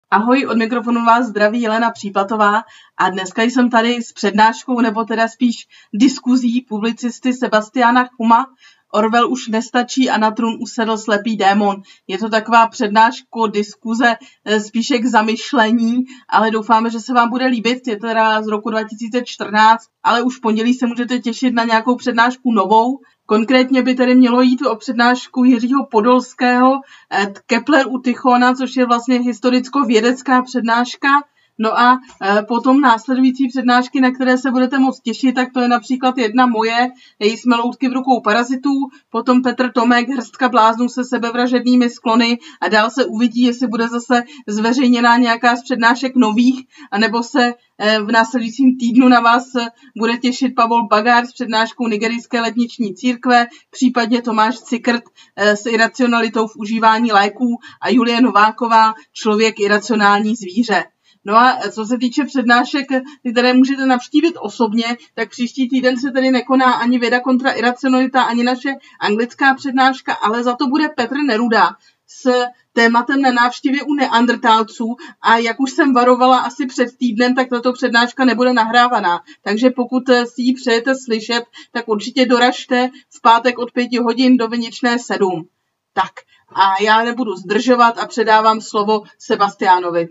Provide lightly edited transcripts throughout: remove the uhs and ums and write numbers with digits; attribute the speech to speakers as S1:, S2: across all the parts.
S1: Ahoj, od mikrofonu vás zdraví Jelena Příplatová a dneska jsem tady s přednáškou, nebo teda spíš diskuzí publicisty Sebastiana Chuma. Orwell už nestačí a na trůn usedl slepý démon. Je to taková přednáška, diskuze, spíše k zamyšlení, ale doufáme, že se vám bude líbit. Je teda z roku 2014, ale už v pondělí se můžete těšit na nějakou přednášku novou. Konkrétně by tedy mělo jít o přednášku Jiřího Podolského Kepler u Tychona, což je vlastně historicko-vědecká přednáška. No a potom následující přednášky, na které se budete moc těšit, tak to je například jedna moje, Jsme loutky v rukou parazitů, potom Petr Tomek, Hrstka bláznů se sebevražednými sklony a dál se uvidí, jestli bude zase zveřejněná nějaká z přednášek nových, anebo se v následujícím týdnu na vás bude těšit Pavol Bagár s přednáškou Nigerijské letniční církve, případně Tomáš Cikrt s iracionalitou v užívání léků a Julie Nováková Člověk iracionální zvíře. No a co se týče přednášek, které můžete navštívit osobně, tak příští týden se tedy nekoná ani věda kontra iracionalita, ani naše anglická přednáška, ale za to bude Petr Neruda s tématem na návštěvě u neandrtálců a jak už jsem varovala asi před týdnem, tak tato přednáška nebude nahrávaná. Takže pokud si ji přejete slyšet, tak určitě doražte v pátek od 5 hodin do Viničné 7. Tak a já nebudu zdržovat a předávám slovo Sebastiánovi.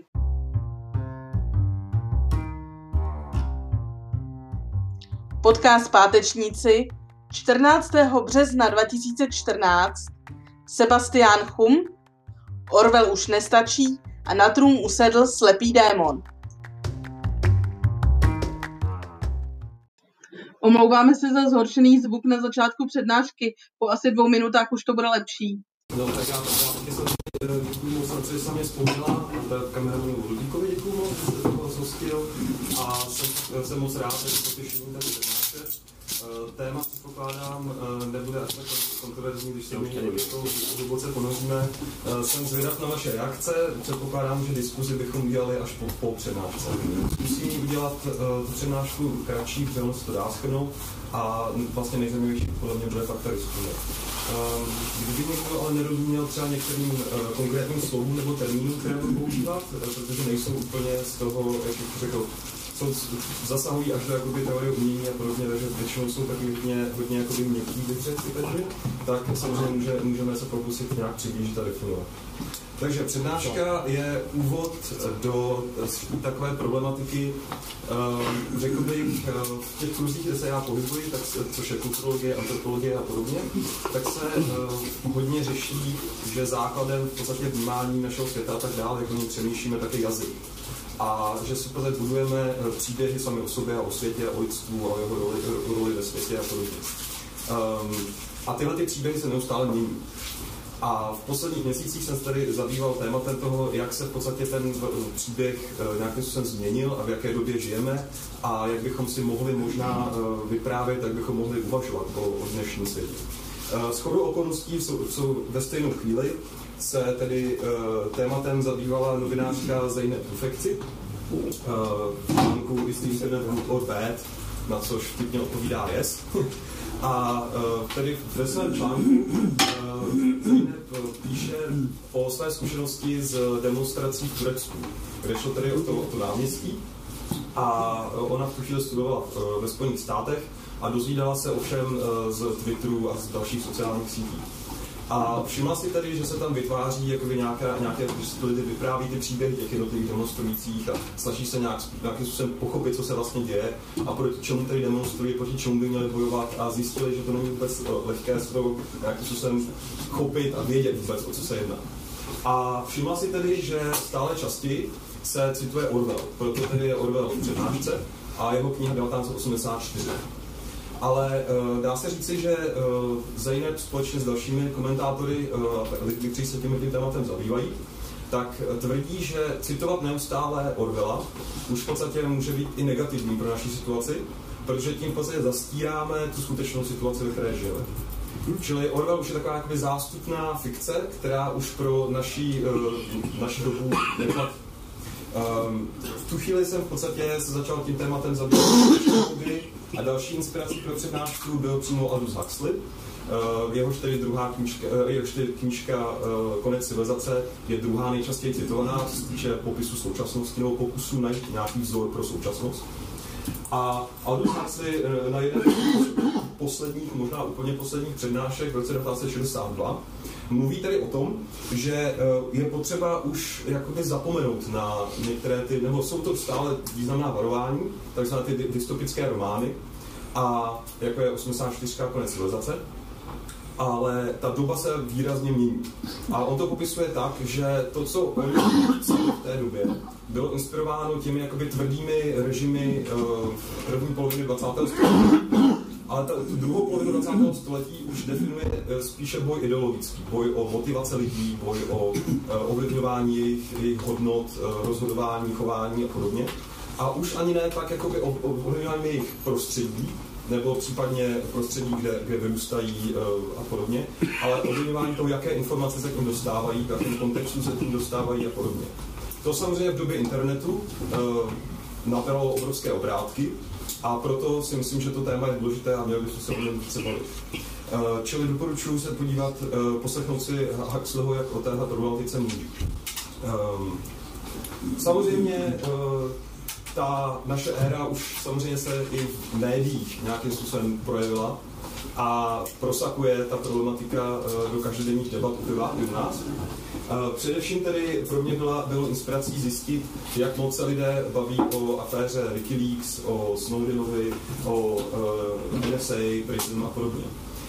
S1: Podcast Pátečníci 14. března 2014 Sebastian Chum, Orwell už nestačí a na trůn usedl slepý démon. Omlouváme se za zhoršený zvuk na začátku přednášky, po asi 2 minutách už to bude lepší.
S2: No, tak já taky jsem děkuji moc, že jsi mě vzpomněla, kameru Ludvíkovi děkuji moc, že jste toho zhostil a jsem moc rád, že to těšení tady přednášet. Téma, předpokládám, nebude až tak kontroverzní, když se do toho hluboce ponoříme. Jsem zvědav na vaše reakce, předpokládám, že diskuzi bychom udělali až po přednášce. Zkusím udělat tu přednášku kratší, protože se to dá shrnout a vlastně nejzajímavější podle mě bude fakt ta diskuze. Kdyby někdo ale nerozuměl třeba některým konkrétním slovům nebo termínům, které budu používat, protože nejsou úplně z toho, jak bych řekl, zasahují až do jakoby teorie umění a podobně, takže většinou jsou taky hodně jakoby měkký vyřet ty termíny, tak samozřejmě můžeme se pokusit nějak přiblížit a definovat. Takže přednáška je úvod do takové problematiky, řekl bych, v těch kruzích, kde se já pohybuji, tak což je kulturologie, antropologie a podobně, tak se hodně řeší, že základem v podstatě vnímání našeho světa a tak dále, jak o něm přemýšlíme, tak je jazyk. A že si pořád budujeme příběhy sami o sobě a o světě, o lidstvu a jeho roli ve světě a podobně. A tyhle ty příběhy se neustále mění. A v posledních měsících jsem se tady zabýval tématem toho, jak se v podstatě ten příběh nějakým způsobem změnil a v jaké době žijeme a jak bychom si mohli možná vyprávět, jak bychom mohli uvažovat o dnešním světě. Shodou okolností jsou ve stejnou chvíli se tedy tématem zabývala novinářka Zeynep Tufekci v článku Is the Internet Good or Bad, na což vtipně odpovídá yes. A tedy ve svém článku Zeynep píše o své zkušenosti z demonstrací v Turecku, kde šlo tedy o to náměstí a ona v tu chvíli studovala ve Spojených státech a dozvídala se ovšem z Twitteru a z dalších sociálních sítí. A všimla si tedy, že se tam vytváří jakoby nějaké lidi vypráví ty příběhy těch jednotlivých demonstrujících a snaží se nějakým způsobem pochopit, co se vlastně děje a proti čemu tedy demonstrují, proti čemu by měli bojovat a zjistili, že to není vůbec lehké se to nějakým způsobem chopit a vědět vůbec, o co se jedná. A všimla si tedy, že stále častěji se cituje Orwell, proto tedy je Orwell v přednášce a jeho kniha 1984. Ale dá se říci, že Zeynep společně s dalšími komentátory, lidmi, kteří se tím tématem zabývají, tak tvrdí, že citovat neustále Orwella už v podstatě může být i negativní pro naši situaci, protože tím v podstatě zastíráme tu skutečnou situaci, ve které žijeme. Čili Orwell už je taková jakoby zástupná fikce, která už pro naši dobu neplatí. V tu chvíli jsem v podstatě se začal tím tématem zabývat a další inspirací pro přednášku byl přímo Aldous Huxley, jehož tedy druhá knížka Konec civilizace je druhá nejčastěji citovaná, co se týče popisu současnosti nebo pokusu najít nějaký vzor pro současnost. A Aldous Huxley na jedné z posledních, možná úplně posledních přednášek v roce 1962 mluví tady o tom, že je potřeba už jakoby zapomenout na některé ty, nebo jsou to stále významná varování, takzvané ty dystopické romány, a jako je 84. Konec civilizace, ale ta doba se výrazně mění. A on to popisuje tak, že to, co oni psali v té době, bylo inspirováno těmi jakoby tvrdými režimy první poloviny 20. století, ale tu druhou polovinu 20. století už definuje spíše boj ideologický, boj o motivace lidí, boj o ovlivňování jejich hodnot, rozhodování, chování a podobně. A už ani ne tak jakoby ovlivňování jejich prostředí, nebo případně prostředí, kde vyrůstají a podobně, ale ovlivňování toho, jaké informace se k ním dostávají, v jakém kontextu se k ním dostávají a podobně. To samozřejmě v době internetu nabralo obrovské obrátky a proto si myslím, že to téma je důležité a měli bychom se o něm více bavit. Čili doporučuji se podívat, poslechnout si Huxleyho, jak o téhle problematice mluví. Samozřejmě ta naše éra už samozřejmě se i v médiích nějakým způsobem projevila a prosakuje ta problematika do každodenních debat u nás. Především tedy pro mě bylo inspirací zjistit, jak moc se lidé baví o aféře Wikileaks, o Snowdenovi, o NSA, PRISM a podobně.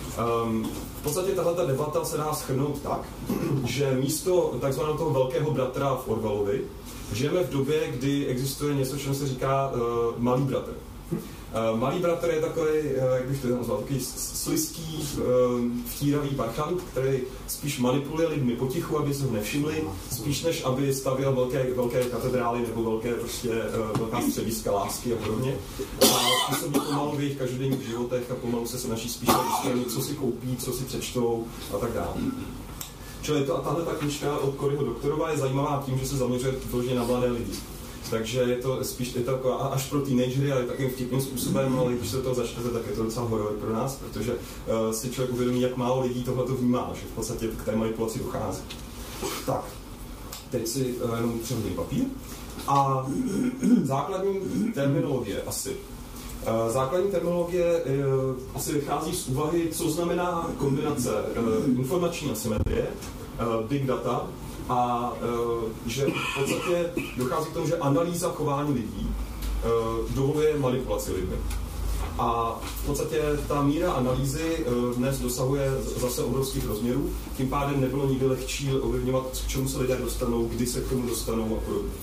S2: V podstatě tahleta debata se dá shrnout tak, že místo takzvaného toho velkého bratra v Orwellovi žijeme v době, kdy existuje něco, čemu se říká malý bratr. Malý bratr je takový, jak bych to nazval, takový slizký, vtíravý parchant, který spíš manipuluje lidmi potichu, aby se ho nevšimli, spíš než aby stavěl velké katedrály nebo velká střediska lásky a podobně. A působí pomalu v jejich každodenních životech a pomalu se snaží spíš ustranit, co si koupí, co si přečtou a tak dále. Čili tahle knížka od Coryho Doktorova je zajímavá tím, že se zaměřuje vyloženě na mladé lidi. Takže je to spíš taková až pro teenagery, ale takovým vtipným způsobem, ale když se do toho začnete, tak je to docela horor pro nás, protože si člověk uvědomí, jak málo lidí tohleto vnímá, že v podstatě k té manipulaci dochází. Tak, teď si jenom přehodím papír. A základní terminologie asi. Základní terminologie asi vychází z úvahy, co znamená kombinace informační asymetrie, big data, a že v podstatě dochází k tomu, že analýza chování lidí dovoluje manipulaci lidmi. A v podstatě ta míra analýzy dnes dosahuje zase obrovských rozměrů, tím pádem nebylo nikdy lehčí ovlivňovat, k čemu se lidé dostanou, kdy se k tomu dostanou a podobně.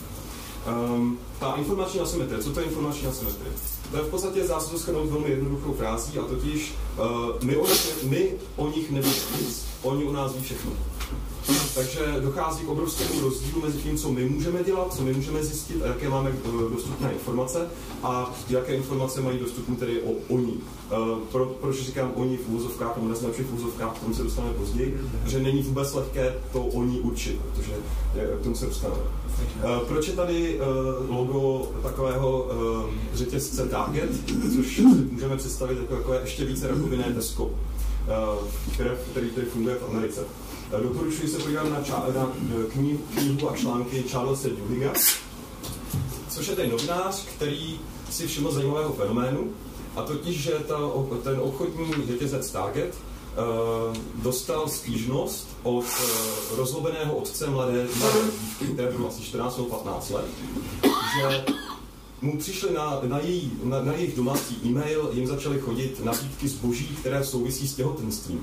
S2: Ta informační asymetrie, co to je informační asymetrie? To je v podstatě zásadu shrnout velmi jednoduchou frází, a totiž my o nich nevíme nic, oni o nás ví všechno. Takže dochází k obrovskému rozdílu mezi tím, co my můžeme dělat, co my můžeme zjistit a jaké máme dostupné informace a jaké informace mají dostupné tedy oni. Proč říkám oni v úvozovkách, nebo neznačí v úvozovkách, k tomu se dostaneme později, že není vůbec lehké to oni určit, protože k tomu se dostaneme. Proč je tady logo takového řetězce Target, což si můžeme představit jako takové ještě více rakovinné Tesco, který funguje v Americe. Doporučuji se podívat na knihu a články Charlesa Duhigga, což je ten novinář, který si všiml zajímavého fenoménu, a totiž, že ten obchodní řetězec Target dostal stížnost od rozlobeného otce mladé dívky, které bylo asi 14 nebo 15 let, že mu přišly na jejich domácí e-mail, jim začaly chodit nabídky zboží, které souvisí s těhotenstvím.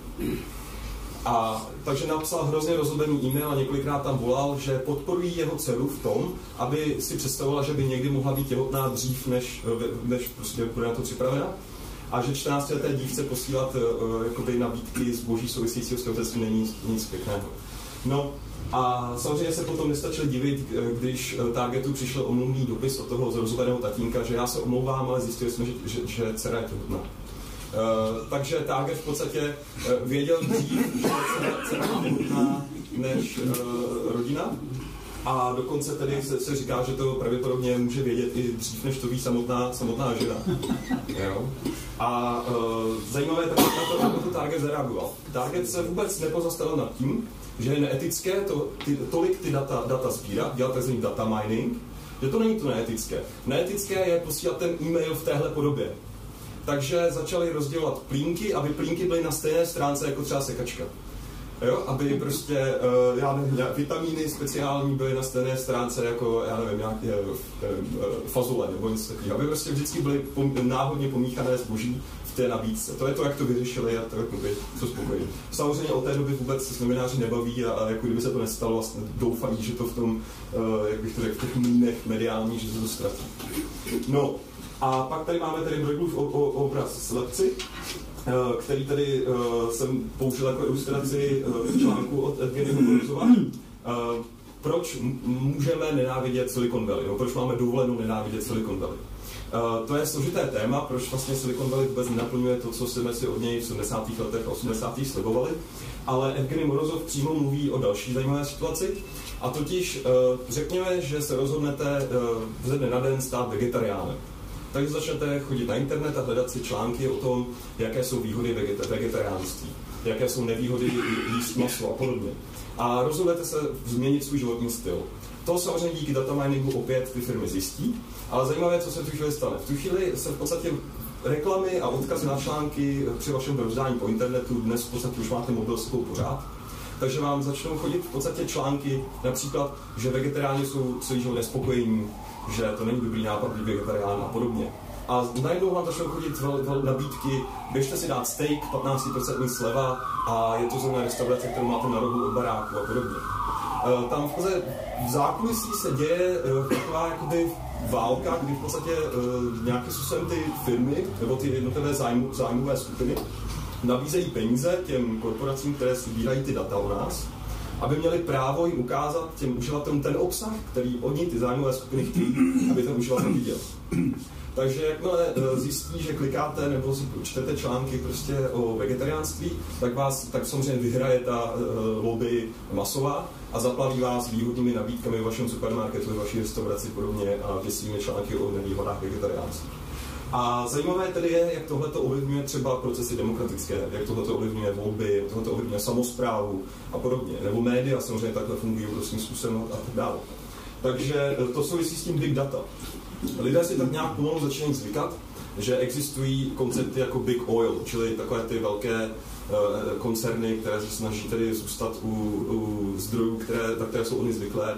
S2: A takže napsal hrozně rozlobený e-mail a několikrát tam volal, že podporují jeho dceru v tom, aby si představovala, že by někdy mohla být těhotná dřív, než prostě bude na to připravena. A že 14leté dívce posílat jakoby nabídky zboží souvisejícího s těhotenstvím není nic pěkného. No a samozřejmě se potom nestačili divit, když Targetu přišel omluvný dopis od toho rozlobeného tatínka, že já se omlouvám, ale zjistili jsme, že dcera je těhotná. Takže Target v podstatě věděl dřív, že dcera je těhotná než rodina. A dokonce tedy se říká, že to pravděpodobně může vědět i dřív, než to ví samotná žena. Jo? A zajímavé je na to Target zareagoval. Target se vůbec nepozastavil nad tím, že je neetické tolik ty data sbírat, dělat takzvaný data mining, že to není to neetické. Neetické je posílat ten e-mail v téhle podobě. Takže začali rozdělovat plínky, aby plínky byly na stejné stránce jako třeba sekačka. Jo? Aby prostě, já nevím, vitamíny speciální byly na stejné stránce jako, já nevím, nějaké fazole nebo něco takového. Aby prostě vždycky byly náhodně pomíchané zboží v té nabídce. To je to, jak to vyřešili a to jako by jsou spokojení. Samozřejmě od té doby vůbec se novináři nebaví a jako kdyby se to nestalo, vlastně doufají, že to v tom, jak bych to řekl, v těch mlýnech mediálních, že se to ztratí. No, a pak tady máme tady Brueggelův obraz Slepci, který tady jsem použil jako ilustraci článku od Evgenia Morozova. Proč můžeme nenávidět Silicon Valley? No, proč máme dovolenou nenávidět Silicon Valley? To je složité téma, proč vlastně Silicon Valley vůbec nenaplňuje to, co jsme si od něj v 70. letech a 80. slibovali, ale Evgeni Morozov přímo mluví o další zajímavé situaci, a totiž řekněme, že se rozhodnete ze dne na den stát vegetariánem. Takže začnete chodit na internet a hledat si články o tom, jaké jsou výhody vegetariánství, jaké jsou nevýhody jíst maso a podobně. A rozhodnete se změnit svůj životní styl. To samozřejmě díky dataminingu opět ty firmy zjistí, ale zajímavé, co se v tu chvíli stane. V tu chvíli se v podstatě reklamy a odkazy na články při vašem brouzdání po internetu, dnes v podstatě už máte mobil s sebou pořád, takže vám začnou chodit v podstatě články, například, že vegetariáni jsou celý život nespokojení, že to není dobrý nápad být vegetarián a podobně. A najednou vám začnou chodit nabídky, běžte si dát steak, 15% sleva a je to zrovna restaurace, kterou máte na rohu od baráku a podobně. Tam v zákulisí se děje taková jakoby válka, kdy v podstatě nějakým způsobem ty firmy nebo ty jednotlivé zájmové skupiny nabízejí peníze těm korporacím, které sbírají ty data o nás, aby měli právo jim ukázat těm uživatelům ten obsah, který oni ty zájmové skupiny chtějí, aby ten uživatel viděl. Takže jakmile zjistí, že klikáte nebo si čtete články prostě o vegetariánství, tak samozřejmě vyhraje ta lobby masová a zaplaví vás výhodnými nabídkami v vašem supermarketu, v vaší restauraci podobně a děsivými články o nevýhodách vegetariánství. A zajímavé tedy je, jak tohleto ovlivňuje třeba procesy demokratické, jak tohleto ovlivňuje volby, jak tohleto ovlivňuje samosprávu a podobně. Nebo média samozřejmě takhle fungují obrovským způsobem a tak dále. Takže to souvisí s tím big data. Lidé si tak nějak pomalu začínají zvykat, že existují koncepty jako big oil, čili takové ty velké koncerny, které se snaží tedy zůstat u zdrojů, na které jsou oni zvyklé.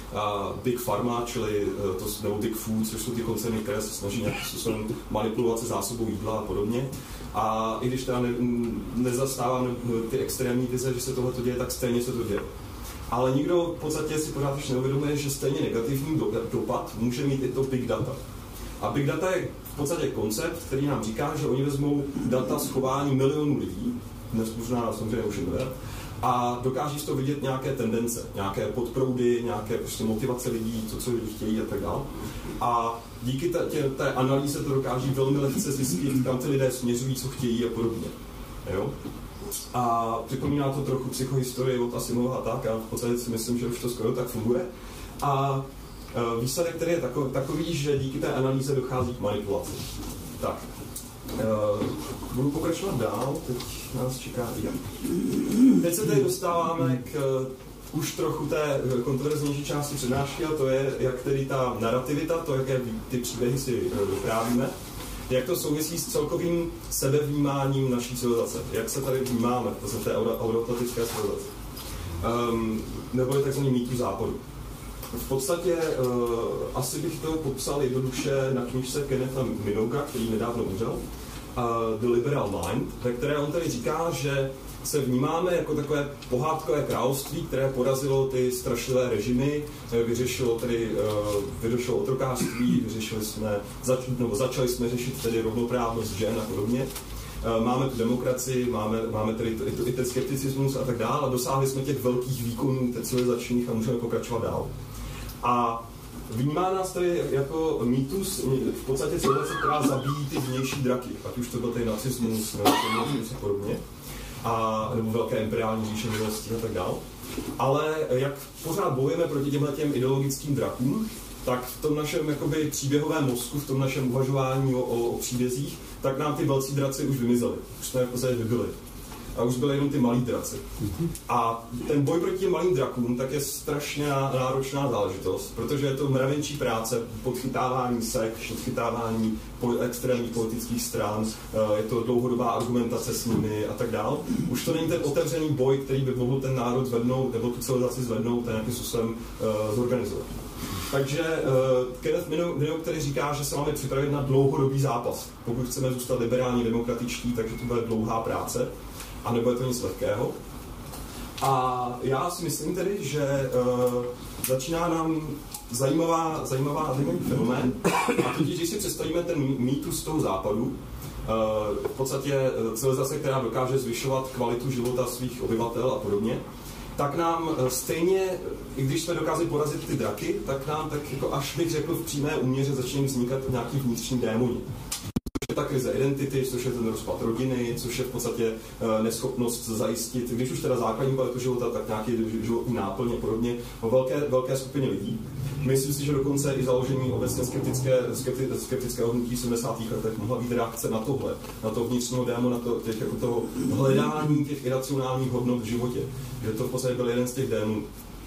S2: Big Pharma, čili nebo Big Food, což jsou ty koncerny, které se snaží nějakým způsobem manipulovat se zásobou jídla a podobně. A i když teda nezastávám ty extrémní vize, že se tohle děje, tak stejně se to děje. Ale nikdo v podstatě si pořád už neuvědomuje, že stejně negativní dopad může mít i to big data. A big data je v podstatě koncept, který nám říká, že oni vezmou data z chování milionů lidí, dnes možná samozřejmě už ne, a dokáží z toho vidět nějaké tendence, nějaké podproudy, nějaké prostě motivace lidí, co lidi chtějí a tak dále. A díky té analýze to dokáží velmi lehce zjistit, kam ty lidé směřují, co chtějí a podobně. Jo? A připomíná to trochu psychohistorii od Asimova a tak, a v podstatě si myslím, že už to skoro tak funguje. A výsledek, který je takový, že díky té analýze dochází k manipulaci. Tak, budu pokračovat dál, teď nás čeká Jan. Teď se tady dostáváme k už trochu té kontroverznější části přednášky, a to je, jak tedy ta narrativita, to, jaké ty příběhy si vyprávíme, jak to souvisí s celkovým sebevnímáním naší civilizace. Jak se tady vnímáme, to se té euroatlantické civilizace. Nebo je takzvaný mýtus západu. V podstatě asi bych to popsal jednoduše na knížce Kennetha Minooga, který nedávno umřel, The Liberal Mind, ve které on tady říká, že se vnímáme jako takové pohádkové království, které porazilo ty strašlivé režimy, vyřešilo otrokářství, začali jsme řešit tedy rovnoprávnost žen a podobně. Máme tu demokracii, máme tedy i ten skepticismus a tak dále a dosáhli jsme těch velkých výkonů civilizačních a můžeme pokračovat dál. A vnímá nás tady jako mýtus v podstatě civilizace, která zabíjí ty vnější draky, ať už to byl ten nacismus nebo a podobně, nebo velké imperiální říše minulosti a tak dále. Ale jak pořád bojujeme proti těm ideologickým drakům, tak v tom našem jakoby příběhovém mozku, v tom našem uvažování o příbězích, tak nám ty velcí draci už vymizeli. Už jsme v podstatě vybili. A už byly jenom ty malí draci. A ten boj proti těm malým drakům tak je strašně náročná záležitost, protože je to mravenčí práce, podchytávání sekt, podchytávání extrémních politických stran, je to dlouhodobá argumentace s nimi a tak dále. Už to není ten otevřený boj, který by mohl ten národ zvednout, nebo tu civilizaci zvednout a nějakým způsobem zorganizovat. Takže Kenneth Minogue, který říká, že se máme připravit na dlouhodobý zápas. Pokud chceme zůstat liberální, demokratičtí, takže to bude dlouhá práce a nebude to nic lehkého. A já si myslím tedy, že začíná nám zajímavý fenomén. A totiž, když si představíme ten mýtus toho západu, v podstatě civilizace, která dokáže zvyšovat kvalitu života svých obyvatel a podobně, tak nám stejně, i když jsme dokázali porazit ty draky, tak nám tak jako až bych řekl v přímé úměře začínají vznikat nějaký vnitřní démoni. Což je ta krize identity, což je ten rozpad rodiny, což je v podstatě neschopnost zajistit, když už teda základní kvalitu života, tak nějaký životní náplň a podobně o velké skupině lidí. Myslím si, že dokonce i založení obecně skeptického hnutí v 70. letech mohla být reakce na tohle, na to vnitřního démona, jako toho hledání těch iracionálních hodnot v životě. Že to v podstatě byl jeden z těch démonů.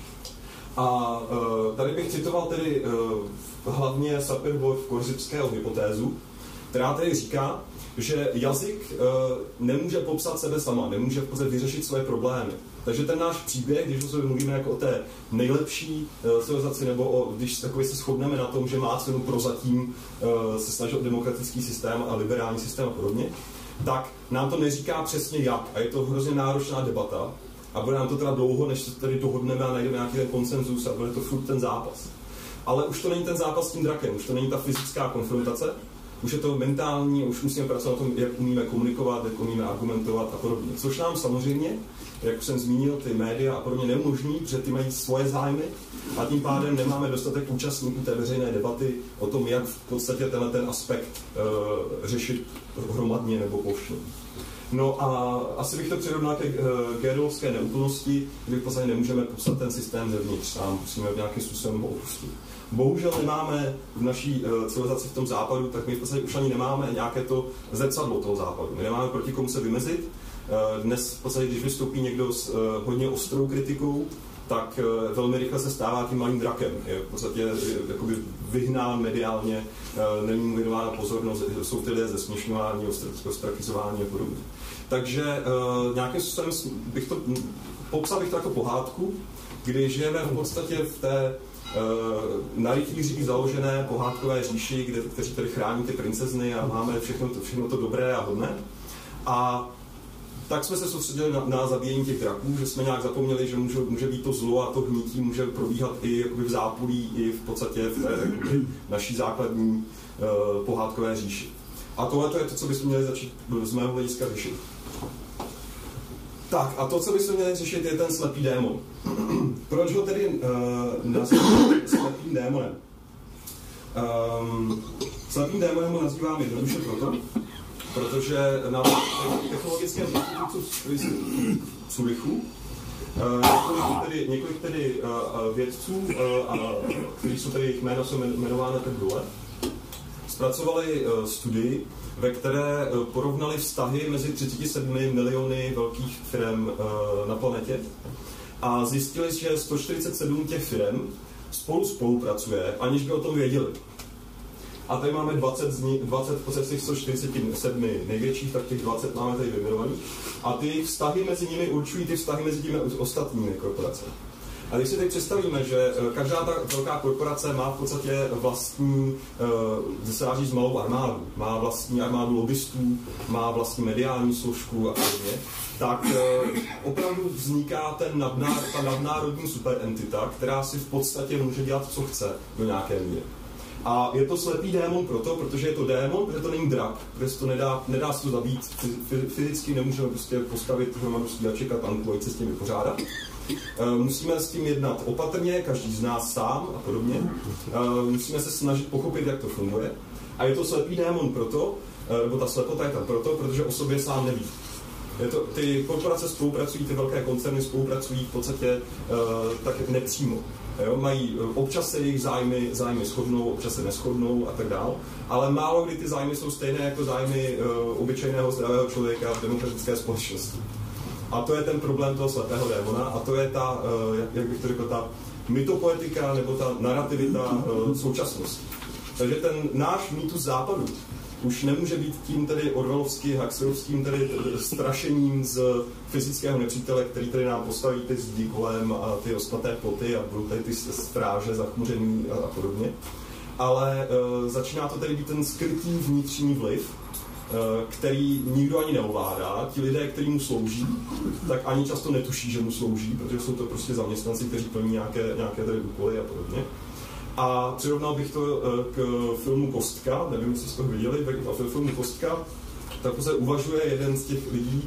S2: A tady bych citoval tedy hlavně Sapir-Whorf-Korzybského hypotézu, která tedy říká, že jazyk nemůže popsat sebe sama, nemůže v podstatě vyřešit svoje problémy. Takže ten náš příběh, když o sobě mluvíme jako o té nejlepší civilizaci, nebo když se shodneme na tom, že má cenu prozatím se snažit o demokratický systém a liberální systém a podobně, tak nám to neříká přesně jak. A je to hrozně náročná debata a bude nám to teda dlouho, než se tady dohodneme a najdeme nějaký ten konsenzus a bude to furt ten zápas. Ale už to není ten zápas s tím drakem, už to není ta fyzická konfrontace, už je to mentální, už musíme pracovat na tom, jak umíme komunikovat, jak umíme argumentovat a podobně. Což nám samozřejmě, jak jsem zmínil, ty média a podobně neumožní, protože ty mají svoje zájmy a tím pádem nemáme dostatek účastníků té veřejné debaty o tom, jak v podstatě ten aspekt řešit hromadně nebo plošně. No a asi bych to přirovnal ke Gödelovské neúplnosti, kdy v podstatě nemůžeme popsat ten systém zevnitř a musíme v nějakým způsobem ho opustit. Bohužel nemáme v naší civilizaci v tom západu, tak my v podstatě už ani nemáme nějaké to zrcadlo toho západu. My nemáme proti komu se vymezit. Dnes v podstatě, když vystoupí někdo s hodně ostrou kritikou, tak velmi rychle se stává tím malým drakem. Je v podstatě jakoby vyhnán mediálně, není mu věnována pozornost, jsou ty lidé zesměšňování, ostrakizování a podobně. Takže nějakým způsobem popsal bych to jako pohádku, kdy žijeme v podstatě v té na rytířích založené pohádkové říši, kteří tady chrání ty princezny a máme všechno to dobré a hodné. A tak jsme se soustředili na zabíjení těch draků, že jsme nějak zapomněli, že může být to zlo a to hnítí může probíhat i jakoby v zápolí, i v podstatě v té naší základní pohádkové říši. A tohle je to, co bychom měli začít z mého hlediska řešit. Tak, a to, co bychom měli řešit, je ten slepý démon. Proč ho tedy nazýváme slepým démonem? Slepým démonem ho nazývám jednoduše proto, protože na technologickém institutu v Curychu několik vědců, kteří jsou tady, jejich jména jsou jmenována tak dole, zpracovali studii, ve které porovnali vztahy mezi 37 miliony velkých firm na planetě a zjistili, že 147 těch firm spolupracuje, aniž by o tom věděli. A tady máme 20 z těch 147 největších, tak těch 20 máme tady vyjmenovaných. A ty vztahy mezi nimi určují ty vztahy mezi těmi ostatními korporacemi. A když si teď představíme, že každá ta velká korporace má v podstatě vlastní, se dá říct, malou armádu, má vlastní armádu lobbystů, má vlastní mediální složku a podobně, tak opravdu vzniká ta nadnárodní superentita, která si v podstatě může dělat, co chce do nějaké míry. A je to slepý démon protože je to démon, protože to není drak, protože to nedá se to zabít, fyzicky nemůžeme prostě postavit hromadu stíhaček a tanků a se s tím vypořádat. Musíme s tím jednat opatrně, každý z nás sám a podobně. Musíme se snažit pochopit, jak to funguje. A je to slepý démon proto, nebo ta slepota je tam proto, protože o sobě sám neví. Ty korporace spolupracují, ty velké koncerny spolupracují v podstatě tak jak nepřímo. Jo, mají, občas se jejich zájmy shodnou, občas se neshodnou a tak dále, ale málo kdy ty zájmy jsou stejné jako zájmy obyčejného zdravého člověka v demokratické společnosti. A to je ten problém toho slepého démona a to je ta, jak bych to řekl, ta mytopoetika nebo ta narrativita současnosti. Takže ten náš mýtus západu už nemůže být tím tedy orwellovským, huxleyovským tedy strašením z fyzického nepřítele, který tady nám postaví ty zdi kolem a ty ostnaté ploty a budou tady ty stráže zachmuření a podobně. Ale začíná to tady být ten skrytý vnitřní vliv, který nikdo ani neovládá. Ti lidé, kteří mu slouží, tak ani často netuší, že mu slouží, protože jsou to prostě zaměstnanci, kteří plní nějaké tady úkoly a podobně. A přirovnal bych to k filmu Kostka, nevím, jestli jste to viděli, v filmu Kostka, tak se uvažuje jeden z těch lidí,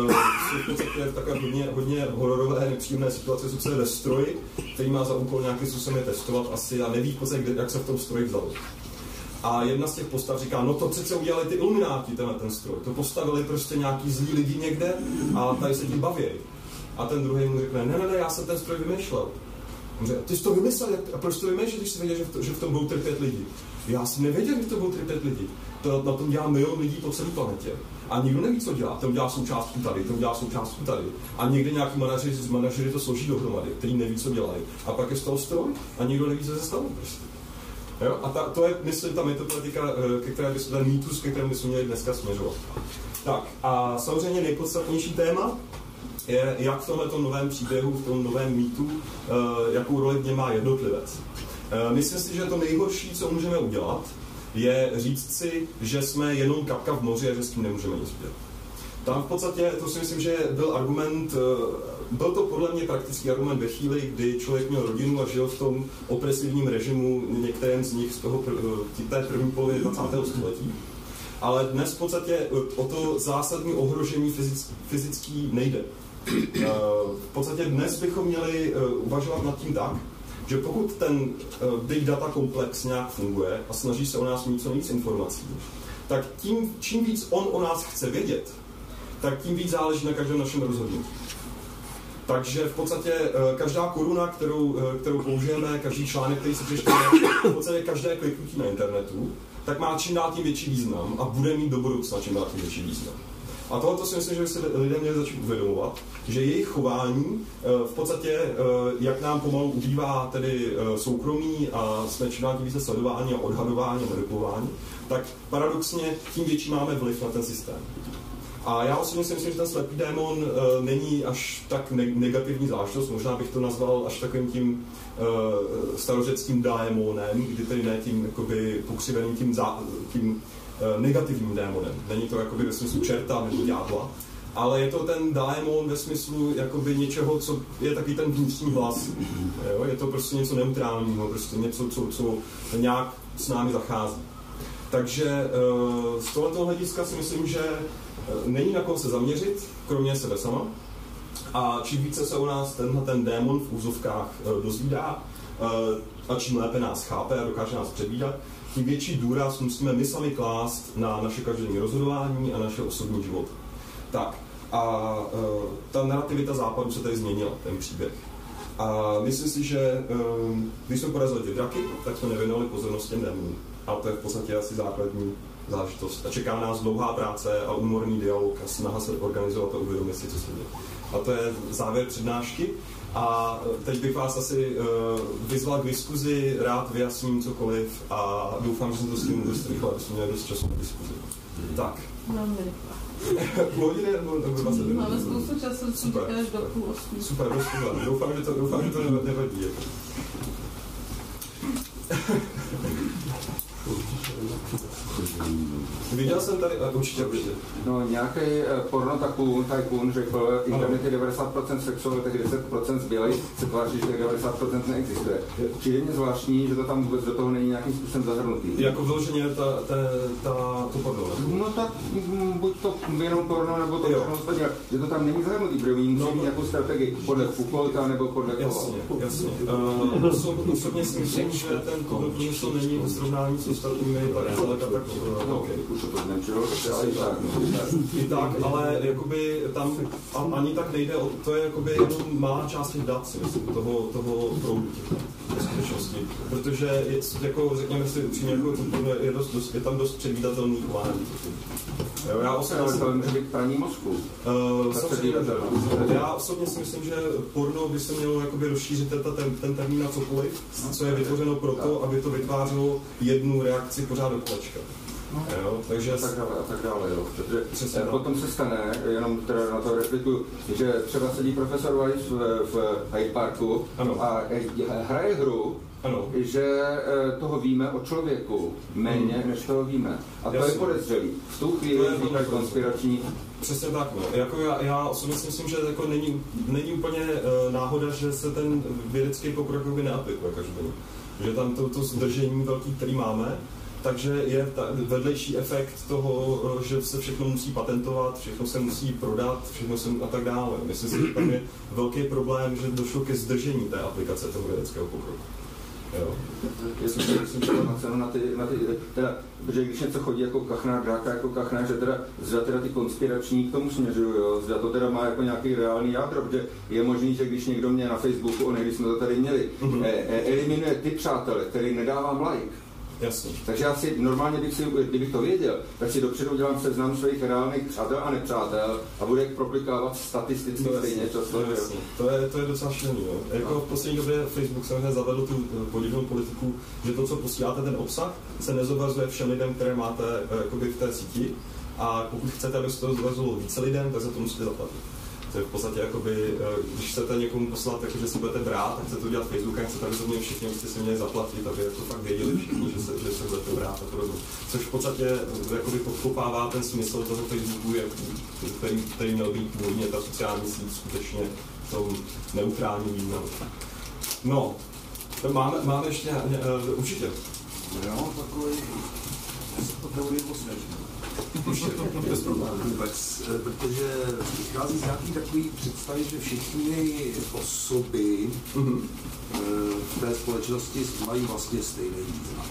S2: v podstatě v takové hodně hororové, nepříjemné situace, co se ve stroji, který má za úkol nějakým způsobem testovat asi a neví v podstatě, jak se v tom stroji vzalo. A jedna z těch postav říká, no to přece udělali ty ilumináti, ten stroj, to postavili prostě nějaký zlí lidi někde a tady se tím baví. A ten druhý mu řekne, ne, já jsem ten stroj vymýšlel. Ty jsi to vymyslel, a proč to vymýšlel, když jsi věděl, že v tom budou trpět lidi? Já jsem nevěděl, že v tom budou trpět lidi. Na tom dělá milion lidí po celé planetě. A nikdo neví, co dělá. Ten dělá součástku tady, ten dělá součástku tady. A někde nějaký manažeři to složí dohromady, který neví, co dělají. A pak je z toho stroj a nikdo neví, co se stalo. Prostě. Jo? A to je, myslím, ta mytopolitika, ten mýtus, ke kterému bychom měli dneska směřovat. Tak a samozřejmě nejpodstatnější téma je, jak v tomto novém příběhu, v tom novém mýtu, jakou roli v něm má jednotlivec. Myslím si, že to nejhorší, co můžeme udělat, je říct si, že jsme jenom kapka v moři a že s tím nemůžeme nic dělat. Tam v podstatě, to si myslím, že byl argument, byl to podle mě praktický argument ve chvíli, kdy člověk měl rodinu a žil v tom opresivním režimu, některém z nich z té první poloviny 20. století. Ale dnes v podstatě o to zásadní ohrožení fyzický nejde. V podstatě dnes bychom měli uvažovat nad tím tak, že pokud ten big data komplex nějak funguje a snaží se o nás mít co nejvíc informací, tak čím víc on o nás chce vědět, tak tím víc záleží na každém našem rozhodnutí. Takže v podstatě každá koruna, kterou použijeme, každý článek, který si přečteme, v podstatě každé kliknutí na internetu, tak má čím dál tím větší význam a bude mít do budoucna čím dál tím větší význam. A tohle si myslím, že by se lidé měli začít uvědomovat, že jejich chování v podstatě, jak nám pomalu ubývá tedy soukromí a jsme čím dál tím více sledováni a odhadováni a manipulováni, tak paradoxně tím větší máme vliv na ten systém. A já osobně si myslím, že ten slepý démon není až tak negativní záležitost, možná bych to nazval až takovým tím starořeckým démonem, kdy tedy ne tím jakoby pokřiveným tím negativním démonem. Není to jakoby ve smyslu čerta nebo ďábla, ale je to ten démon ve smyslu jakoby něčeho, co je taky ten vnitřní hlas. Jo? Je to prostě něco neutrálního, prostě něco, co nějak s námi zachází. Takže z tohoto hlediska si myslím, že není na koho se zaměřit, kromě sebe sama. A čím více se o nás ten démon v úzovkách dozvídá, a čím lépe nás chápe a dokáže nás předvídat, tím větší důraz musíme my sami klást na naše každodenní rozhodování a naše osobní život. Tak, a ta narrativita západu se tady změnila, ten příběh. A myslím si, že když jsme porazili ty draky, tak jsme nevěnovali pozornost těm démonům. A to je v podstatě asi základní záležitost. A čeká nás dlouhá práce a úmorný dialog a snaha se organizovat a uvědomit si, co se děje. A to je závěr přednášky. A teď bych vás asi vyzval k diskuzi, rád vyjasním cokoliv a doufám, že jsem to s tím dost rychle, aby jsme měli dost času na diskuzi. Tak.
S1: Velmi rychle.
S2: Půl hodiny nebo 20 minut?
S1: Máme spoustu času, co říkáš do 7:30.
S2: Super, doufám, že to nevadí. Viděl jsem tady, určitě.
S3: No, nějaký porno tycoon řekl, internet je 90% sexuality, 10% zbylej, se tváří, že 90% neexistuje. Přijde mě zvláštní, že to tam vůbec do toho není nějakým způsobem zahrnutý.
S2: Jako vyloženě to porno, ne?
S3: No tak buď to jenom porno, nebo to porno ostatně, že to tam není zahrnutý, protože oni musí mít nějakou strategii podle Foucaulta nebo podle koho.
S2: Jasně. Osobně si myslím, že ten průmysl není v srovnání s ostatními, ale tak.
S3: to poznačilo,
S2: i tak, ale jakoby tam ani tak nejde o, to je jakoby jenom malá část těch dat, si myslím, toho proudu těch dat, skutečnosti, protože je, jako, řekněme si upřímně, jako, je tam dost předvídatelný chování. Já osobně
S3: to může být praní mozku.
S2: Já osobně si myslím, že porno by se mělo jakoby rozšířit ten termín na cokoliv, co je vytvořeno proto, aby to vytvářelo jednu reakci pořád do kolečka. Jo, takže
S3: a tak dále, jo. Protože potom se stane, jenom teda na to reflektuju, že třeba sedí profesor Weiss v Hyde Parku a hraje hru, že toho víme o člověku méně, než toho víme. A to je podezřelý. V tu chvíli je konspirační.
S2: Přesně tak, no. Jako já osobně si myslím, že jako není úplně náhoda, že se ten vědecký pokrok neaplikuje každodenně. Že tam to zdržení velký, který máme, takže je vedlejší efekt toho, že se všechno musí patentovat, všechno se musí prodat, všechno se a tak dále. Myslím si, že tam je velký problém, že došlo ke zdržení té aplikace toho vědeckého pokroku. Jo.
S3: Jestli myslím, že na ty teda, protože když něco chodí jako kachna, dráka jako kachna, že teda ty konspirační k tomu směřují, jo, zda to teda má jako nějaký reálný jádro, protože je možný, že když někdo mě na Facebooku, když jsme to tady měli, eliminuje ty přátele, který nedávám like.
S2: Jasně.
S3: Takže já si normálně, kdybych to věděl, tak si dopředu udělám seznam svých reálných přátel a nepřátel a bude proplikávat statisticky stejně často.
S2: To je docela šílený. Jako v poslední době Facebook samozřejmě zavedl tu podivnou politiku, že to, co posíláte, ten obsah, se nezobrazuje všem lidem, které máte jakoby v té síti, a pokud chcete, aby se to zobrazilo více lidem, tak za to musíte zaplatit. To je v podstatě jakoby, když chcete někomu poslat, jako, že si budete brát, tak chcete to dělat Facebookem, chcete, aby to měli všichni, abyste si měli zaplatit, aby to fakt věděli všichni, že se budete brát a podobně. Což v podstatě jakoby podkopává ten smysl toho Facebooku, který měl být původně ta sociální síť skutečně v tom neutrálním významu. No, máme ještě určitě.
S4: Já mám takový teorii osvědčení.
S2: Bez problémů.
S4: Vůbec, protože vychází z nějaký takový představy, že všechny osoby v té společnosti mají vlastně stejný význam.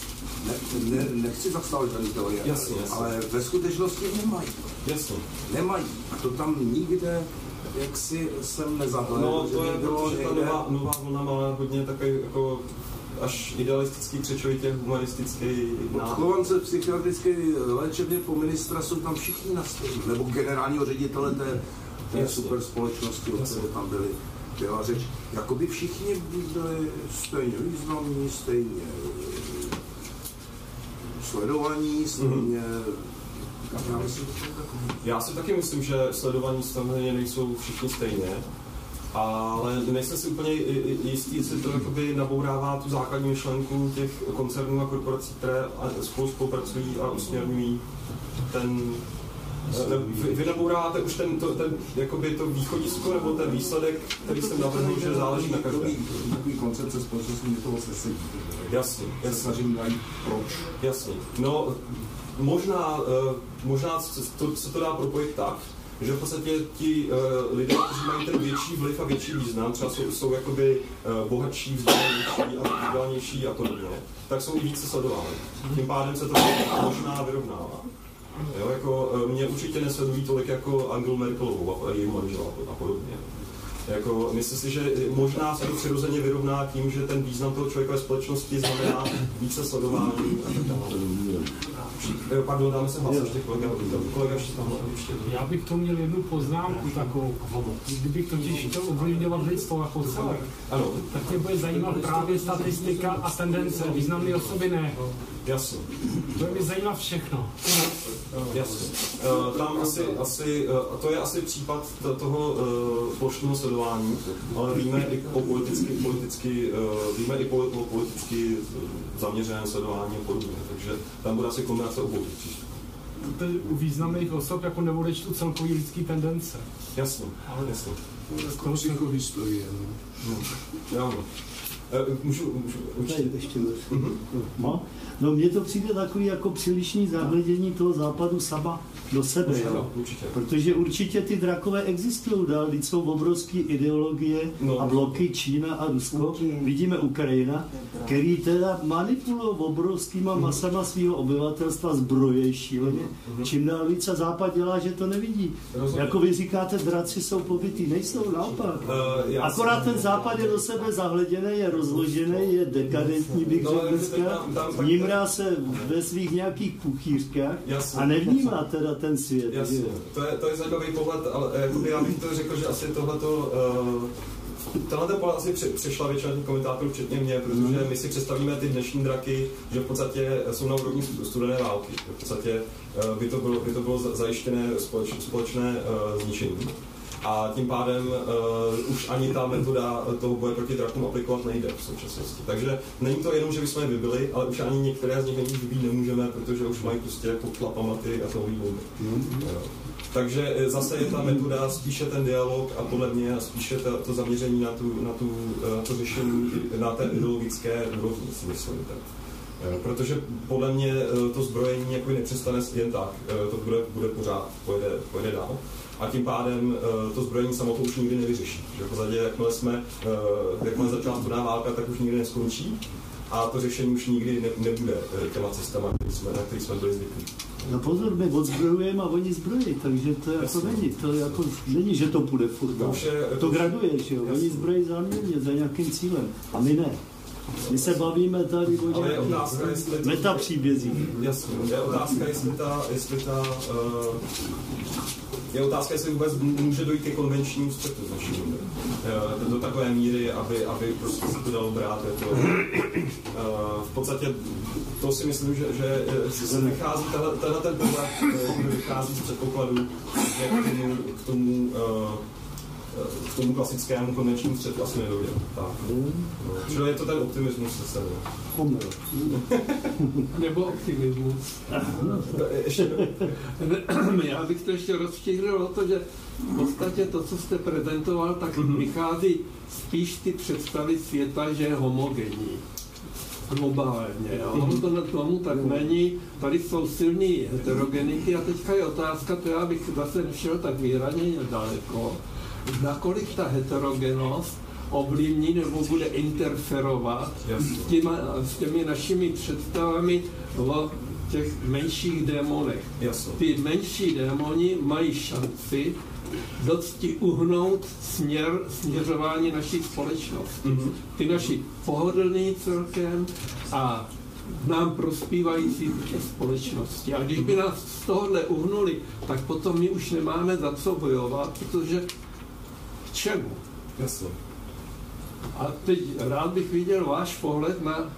S4: Nechci zastávat tady teorie, ale ve skutečnosti nemají.
S2: Jasně.
S4: Nemají. A to tam nikde jaksi jsem nezahledl.
S2: No to je, protože ta nová vlna má hodně takový jako až idealistický, křečovitě humanistický náhled.
S4: Odchovance psychiatrické léčebně po ministra jsou tam všichni na stejně, nebo generálního ředitele té super společnosti, o které tam byla řeč. Jakoby všichni byli stejně významní, stejně sledovaní, stejně...
S2: Já si taky myslím, že sledovaní samozřejmě nejsou všichni stejně. Ale nejsem si úplně jistý, jestli to jakoby nabourává tu základní myšlenku těch koncernů a korporací, které spolu spolupracují a usměrňují ten... Vy nabouráváte už jakoby to východisko nebo ten výsledek, který jsem navrhl, že záleží na každém.
S4: Takový koncepce společnosti mě toho se sedí.
S2: Jasně.
S4: Snažím najít proč.
S2: Jasně. No, možná se to dá propojit tak, že v podstatě ti lidé, kteří mají ten větší vliv a větší význam, třeba jsou jakoby bohatší, vzdělanější a podobně, tak jsou i více sledováni. Tím pádem se to možná vyrovnává. Jo, jako, mě určitě nesledují tolik jako Angelu Merkelovou a její manžela a podobně. Jako, myslím si, že možná se to přirozeně vyrovná tím, že ten význam toho člověka ve společnosti znamená více sledování a tak dále. Pardon, dáme se hlas ještě kolega ještě tam ještě.
S5: Já bych to měl jednu poznámku takovou. Kdybych totiž chtěl ovlivňovat lidstvo jako celek, tak mě bude zajímat právě statistika a tendence. Významné osoby ne.
S2: Jasně.
S5: To mě zajímá všechno.
S2: Jasně. Tam to je asi případ toho plošného sledování, ale víme i o politicky zaměřeném sledování a podobně, takže tam bude asi kombinace obou těch přístupů.
S5: To je u významných osob jako neodečtu celkový lidský tendence.
S2: Jasně, ale jasně.
S4: Jako psychohistorie,
S2: no. Můžu určitě.
S6: Ještě no, mně to přijde takový jako přílišný zahledění toho západu sama do sebe.
S2: Určitě.
S6: Protože určitě ty drakové existují dál, když jsou obrovské ideologie a bloky Čína a Rusko. Vidíme Ukrajina, který teda manipulují obrovskýma masama svého obyvatelstva, zbroje šíleně. Čím dál víc a Západ dělá, že to nevidí. Jako vy říkáte, draci jsou pobytý, nejsou, naopak. Akorát ten Západ je do sebe zahleděný, je rozložený, je dekadentní, bych řekl dneska. Vnímá se ve svých nějakých kuchýřkách a nevnímá teda ten svět.
S2: Jasně. To je zajímavý pohled, ale já bych to řekl, že asi tohleto... Tenhle pohled asi přešla většina těch komentátorů, včetně mě, protože my si představíme ty dnešní draky, že v podstatě jsou na úrovni studené války. V podstatě by to bylo zajištěné společné zničení. A tím pádem už ani ta metoda toho boje proti drakům aplikovat nejde v současnosti. Takže není to jenom, že bychom je vybili, ale už ani některé z nich vybít nemůžeme, protože už mají prostě pod tlapama ty atomové bomby. Takže zase je ta metoda spíše ten dialog a podle mě spíše to zaměření na to řešení na té ideologické úrovni, si myslím. Protože podle mě to zbrojení jako nepřestane jen tak, to bude pořád, pojede dál. A tím pádem to zbrojení samo to už nikdy nevyřeší. Že v podstatě, jakmile začala studená válka, tak už nikdy neskončí a to řešení už nikdy nebude těma cestama, na který jsme byli zvyklí.
S6: No pozor, my odzbrojujeme a oni zbrojí, takže to jako není. To jako není, že to půjde furt. To graduje, že jo? Oni zbrojí záměrně za nějakým cílem a my ne. My se bavíme tady o nějakých metapříbězích.
S2: Jasně, je otázka, jestli vůbec může dojít ke konvenčnímu střetu s naším do takové míry, aby prostě se to dalo brát. V podstatě to si myslím, že se vychází, tenhle ten pohled vychází z předpokladu, že k tomu klasickému konvenčnímu střetu asi nedojde. Čili je to ten optimismus se
S7: Nebo optimismus. Já bych to ještě rozšířil o to, že v podstatě to, co jste prezentoval, tak vychází spíš ty představy světa, že je homogenní. Globálně. Tomu tak není. Tady jsou silný heterogenity a teďka je otázka, to já bych zase nešel tak výhradně daleko, nakolik ta heterogenost ovlivní nebo bude interferovat s těmi našimi představami o těch menších démonech. Ty menší démoni mají šanci docti uhnout směřování naší společnosti. Ty naši pohodlný celkem a nám prospívající společnosti. A když by nás z tohohle uhnuli, tak potom my už nemáme za co bojovat, protože k čemu?
S2: Jasně.
S7: A teď rád bych viděl váš pohled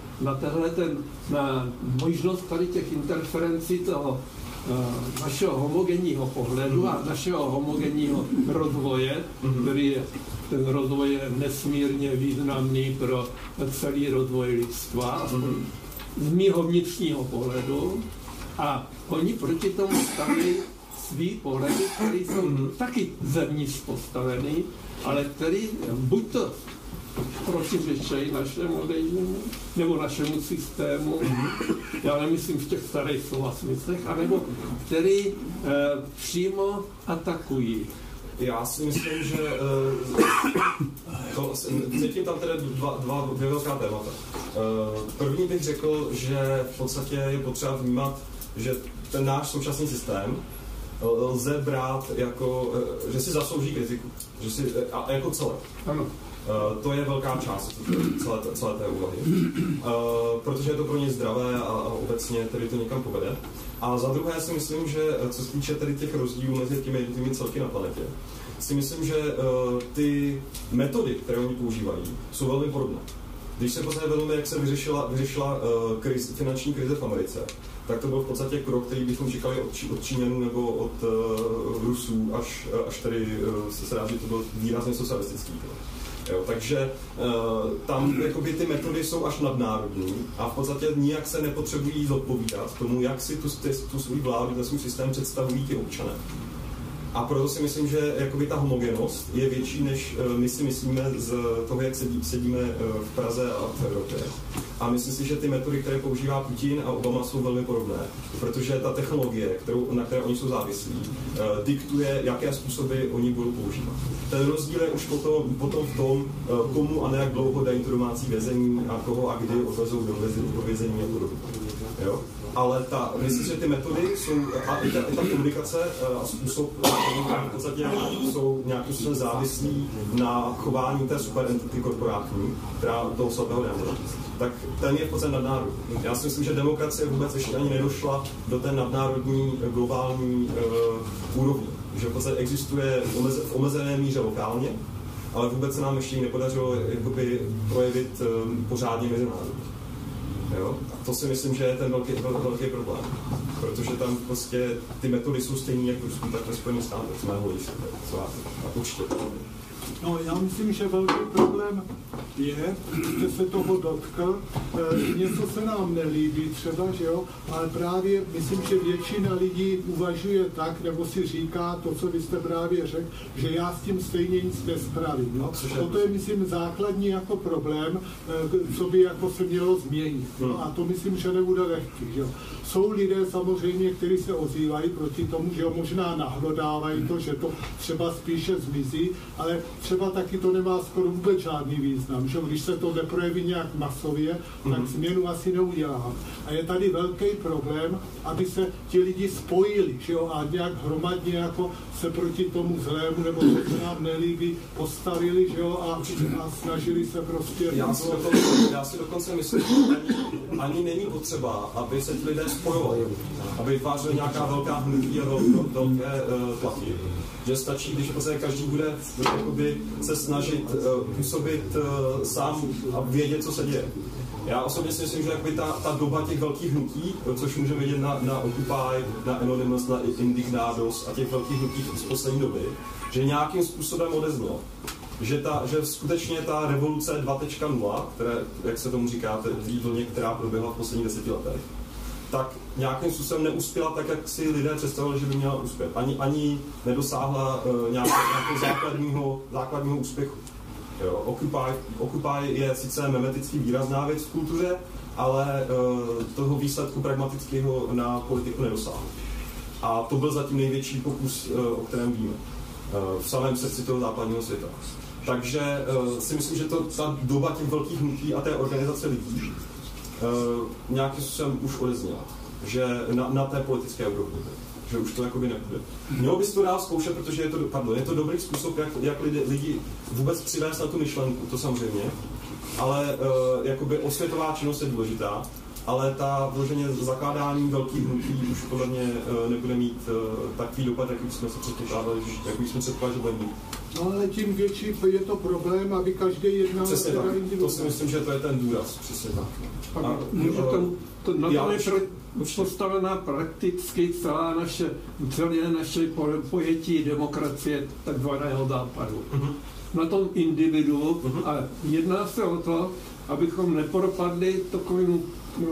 S7: na možnost tady těch interferencí toho našeho homogenního pohledu a našeho homogenního rozvoje, který je, ten rozvoj je nesmírně významný pro celý rozvoj lidstva, z mýho vnitřního pohledu. A oni proti tomu staví svý pohledy, které jsou taky zevnitř postavený, ale který buď to protiřečejí našemu režimu nebo našemu systému, já nemyslím v těch starých slova smyslech, anebo který přímo atakují.
S2: Já si myslím, že cítím tam tedy dvě velká témata. První bych řekl, že v podstatě je potřeba vnímat, že ten náš současný systém lze brát jako, že si zaslouží kritiku, že si, a jako celé.
S7: Ano.
S2: To je velká část celé té úvahy, protože je to pro ně zdravé a obecně tedy to někam povede. A za druhé si myslím, že co se týče tedy těch rozdílů mezi těmi jednotlivými celky na planetě, si myslím, že ty metody, které oni používají, jsou velmi podobné. Když se pořád velmi, jak se vyřešila finanční krize v Americe, tak to byl v podstatě krok, který bychom čekali od Číňanů nebo od Rusů, až tady se dá, že to byl výrazně socialistický krok. Jo, takže tam jakoby ty metody jsou až nadnárodní a v podstatě nijak se nepotřebují zodpovídat tomu, jak si tu svůj vládu, ten svůj systém představují ti občané. A proto si myslím, že jakoby ta homogenost je větší, než my si myslíme z toho, jak sedíme v Praze a v Evropě. A myslím si, že ty metody, které používá Putin a Obama, jsou velmi podobné, protože ta technologie, na které oni jsou závislí, diktuje, jaké způsoby oni budou používat. Ten rozdíl je už potom v tom, komu a ne jak dlouho dají to domácí vězení a koho a kdy odvezou do vězení a podobně. Jo? Ale myslím, že ty metody jsou, a i ta komunikace a způsob, v podstatě jsou nějakým způsobem závislí na chování té superentity korporátní, která toho slabého nemůže. Tak ten je v podstatě nadnárodní. Já si myslím, že demokracie vůbec ještě ani nedošla do té nadnárodní globální úrovni. Že v podstatě existuje v omezené míře lokálně, ale vůbec se nám ještě nepodařilo jakoby projevit pořádně mezinárodně. Jo? A to si myslím, že je ten velký problém, protože tam prostě ty metody jsou stejné jak v Rusku, tak ve Spojených státech, z mého hlediska. Určitě.
S8: No, já myslím, že velký problém je, že se toho dotkl, něco se nám nelíbí třeba, že jo, ale právě myslím, že většina lidí uvažuje tak, nebo si říká to, co vy jste právě řekl, že já s tím stejně nic nespravím. No. To je, myslím, základní jako problém, co by jako se mělo změnit. No, a to myslím, že nebude lehký. Že jo. Jsou lidé samozřejmě, kteří se ozývají proti tomu, že jo, možná nahlodávají to, že to třeba spíše zmizí, ale třeba taky to nemá skoro vůbec žádný význam, že když se to neprojeví nějak masově, tak změnu asi neudělá. A je tady velký problém, aby se ti lidi spojili, že jo, a nějak hromadně jako se proti tomu zlému, nebo co se nám nelíbí, postavili, že jo, a snažili se prostě...
S2: Já si dokonce myslím, že ani není potřeba, aby se ti lidé spojovali, aby vytvářeli nějaká velká hnutí a velké tlaky. Že stačí, když každý bude jakoby se snažit působit sám a vědět, co se děje. Já osobně si myslím, že ta doba těch velkých hnutí, což můžeme vidět na Occupy, na Anonymous, na Indignados a těch velkých hnutí z poslední doby, že nějakým způsobem odeznělo. Že skutečně ta revoluce 2.0, které, jak se tomu říká, té vlně, která proběhla v posledních 10 letech, tak nějakým způsobem neuspěla tak, jak si lidé představili, že by měla uspět. Ani nedosáhla nějakého základního úspěchu. Jo, Occupy je sice memeticky výrazná věc v kultuře, ale toho výsledku pragmatického na politiku nedosáhl. A to byl zatím největší pokus, o kterém víme. V samém srdci toho západního světa. Takže si myslím, že ta doba těch velkých hnutí a té organizace lidí nějakým způsobem už odezněla, že na té politické úrovni, že už to jakoby nepůjde. Mělo by se to dál zkoušet, protože je to dobrý způsob, jak lidi vůbec přivést na tu myšlenku, to samozřejmě, ale jakoby osvětová činnost je důležitá, ale ta vloženě zakládání velkých hnutí už podle mě nebude mít takový dopad, jaký jsme se předpokládali, jaký jsme předpokládali, že bude mít.
S8: No ale tím větší je to problém, aby každý jednal...
S2: Přesně tak, to si myslím, že to je ten důraz, přesně tak.
S7: Na tom je postavená prakticky celé naše pojetí demokracie takzvaného západu. Na tom individu a jedná se o to, abychom nepropadli takovému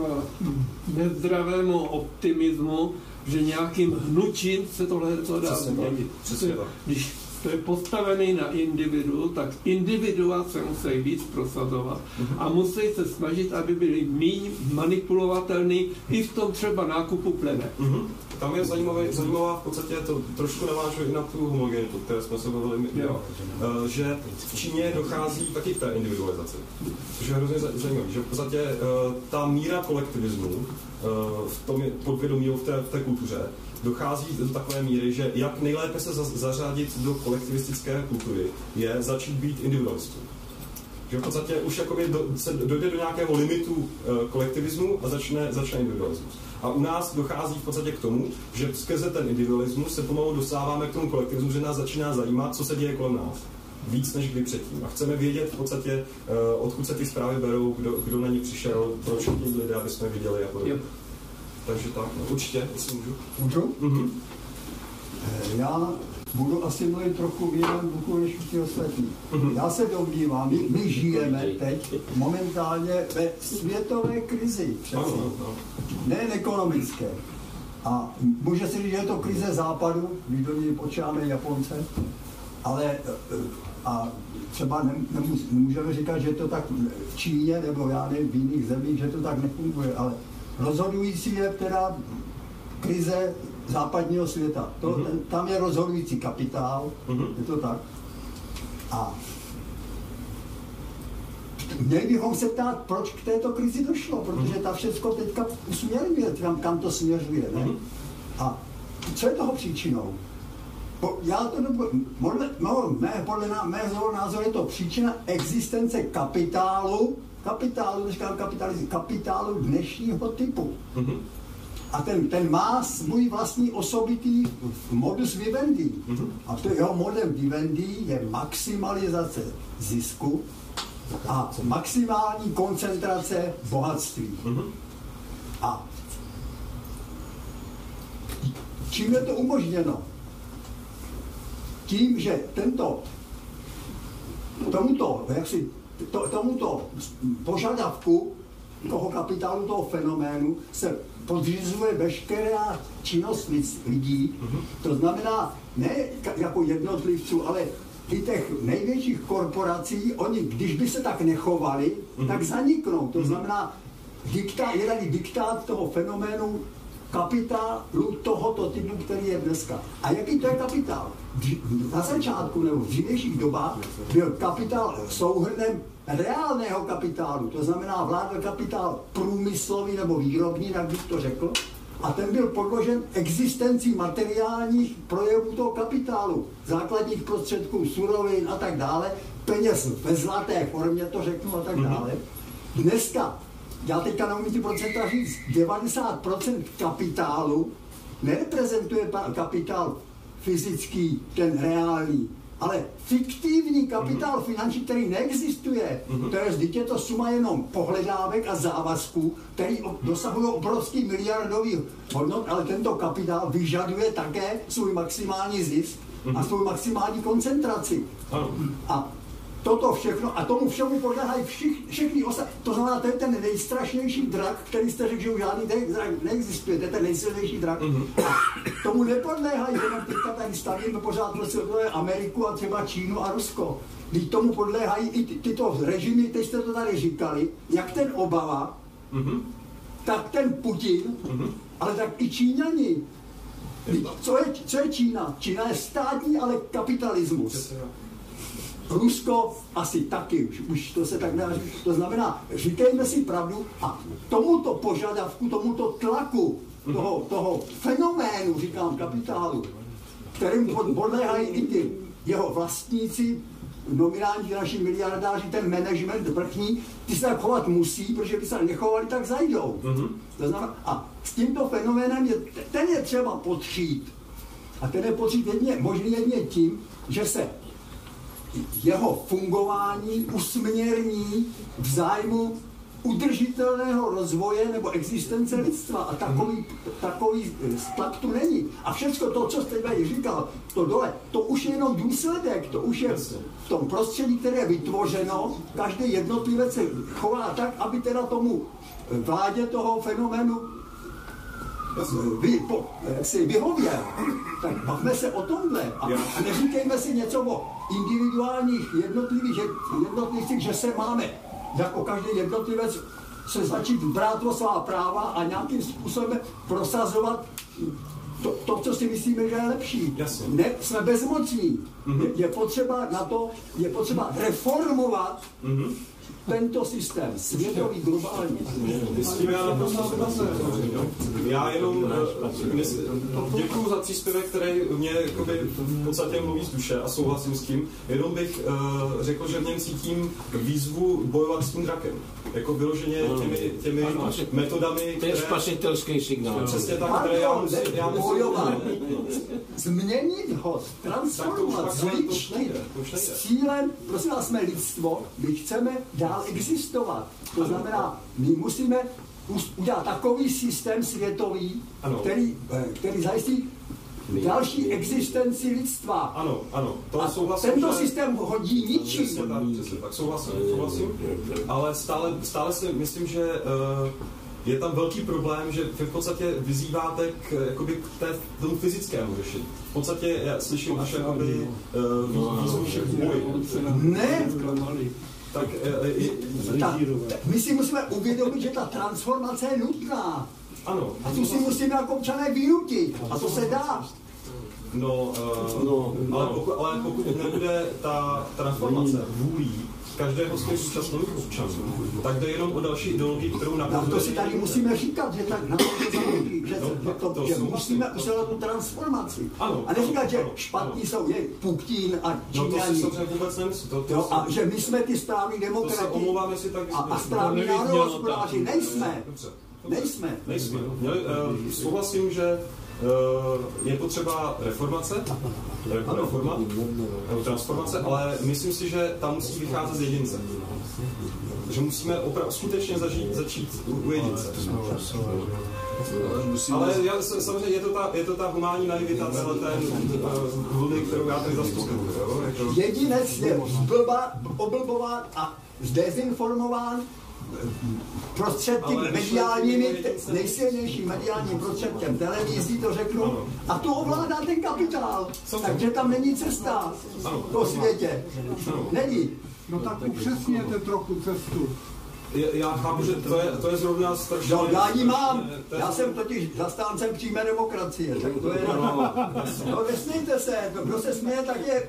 S7: nezdravému optimismu, že nějakým hnutím se tohle dá změnit. Když to je postavený na individu, tak individua se musí víc prosazovat a musí se snažit, aby byli méně manipulovatelný i v tom třeba nákupu plene.
S2: Tam je zajímavá v podstatě, to trošku navážu i na tu homogenitu, které jsme se bavili, že v Číně dochází taky k té individualizaci, což je hrozně zajímavé, že v podstatě ta míra kolektivismu v tom podvědomí v té kultuře dochází do takové míry, že jak nejlépe se zařadit do kolektivistické kultury je začít být individualistou. Že v podstatě už se dojde do nějakého limitu kolektivismu a začne individualismus. A u nás dochází v podstatě k tomu, že skrze ten individualismus se pomalu dostáváme k tomu kolektivismu, že nás začíná zajímat, co se děje kolem nás. Víc než kdy předtím. A chceme vědět v podstatě, odkud se ty zprávy berou, kdo na ní přišel, proč tím lidé, aby jsme viděli a podobně. Takže tak, no, určitě, jestli můžu.
S9: Můžu? Já budu asi mluvit trochu v jiném duchu než ti ostatní. Já se domnívám, my žijeme teď momentálně ve světové krizi. Nejen ekonomické. A může si říct, že je to krize západu, když do něj počítáme Japonce, ale a třeba nemůžeme říkat, že to tak v Číně nebo já nevím, v jiných zemích, že to tak nefunguje, ale rozhodující je teda krize západního světa. Tam je rozhodující kapitál, je to tak. A měli bychom se ptát, proč k této krizi došlo, protože ta všechno teďka usměrňuje, kam to směřuje, ne? A co je toho příčinou? Podle mého názoru je to příčina existence kapitálu dnešního typu. A ten má svůj vlastní osobitý modus vivendi. A to jeho model vivendi je maximalizace zisku a maximální koncentrace bohatství. A čím je to umožněno? Tím, že tomuto požadavku toho kapitálu, toho fenoménu se podřizuje veškerá činnost lidí. To znamená ne jako jednotlivců, ale i těch největších korporací, oni, když by se tak nechovali, tak zaniknou. To znamená, je tady diktát toho fenoménu kapitálu tohoto typu, který je dneska. A jaký to je kapitál? Na začátku nebo v dřívějších dobách byl kapitál souhrnem reálného kapitálu, to znamená vládl kapitál průmyslový nebo výrobní, tak bych to řekl, a ten byl podložen existencí materiálních projevů toho kapitálu, základních prostředků, surovin a tak dále, peněz ve zlaté formě, to řeknu, a tak dále. Dneska, já teďka neumím ty procenta říct, 90% kapitálu nereprezentuje kapitál fyzický, ten reálný, ale fiktivní kapitál finanční, který neexistuje. To je to suma jenom pohledávek a závazků, který dosahují obrovský miliardový hodnot, ale tento kapitál vyžaduje také svůj maximální zisk a svou maximální koncentraci. A toto všechno, a tomu všemu podléhají všechny ostatní. To znamená, to je ten nejstrašnější drak, který jste řekl, že už žádný drak neexistuje, to je ten nejsilnější drak. Tomu nepodléhají, že nám teďka tady stavíme pořád prostě Ameriku a třeba Čínu a Rusko. Když tomu podléhají i tyto režimy, teď jste to tady říkali, jak ten Obama, tak ten Putin, ale tak i Číňani. Co je Čína? Čína je státní, ale kapitalismus. Rusko asi taky, už to se tak dá říct. To znamená, říkejme si pravdu a tomuto požadavku, tomuto tlaku, toho fenoménu, říkám, kapitálu, kterým podléhají i ty jeho vlastníci, nominální naši miliardáři, ten management vrchní, ty se tak chovat musí, protože by se nechovali, tak zajdou. To znamená, a s tímto fenoménem ten je třeba potřít. A ten je potřít možný jedině tím, že se jeho fungování usměrní v zájmu udržitelného rozvoje nebo existence lidstva. A takový tlak tu není. A všechno to, co jste tady říkal, to dole, to už je jenom důsledek, to už je v tom prostředí, které je vytvořeno, každý jednotlivec se chová tak, aby teda tomu vládě toho fenoménu vyhověl. Tak bavme se o tomhle a neříkejme si něco o individuálních jednotlivcích, že se máme jako každý jednotlivec se začít brát o svá práva a nějakým způsobem prosazovat to, co si myslíme, že je lepší. Ne, jsme bezmocní. Je potřeba reformovat tento systém, světový, globální.
S2: S tím já naprosto souhlasím. Já jenom děkuju za příspěvek, který mě v podstatě mluví z duše a souhlasím s tím. Jenom bych řekl, že v něm cítím výzvu bojovat s tím drakem. Jako vyloženě těmi metodami,
S10: to je spasitelský signál.
S2: Přesně tak, které já musím
S9: změnit ho, transformovat, zličtit s cílem, prosím vás, jsme lidstvo, my chceme dál existovat. To znamená, my musíme udělat takový systém světový, který zajistí další existenci lidstva.
S2: Ano, to souhlasím.
S9: Tento systém hodí ničím.
S2: Přesně tak, souhlasím. Ale stále si myslím, že je tam velký problém, že vy v podstatě vyzýváte k tomu fyzickému řešení. V podstatě já slyším až jakoby výzvu všech boj.
S9: Ne! Tak my si musíme uvědomit, že ta transformace je nutná.
S2: Ano.
S9: A tu si musíme jako občané vynutit. A to se dá.
S2: Ale pokud nebude ta transformace vůlí každého z těch současných občanů, tak jde jenom o další ideologii, kterou
S9: napadne. To si tady musíme říkat, že tak na to zamluví, že musíme usilovat tu transformaci.
S2: Ano,
S9: a neříkat, že špatní jsou Putin a Číňani. A že my jsme ty správní demokrati a správní národohospodáři. Nejsme.
S2: Souhlasím, že je potřeba transformace, ale myslím si, že tam musí vycházet z jedince. Že musíme skutečně začít u jedince. Ale samozřejmě je to ta humánní naivita celé té vlny, kterou já tady zastupuji.
S9: Jedinec je oblbován a zdezinformován prostředky mediálními, nejsilnějším mediálním prostředkem televizí, to řeknu, a to ovládá ten kapitál. Takže tam není cesta po světě. Není.
S8: No tak upřesněte trochu cestu.
S2: Já chápu, že to je zrovna strašně...
S9: No, já ji mám. Já jsem totiž zastáncem přímé demokracie. Tak to je... No, nesmějte se. Kdo se směje, tak je...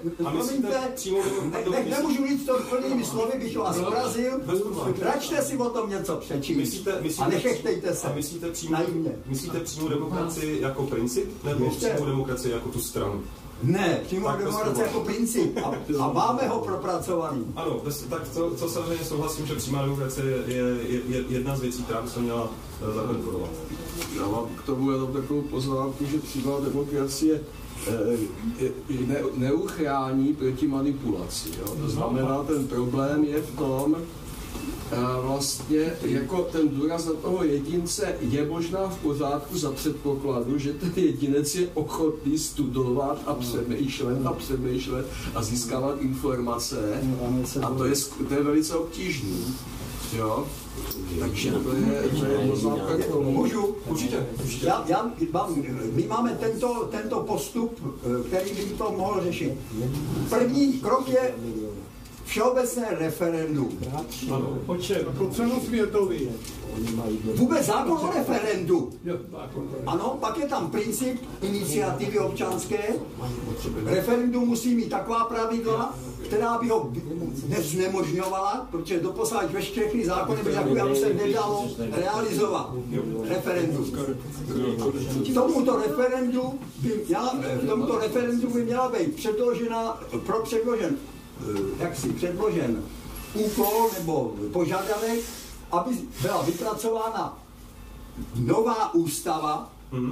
S9: Nemůžu říct to plnými slovy, bych vás zrazil. Račte si o tom něco přečíst. A nechechtejte se.
S2: Myslíte přímou demokracii jako princip? Nebo přímou demokracii jako tu stranu?
S9: Ne, přímou demokracii jako princip. A máme ho propracovaný.
S2: Ano, tak to samozřejmě souhlasím, že přímá demokracie je jedna z věcí, která by se měla zakontrolovat.
S11: Já mám k tomu jenom takovou poznámku, že přímá demokracie neuchrání proti manipulaci. Jo? To znamená, ten problém je v tom, vlastně jako ten důraz na toho jedince je možná v pořádku za předpokladu, že ten jedinec je ochotný studovat a přemýšlet a získávat informace a to je velice obtížný. Jo? Takže to je poznámka k tomu.
S9: Můžu? Určitě. My máme tento postup, který by to mohl řešit. První krok je všeobecné referendum.
S8: O čem? Po celosvětový.
S9: Vůbec zákon o referendu. Ano, pak je tam princip iniciativy občanské. Referendum musí mít taková pravidla, která by ho neznemožňovala, protože doposud všechny zákony byly takové, aby se nedalo realizovat referendum. K tomuto referendu by měla být předložen úkol nebo požadavek, aby byla vypracována nová ústava,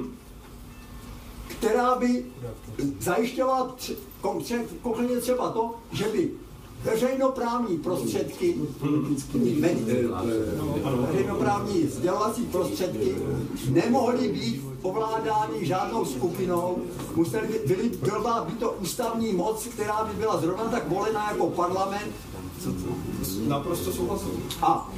S9: která by zajišťovala konkrétně třeba to, že by veřejnoprávní prostředky, veřejnoprávní sdělovací prostředky nemohly být ovládány žádnou skupinou, byla by to ústavní moc, která by byla zrovna tak volená jako parlament.
S2: Naprosto souhlasím.
S9: A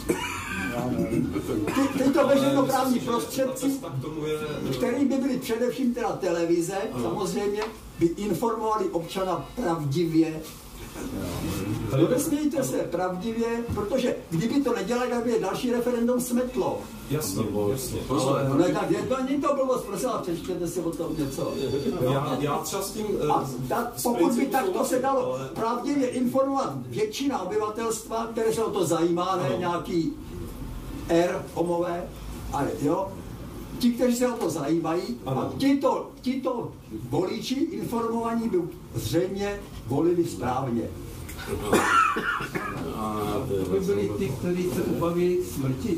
S9: tyto veřejnoprávní prostředky, které by byly především teda televize, samozřejmě, by informovali občana pravdivě. Nesmějte se pravdivě, protože kdyby to nedělali, tak by je další referendum smetlo.
S2: Jasně.
S9: No tak není to blbost, prosím, přečtěte si o tom něco.
S2: Já třeba s tím...
S9: Pokud by takto se dalo pravdivě informovat většina obyvatelstva, které se o to zajímá, ne nějaký homové, ale jo, ti, kteří se o to zajímají, a tito voliči informovaní by zřejmě volili správně.
S7: To by byli ty, kteří se ubaví smrti.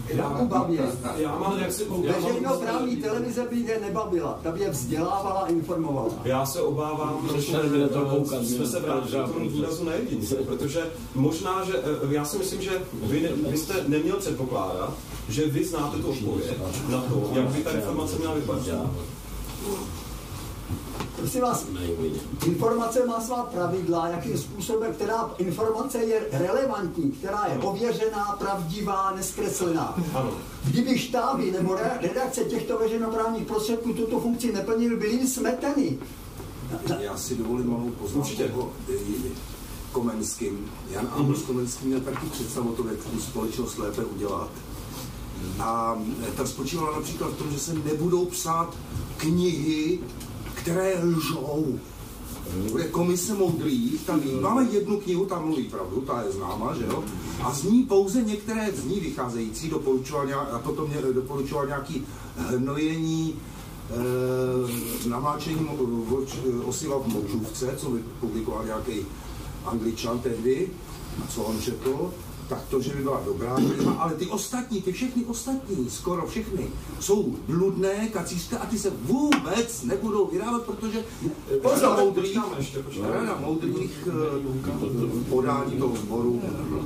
S9: Veřejnoprávní televize by je nebavila, ta by je vzdělávala a informovala.
S2: Já se obávám, že jsme se vrátili k tomu důrazu na jedince, protože možná, že já si myslím, že vy byste neměl předpokládat, že vy znáte tu odpověď na to, jak by ta informace měla vypadat.
S9: Prosím vás, informace má svá pravidla, jakým způsobem, která informace je relevantní, která je ověřená, pravdivá, neskreslená. Kdyby štáby nebo redakce těchto veřejnoprávních prostředků tuto funkci neplnily, byly smeteny.
S4: Já si dovolím malou poznámku o Komenským. Jan Amos Komenský měl taky představu to, jak tu společnost lépe udělat. A ta spočívala například v tom, že se nebudou psát knihy, které lžou. Bude komise moudrých, tam máme jednu knihu, tam mluví pravdu, ta je známa, že jo? A z ní pouze některé z ní vycházející a potom mě doporučoval nějaký hnojení, namáčení osiva v močůvce, co publikoval nějaký Angličan tehdy, a co on řekl, tak to, že by byla dobrá kniha, ale ty ostatní, ty všechny ostatní, skoro všechny, jsou bludné, kacířské a ty se vůbec nebudou vydávat, protože Rada moudrých podání toho sboru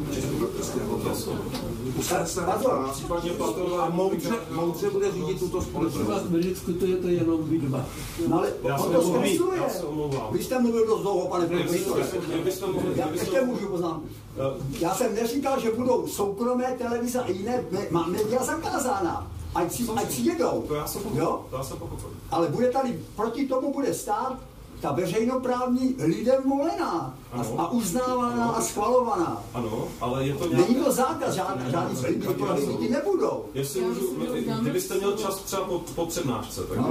S4: a moudře bude řídit tuto společnost.
S7: Vy diskutujete jenom vy dva.
S9: Ale on to zkresluje. Vy jste mluvil dost dlouho, pane profesore. Já ještě můžu poznámku. Já jsem neříkal, že budou soukromé televize a jiné média zakázána. Ať si jedou.
S2: To já jsem pochopil.
S9: Ale bude tady, proti tomu bude stát ta veřejnoprávní lidem volená a uznávaná a schvalovaná.
S2: Ano, ale je to nějaká...
S9: Není to zákaz, žádný lidi nebudou.
S2: Jestli můžu, kdybyste měl čas třeba po přednášce, tak...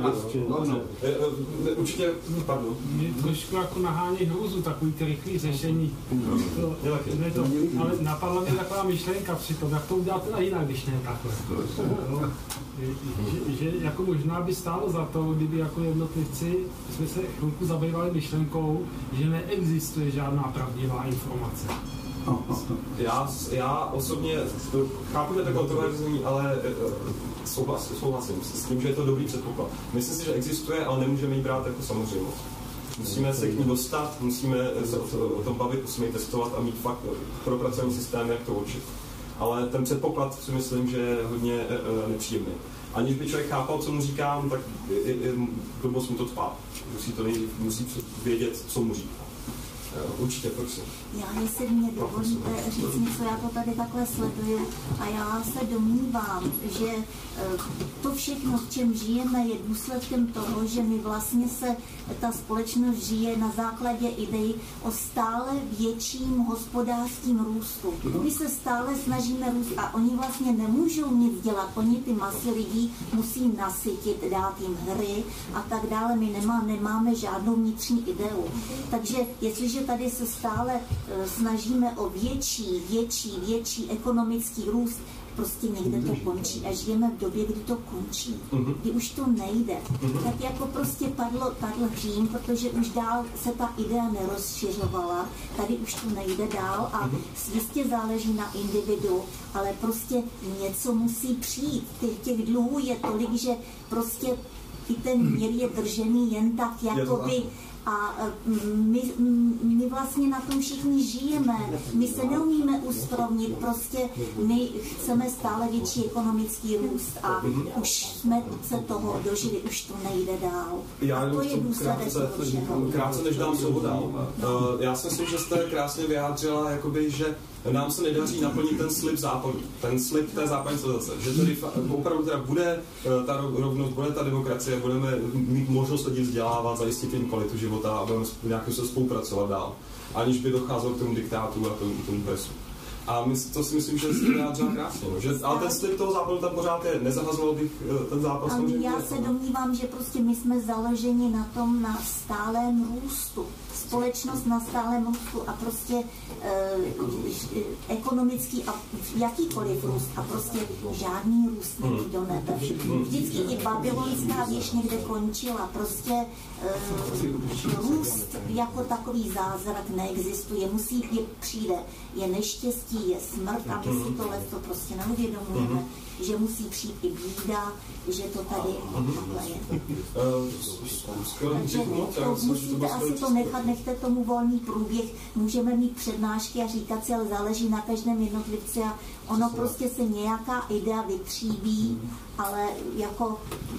S2: Určitě, pardon.
S5: Mě trošku jako nahání hrůzu, takový ty rychlý řešení. Ale napadla mě taková myšlenka přitom, jak to udělat teda jinak, když ne takhle. Že jako možná by stálo za to, kdyby jako jednotlivci jsme se chvilku zabývali myšlenkou, že neexistuje žádná pravdivá informace.
S2: Já osobně chápu, že to kontroverzní, ale souhlasím s tím, že je to dobrý předpoklad. Myslím si, že existuje, ale nemůžeme ji brát jako samozřejmost. Musíme se k ní dostat, musíme se o tom bavit, musíme ji testovat a mít fakt propracovaný systém, jak to určit. Ale ten předpoklad si myslím, že je hodně nepříjemný. Aniž by člověk chápal, co mu říkám, tak blbost mu to cpá. Musí vědět, co mu říká. Určitě, prosím.
S12: Já, jestli mě dovolíte říct něco, já to tady takhle sleduju a já se domnívám, že to všechno, v čem žijeme, je důsledkem toho, že my vlastně ta společnost žije na základě idei o stále větším hospodářským růstu. My se stále snažíme růst a oni vlastně nemůžou nic dělat. Oni ty masy lidí musí nasytit, dát jim hry a tak dále. My nemáme žádnou vnitřní ideu. Takže jestliže tady se stále snažíme o větší ekonomický růst, prostě někde to končí a žijeme v době, kdy to končí, kdy už to nejde. Tak jako prostě padl Řím, protože už dál se ta idea nerozšiřovala, tady už to nejde dál a jistě záleží na individu, ale prostě něco musí přijít. Těch dluhů je tolik, že prostě i ten mír je držený jen tak, jakoby. A my vlastně na tom všichni žijeme, my se neumíme uskrovnit, prostě my chceme stále větší ekonomický růst a už jsme se toho dožili, už to nejde dál. To je důsledek
S2: krátce než dám slovo dál. Já si myslím, že jste krásně vyjádřila, jakoby, že nám se nedaří naplnit ten slib západu, ten slib té západní civilizace, že tady opravdu teda bude ta rovnost, bude ta demokracie, budeme mít možnost lidi vzdělávat, zajistit jim kvalitu života a budeme nějakým se spolupracovat dál, aniž by docházelo k tomu diktátu a tomu presu. A to si myslím, že jste vyjádřila krásně. No. Ale ten slib toho západu tam pořád je. Nezahazoval bych ten zápas.
S12: Já se domnívám, že prostě my jsme založeni na tom, na stálém růstu. Společnost na stálém růstu a prostě ekonomický a jakýkoliv růst a prostě žádný růst není do nebe. Vždycky i babylonská věž někde končila. Prostě růst jako takový zázrak neexistuje. Přijde. Je neštěstí, je smrt a my si tohle to prostě neuvědomujeme, že musí přijít i bída, že to tady takhle je. Takže to musíte asi to nechat, nechte tomu volný průběh, můžeme mít přednášky a říkat si, ale záleží na každém jednotlivci a ono prostě se nějaká idea vytříbí, ale jako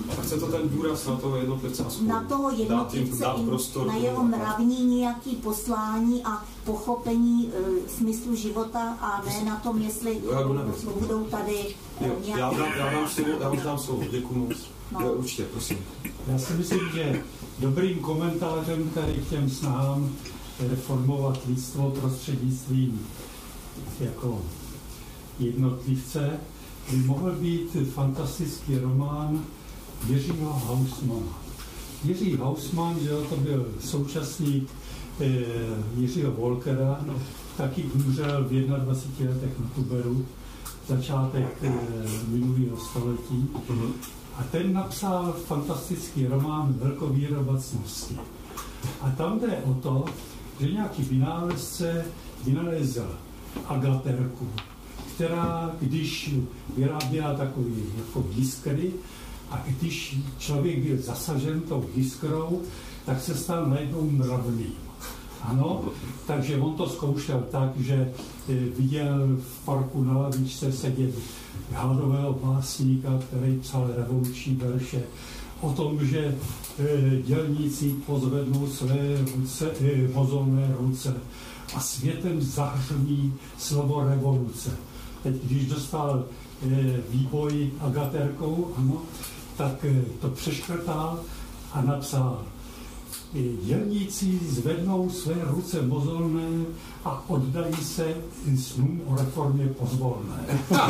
S2: A chce to ten důraz na toho jednotlivce aspoň.
S12: Na toho jednotlivce, na jeho mravní nějaký poslání a pochopení smyslu života a ne na tom, jestli budou tady nějaké...
S2: Já vám dám slovo, děkuji moc. No. Určitě, prosím.
S5: Já si myslím, že dobrým komentářem tady k těm snahám reformovat lidstvo prostřednictvím jako jednotlivce by mohl být fantastický román Jiřího Haussmana. Jiří Haussmann, že to byl současník Jiřího Volkera, taky umřel v 21 letech na tuberu, začátek minulého století. A ten napsal fantastický román Velkovýrobacnosti. A tam jde o to, že nějaký vynálezce vynalezl agaterku, která, když vyráběla takový jako jiskry, a když člověk byl zasažen tou jiskrou, tak se stal najednou mravným. Ano, takže on to zkoušel tak, že viděl v parku na lavičce sedět hladového básníka, který psal revoluční verše o tom, že dělníci pozvednou své ruce, mozolné ruce a světem zahřmí slovo revoluce. Teď, když dostal výboj agaterkou, ano, tak to přeškrtal a napsal: dělníci zvednou své ruce mozolné a oddají se snům o reformě pozvolné.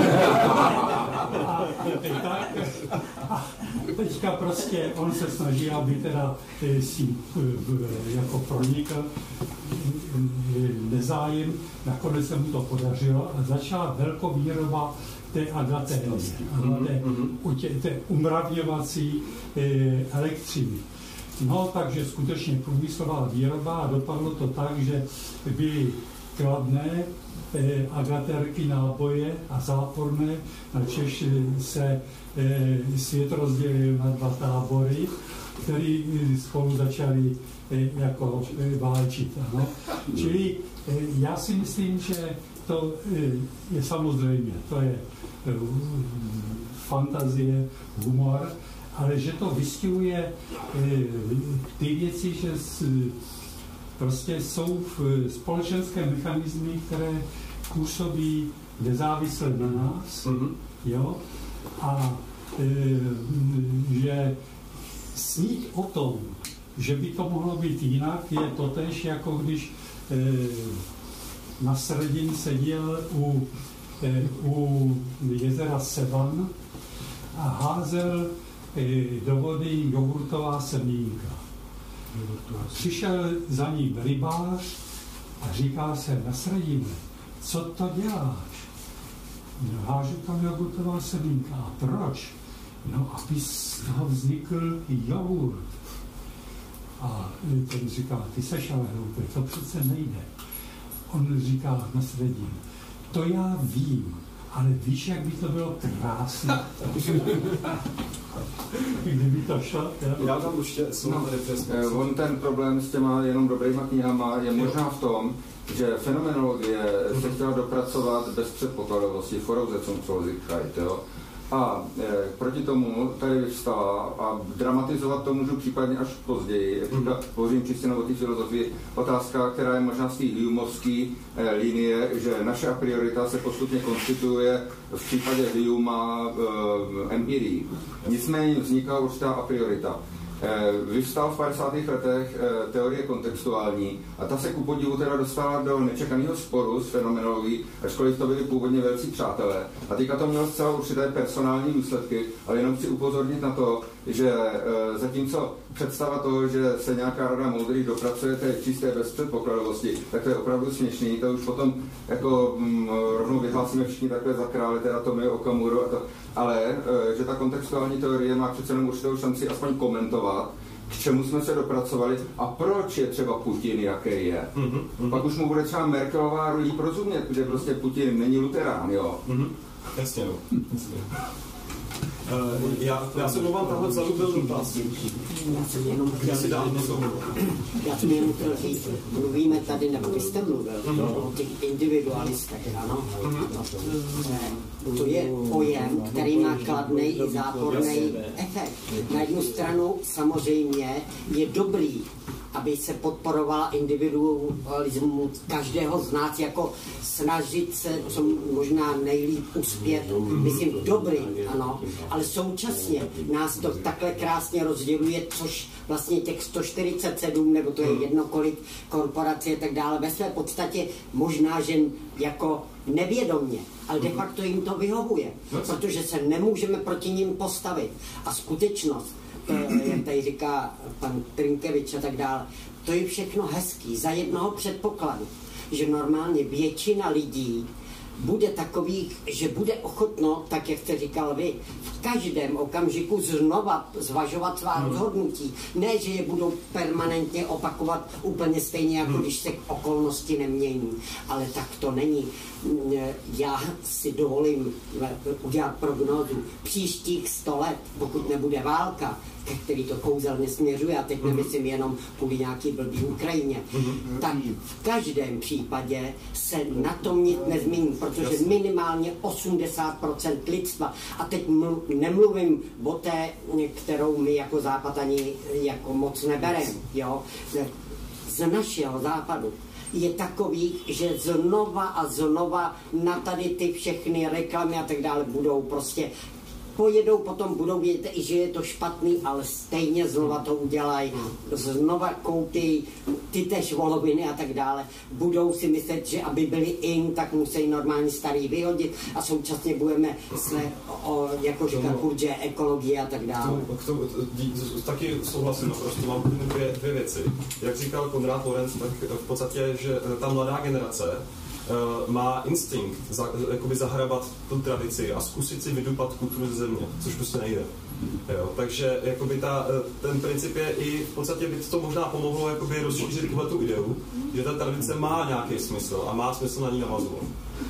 S5: A teďka prostě on se snaží, aby teda si jako pronikl nezájem, nakonec se mu to podařilo a začala velkovýroba té agatérie, té umravňovací elektřiny. No, takže skutečně průmyslová výroba a dopadlo to tak, že byly kladné agaterky, náboje a záporné. Načež se svět rozdělil na dva tábory, který spolu začali jako válčit. Ano. Čili já si myslím, že to je samozřejmě, to je fantazie, humor, ale že to vystihuje ty věci, že prostě jsou společenské mechanismy, které působí nezávisle na nás, jo? A že snít o tom, že by to mohlo být jinak, je totéž, jako když Nasreddin seděl u jezera Sevan a házel do vody jogurtová semínka. Přišel za ním rybář a říká se: Nasreddine, co to děláš? No, hážu tam jogurtová semínka. A proč? No, aby z toho vznikl jogurt. A ten říká: ty seš ale hloupý, to přece nejde. On říká Nasreddin: to já vím, ale víš, jak by to bylo krásné. Kdyby to šlo.
S2: Já tam ještě
S3: on ten problém s těma jenom dobrýma knihama je možná v tom, že fenomenologie se chtěla dopracovat bez předpokladovosti, voraussetzungslosigkeit, jo. A proti tomu tady vyvstala, a dramatizovat to můžu případně až později, hovořím čistě o té filozofii, otázka, která je možná z té Humeovské linie, že naše a priorita se postupně konstituje v případě Humea empirii. Nicméně vzniká určitá a priorita. Vyvstal v 50. letech teorie kontextuální a ta se ku podivu teda dostala do nečekaného sporu s fenomenologií, ačkoliv to byli původně velcí přátelé. A teďka to mělo zcela určité personální důsledky, ale jenom chci upozornit na to, že zatímco představa toho, že se nějaká rada moudrých dopracuje té čisté bezpředpokladovosti, tak to je opravdu směšný, to už potom jako rovnou vyhlásíme všichni takhle za krále, teda Tomio Okamuru a to, ale že ta kontextuální teorie má přece jenom určitou šanci aspoň komentovat, k čemu jsme se dopracovali a proč je třeba Putin, jaký je. Pak už mu bude třeba Merkelová líp rozumět, že prostě Putin není luterán, jo.
S2: Jasně, no. Já se mluvám, tahle vzadu byl dotaz.
S13: Já jsem jenom chtěl říct, mluvíme tady, nebo vy jste mluvil, o těch individualistech, ano. To je pojem, který má kladný i záporný efekt. Na jednu stranu samozřejmě je dobrý, aby se podporovala individualismus každého z nás, jako snažit se co možná nejlíp uspět, myslím dobrý, ano, ale současně nás to takhle krásně rozděluje, což vlastně těch 147, nebo to je jedno kolik korporací a tak dále, ve své podstatě možná, že jako nevědomně, ale de facto jim to vyhovuje, protože se nemůžeme proti nim postavit. A skutečnost, jak tady říká pan Trinkevič a tak dále, to je všechno hezký, za jednoho předpokladu, že normálně většina lidí bude takových, že bude ochotno, tak jak jste říkal vy, v každém okamžiku znova zvažovat svá rozhodnutí. Ne, že je budou permanentně opakovat úplně stejně, jako když se okolnosti nemění. Ale tak to není. Já si dovolím udělat prognózu. Příštích 100 let, pokud nebude válka, ke který to kouzelně směřuje, a teď nemyslím jenom kvůli nějaký blbý Ukrajině, tak v každém případě se na tom nic nezmění, protože minimálně 80% lidstva, a teď nemluvím o té, kterou my jako Západ ani jako moc nebereme, jo, z našeho západu, je takový, že znova a znova na tady ty všechny reklamy a tak dále budou prostě pojedou, potom budou vědět, že je to špatný, ale stejně znova to udělají, znova koupí ty též voloviny a tak dále. Budou si myslet, že aby byli in, tak musí normálně starý vyhodit a současně budeme se, jako říká Kurdže, ekologie a tak dále.
S2: Taky souhlasím, prostě mám dvě věci. Jak říkal Konrad Lorenz, tak v podstatě, že ta mladá generace má instinkt jakoby zahrabat tu tradici a zkusit si vydupat kulturu ze země, což prostě nejde. Jo, takže jakoby ten princip je i v podstatě by to možná pomohlo jakoby rozšířit tuhletu ideu, že ta tradice má nějaký smysl a má smysl na ní navazovat.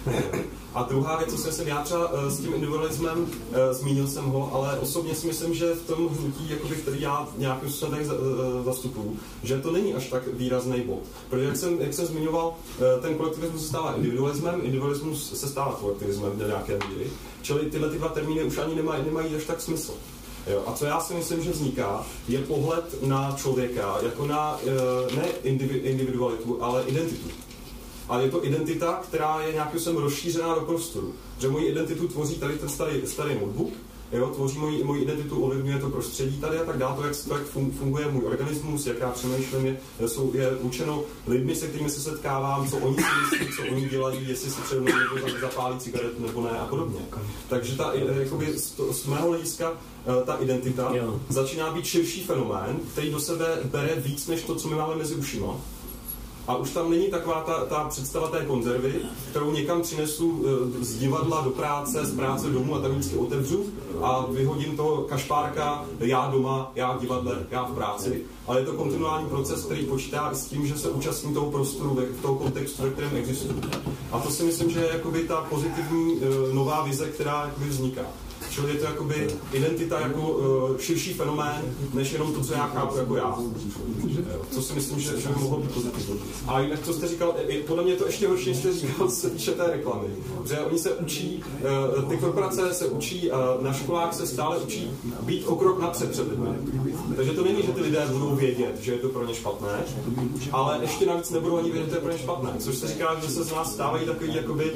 S2: A druhá věc, co jsem já třeba s tím individualismem, zmínil jsem ho, ale osobně si myslím, že v tom hnutí, jakoby, který já nějakým způsobem tady zastupuju, že to není až tak výrazný bod. Protože jak jsem zmiňoval, ten kolektivismus se stává individualismus se stává kolektivismem do nějaké míry, čili tyhle ty dva termíny už ani nemají až tak smysl. Jo, a co já si myslím, že vzniká, je pohled na člověka jako na ne individualitu, ale identitu. Ale je to identita, která je nějakým způsobem rozšířená do prostoru. Že moji identitu tvoří tady ten starý notebook, jo, tvoří moji identitu, ovlivňuje to prostředí tady a tak dále, to, jak funguje můj organismus, jak já přemýšlím, je učeno lidmi, se kterými se setkávám, co oni si myslí, co oni dělají, jestli si třeba někdo zapálí cigaretu nebo ne a podobně. Takže jakoby z mého hlediska ta identita začíná být širší fenomén, který do sebe bere víc než to, co my máme mezi ušima. A už tam není taková ta představa té konzervy, kterou někam přinesu z divadla do práce, z práce domů a tam vždycky otevřu a vyhodím toho kašpárka, já doma, já v divadle, já v práci. Ale je to kontinuální proces, který počítá i s tím, že se účastní toho prostoru, toho kontextu, ve kterém existuje. A to si myslím, že je jakoby ta pozitivní nová vize, která jakoby vzniká. Čili je to jakoby identita jako širší fenomén, než jenom to, co já chápu jako já. Co si myslím, že by mohlo být pozitivní. A jinak, co jste říkal, podle mě to ještě horší, než jste říkal, co se týče té reklamy. Protože oni se učí, ty korporace se učí, na školách se stále učí být o krok napřed před lidmi. Takže to není, že ty lidé budou vědět, že je to pro ně špatné, ale ještě navíc nebudou ani vědět, že to je pro ně špatné. Což se říká, že se z nás stávají takový jakoby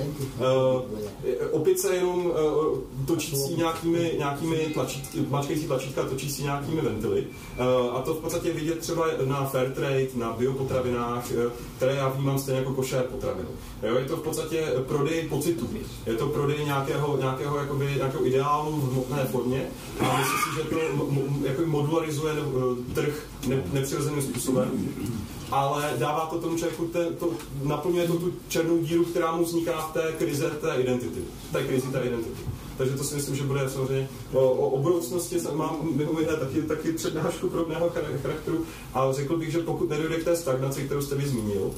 S2: opice jenom točící nějakými mačkající tlačítka, točící nějakými ventily. A to v podstatě vidět třeba na fair trade, na biopotravinách, které já vnímám stejně jako košer potraviny. Jo, je to v podstatě prodej pocitů. Je to prodej nějakého ideálu v hmotné formě a myslím si, že to jako modularizuje trh nepřirozeným způsobem. Ale dává to tomu člověku, naplňuje to tu černou díru, která mu vzniká v té krizi té identity. Takže to si myslím, že bude samozřejmě o budoucnosti. Mám mimo jiné taky přednášku podobného charakteru a řekl bych, že pokud nedojde k té stagnaci, kterou jste vy zmínil,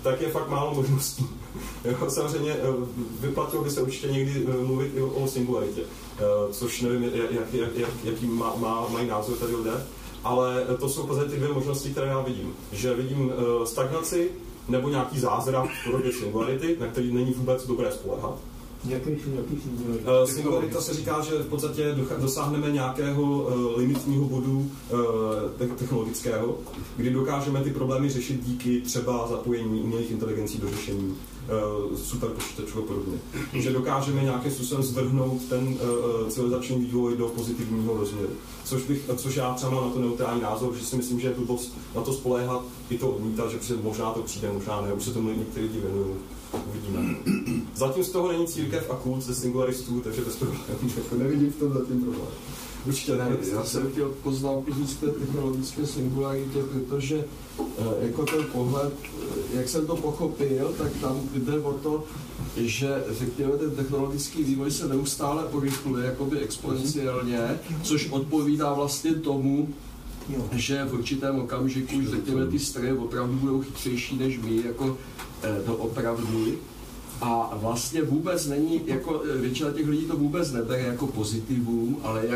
S2: tak je fakt málo možností. Jo, samozřejmě vyplatilo by se určitě někdy mluvit i o singularitě, což nevím, jaký mají názor tady lidé, ale to jsou prostě ty dvě možnosti, které já vidím. Že vidím stagnaci nebo nějaký zázrak v podobě singularity, na který není vůbec dobré spoléhat.
S6: Jaký singularita?
S2: Singularita se říká, že v podstatě dosáhneme nějakého limitního bodu technologického, kdy dokážeme ty problémy řešit díky třeba zapojení umělých inteligencí do řešení superpočítačů a podobně. Že dokážeme nějakým způsobem zvrhnout ten civilizační vývoj do pozitivního rozměru. Což já třeba mám na to neutrální názor, že si myslím, že je blbost na to spoléhat i to odmítat, že možná to přijde, možná ne, už se tomu některý lidi věnují. Uvidíme. Zatím z toho není církev a kult ze singularistů, takže bez problémů. Jako nevidím v tom zatím problém. Určitě ne.
S11: Já jsem chtěl poznámku říct té technologické singularitě, protože jako ten pohled, jak jsem to pochopil, tak tam jde o to, že řekněme, ten technologický vývoj se neustále urychluje, jakoby exponenciálně, což odpovídá vlastně tomu, že v určitém okamžiku, že řekněme, ty stroje opravdu budou chytřejší než my, jako doopravdy. A vlastně vůbec není, jako většina těch lidí to vůbec nebere jako pozitivum, ale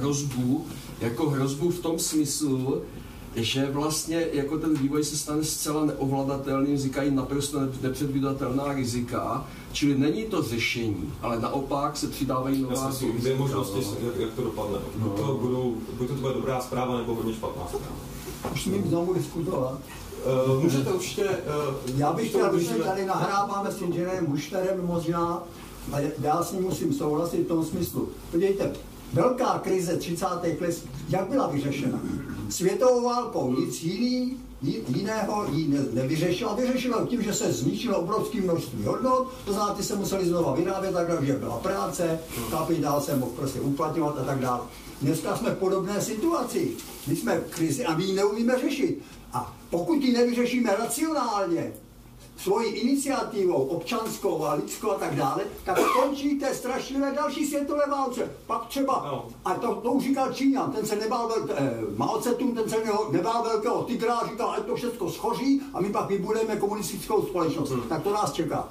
S11: jako hrozbu v tom smyslu, že vlastně jako ten vývoj se stane zcela neovladatelným, říkají naprosto nepředvídatelná rizika, čili není to řešení, ale naopak se přidávají nová rizika.
S2: Dvě možnosti, jak to dopadne. Buď to bude dobrá zpráva, nebo hodně špatná zpráva.
S9: Už mi znovu diskutovat.
S2: Můžete určitě...
S9: Já bych chtěl, když tady nahráváme s inženýrem Hušterem možná, a já s ním musím souhlasit v tom smyslu. Podívejte, velká krize 30. let, jak byla vyřešena? Světovou válkou nic jiného ji nevyřešila. Vyřešila tím, že se zničilo obrovské množství hodnot, to znamená, ty se museli znova vyrábět, takže byla práce, kapitál se mohl prostě uplatňovat a tak dále. Dneska jsme v podobné situaci. My jsme v krizi a my ji neumíme řešit. A pokud ji nevyřešíme racionálně, svojí iniciativou, občanskou a lidskou a tak dále, tak skončí té strašlivé další světové válce. Pak třeba, a to už říkal Číňan, ten se nebál Mao Tse-tung, ten se nebál velkého tygra, říkal, ať to všechno schoří a my pak vybudujeme komunistickou společnost. Tak to nás čeká.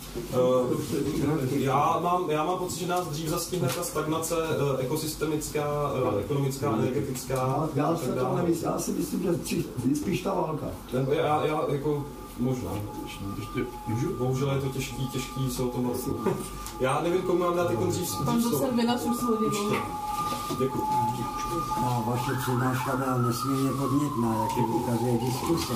S2: Já mám pocit, že nás dřív zastihne ta stagnace ekosystemická, ekonomická, energetická.
S9: Já si myslím, že spíš ta válka.
S2: Já jako možná. Bohužel je to těžký se o tom vlastně. Já nevím, komu mám dát jako dřív slovo.
S1: Pan docent Vinař už slovo.
S2: Děkuji.
S14: A vaše přednáška byla nesmírně podnětná, jak ukazuje diskuse.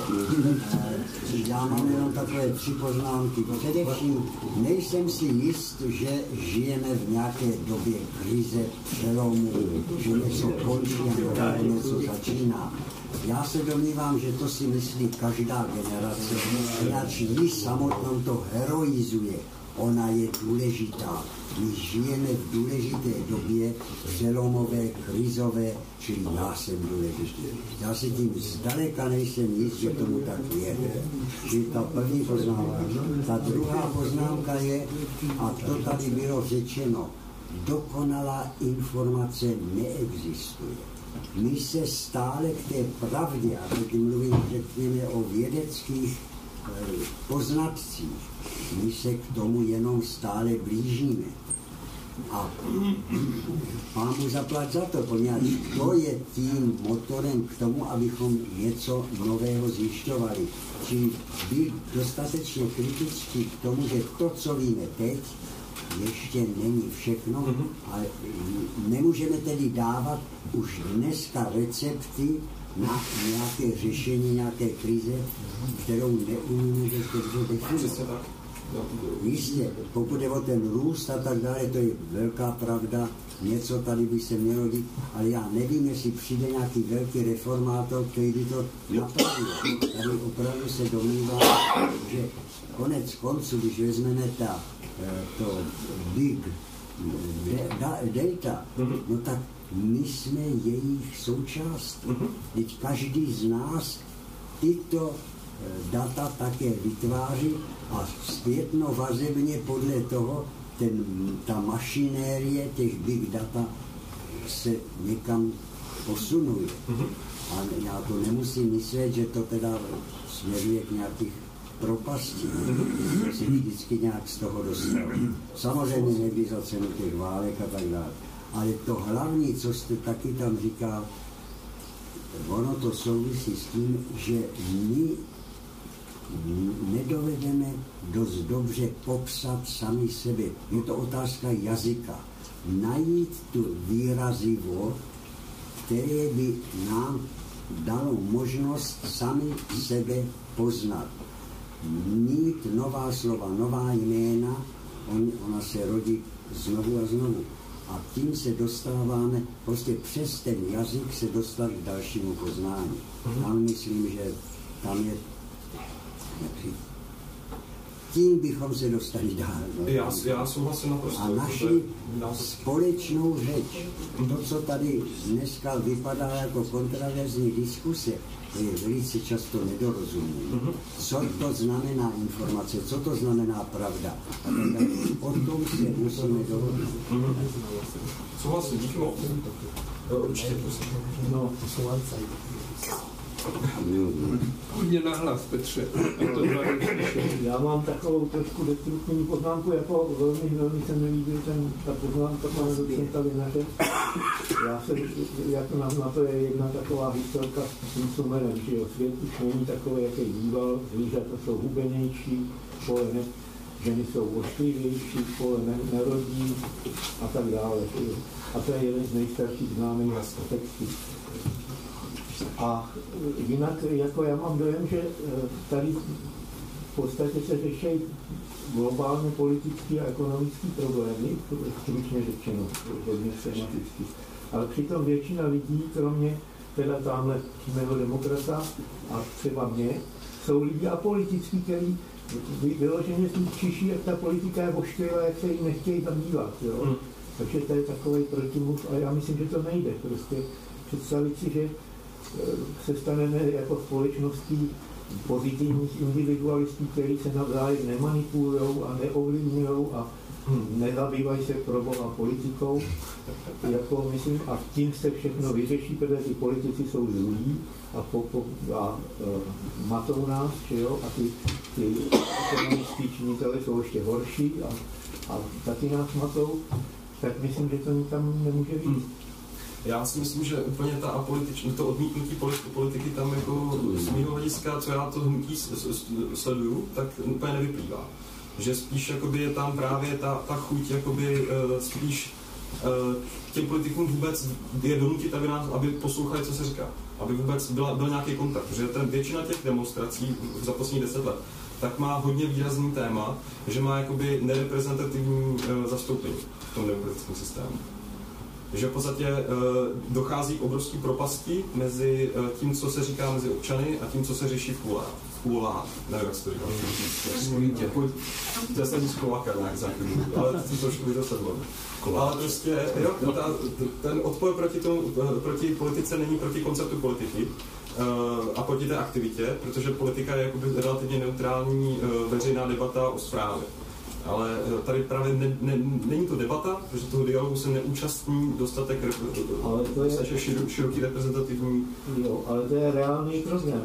S14: Já mám jenom takové 3 poznámky. Především nejsem si jist, že žijeme v nějaké době krize, přelomu, že něco končí a něco začíná. Já se domnívám, že to si myslí každá generace, jinak ji samotnou to heroizuje. Ona je důležitá. My žijeme v důležité době, přelomové, krizové, čili já jsem důležitý. Já si tím zdaleka nejsem jist, že tomu tak je. Čili ta první poznámka. Ta druhá poznámka je, a to tady bylo řečeno, dokonalá informace neexistuje. My se stále k té pravdě, a teď mluvím, řekněme, o vědeckých poznatcích, my se k tomu jenom stále blížíme. A pánu zaplať za to, poněvadž to je tím motorem k tomu, abychom něco nového zjišťovali. Čili být dostatečně kritický k tomu, že to, co víme teď, ještě není všechno, ale nemůžeme tedy dávat už dneska recepty na nějaké řešení nějaké krize, kterou neumíme definovat. Jistě, pokud je o ten růst a tak dále, to je velká pravda, něco tady by se mělo dít, ale já nevím, jestli přijde nějaký velký reformátor, který by to napravil. Tady opravdu se domnívám, že konec konců, když vezmeme to big data, no tak my jsme jejich součástí. Teď každý z nás tyto data také vytváří a zpětno vazebně podle toho ta mašinérie těch big data se někam posunuje. A já to nemusím myslet, že to teda směřuje k nějakých propasti se vždycky nějak z toho dostal. Samozřejmě někdy za cenu těch válek a tak dále. Ale to hlavní, co jste taky tam říkal, ono to souvisí s tím, že my nedovedeme dost dobře popsat sami sebe. Je to otázka jazyka. Najít tu výrazivo, které by nám dalo možnost sami sebe poznat. Mít nová slova, nová jména, ona se rodí znovu a znovu. A tím se dostáváme, prostě přes ten jazyk se dostat k dalšímu poznání. Tam myslím, že tam je tím bychom se dostali dál. No.
S2: Já souhlasím naprosto.
S14: A naši společnou řeč, to, co tady dneska vypadá jako kontroverzní diskuse, je velice často nedorozumění. Co to znamená informace, co to znamená pravda. O tom se musíme dohodnout.
S2: Souhlasím, díky moc. Určitě, prosím.
S7: No, hodně nahlas, Petře.
S15: Já mám takovou trošku destruktivní poznámku, jako velmi se mi líbil ta poznámka pana docenta Vinaře. Já se, jak na to je jedna taková historka s tím sumerem, že jo, svět už není takový, jaký býval, zvířata jsou hubenější, pole ne, ženy jsou ošklivější, pole nerodí a tak dále. A to je jeden z nejstarších známých textů. A jinak jako já mám dojem, že tady v podstatě se řeší globálně politický a ekonomický problémy, stručně řečeno, hodně schematicky. Ale přitom většina lidí, kromě teda tamhle přímého demokrata a třeba mě, jsou lidi apolitický, který vyloženě tím čiší, jak ta politika je ošklivá, jak se jí nechtějí tam dívat. Jo? Takže to je takový protimluv a já myslím, že to nejde. Prostě představit si, že se staneme jako společností pozitivních individualistů, kteří se navzájem nemanipulují a neovlivňují a nezabývají se pro Boha politikou. Jako myslím, a tím se všechno vyřeší, protože ty politici jsou zlí a matou nás, že jo, a ty ekonomický činitelé jsou ještě horší a taky nás matou, tak myslím, že to nikam nemůže být.
S2: Já si myslím, že úplně to odmítnutí politiky tam jako z mého hlediska, co já to hnutí sleduju, tak úplně nevyplývá. Že spíš jakoby je tam právě ta chuť jakoby, spíš těm politikům vůbec je donutit, aby poslouchali, co se říká. Aby vůbec byl nějaký kontakt. Protože většina těch demonstrací za poslední 10 let tak má hodně výrazný téma, že má jakoby nereprezentativní zastoupení v tom demokratickém systému. Že v podstatě dochází k obrovské propasti mezi tím, co se říká mezi občany a tím, co se řeší v kulách. Nevím, jak se to říká. Já jsem z kuláka nějak základní, ale to jsem trošku vydosedlo. Ale prostě, jo, ten odpor proti politice není proti konceptu politiky a proti té aktivitě, protože politika je jakoby relativně neutrální veřejná debata o zprávě. Ale tady právě není to debata, protože toho dialogu se neúčastní dostatek široký reprezentativní.
S15: Jo, ale to je reálný problém.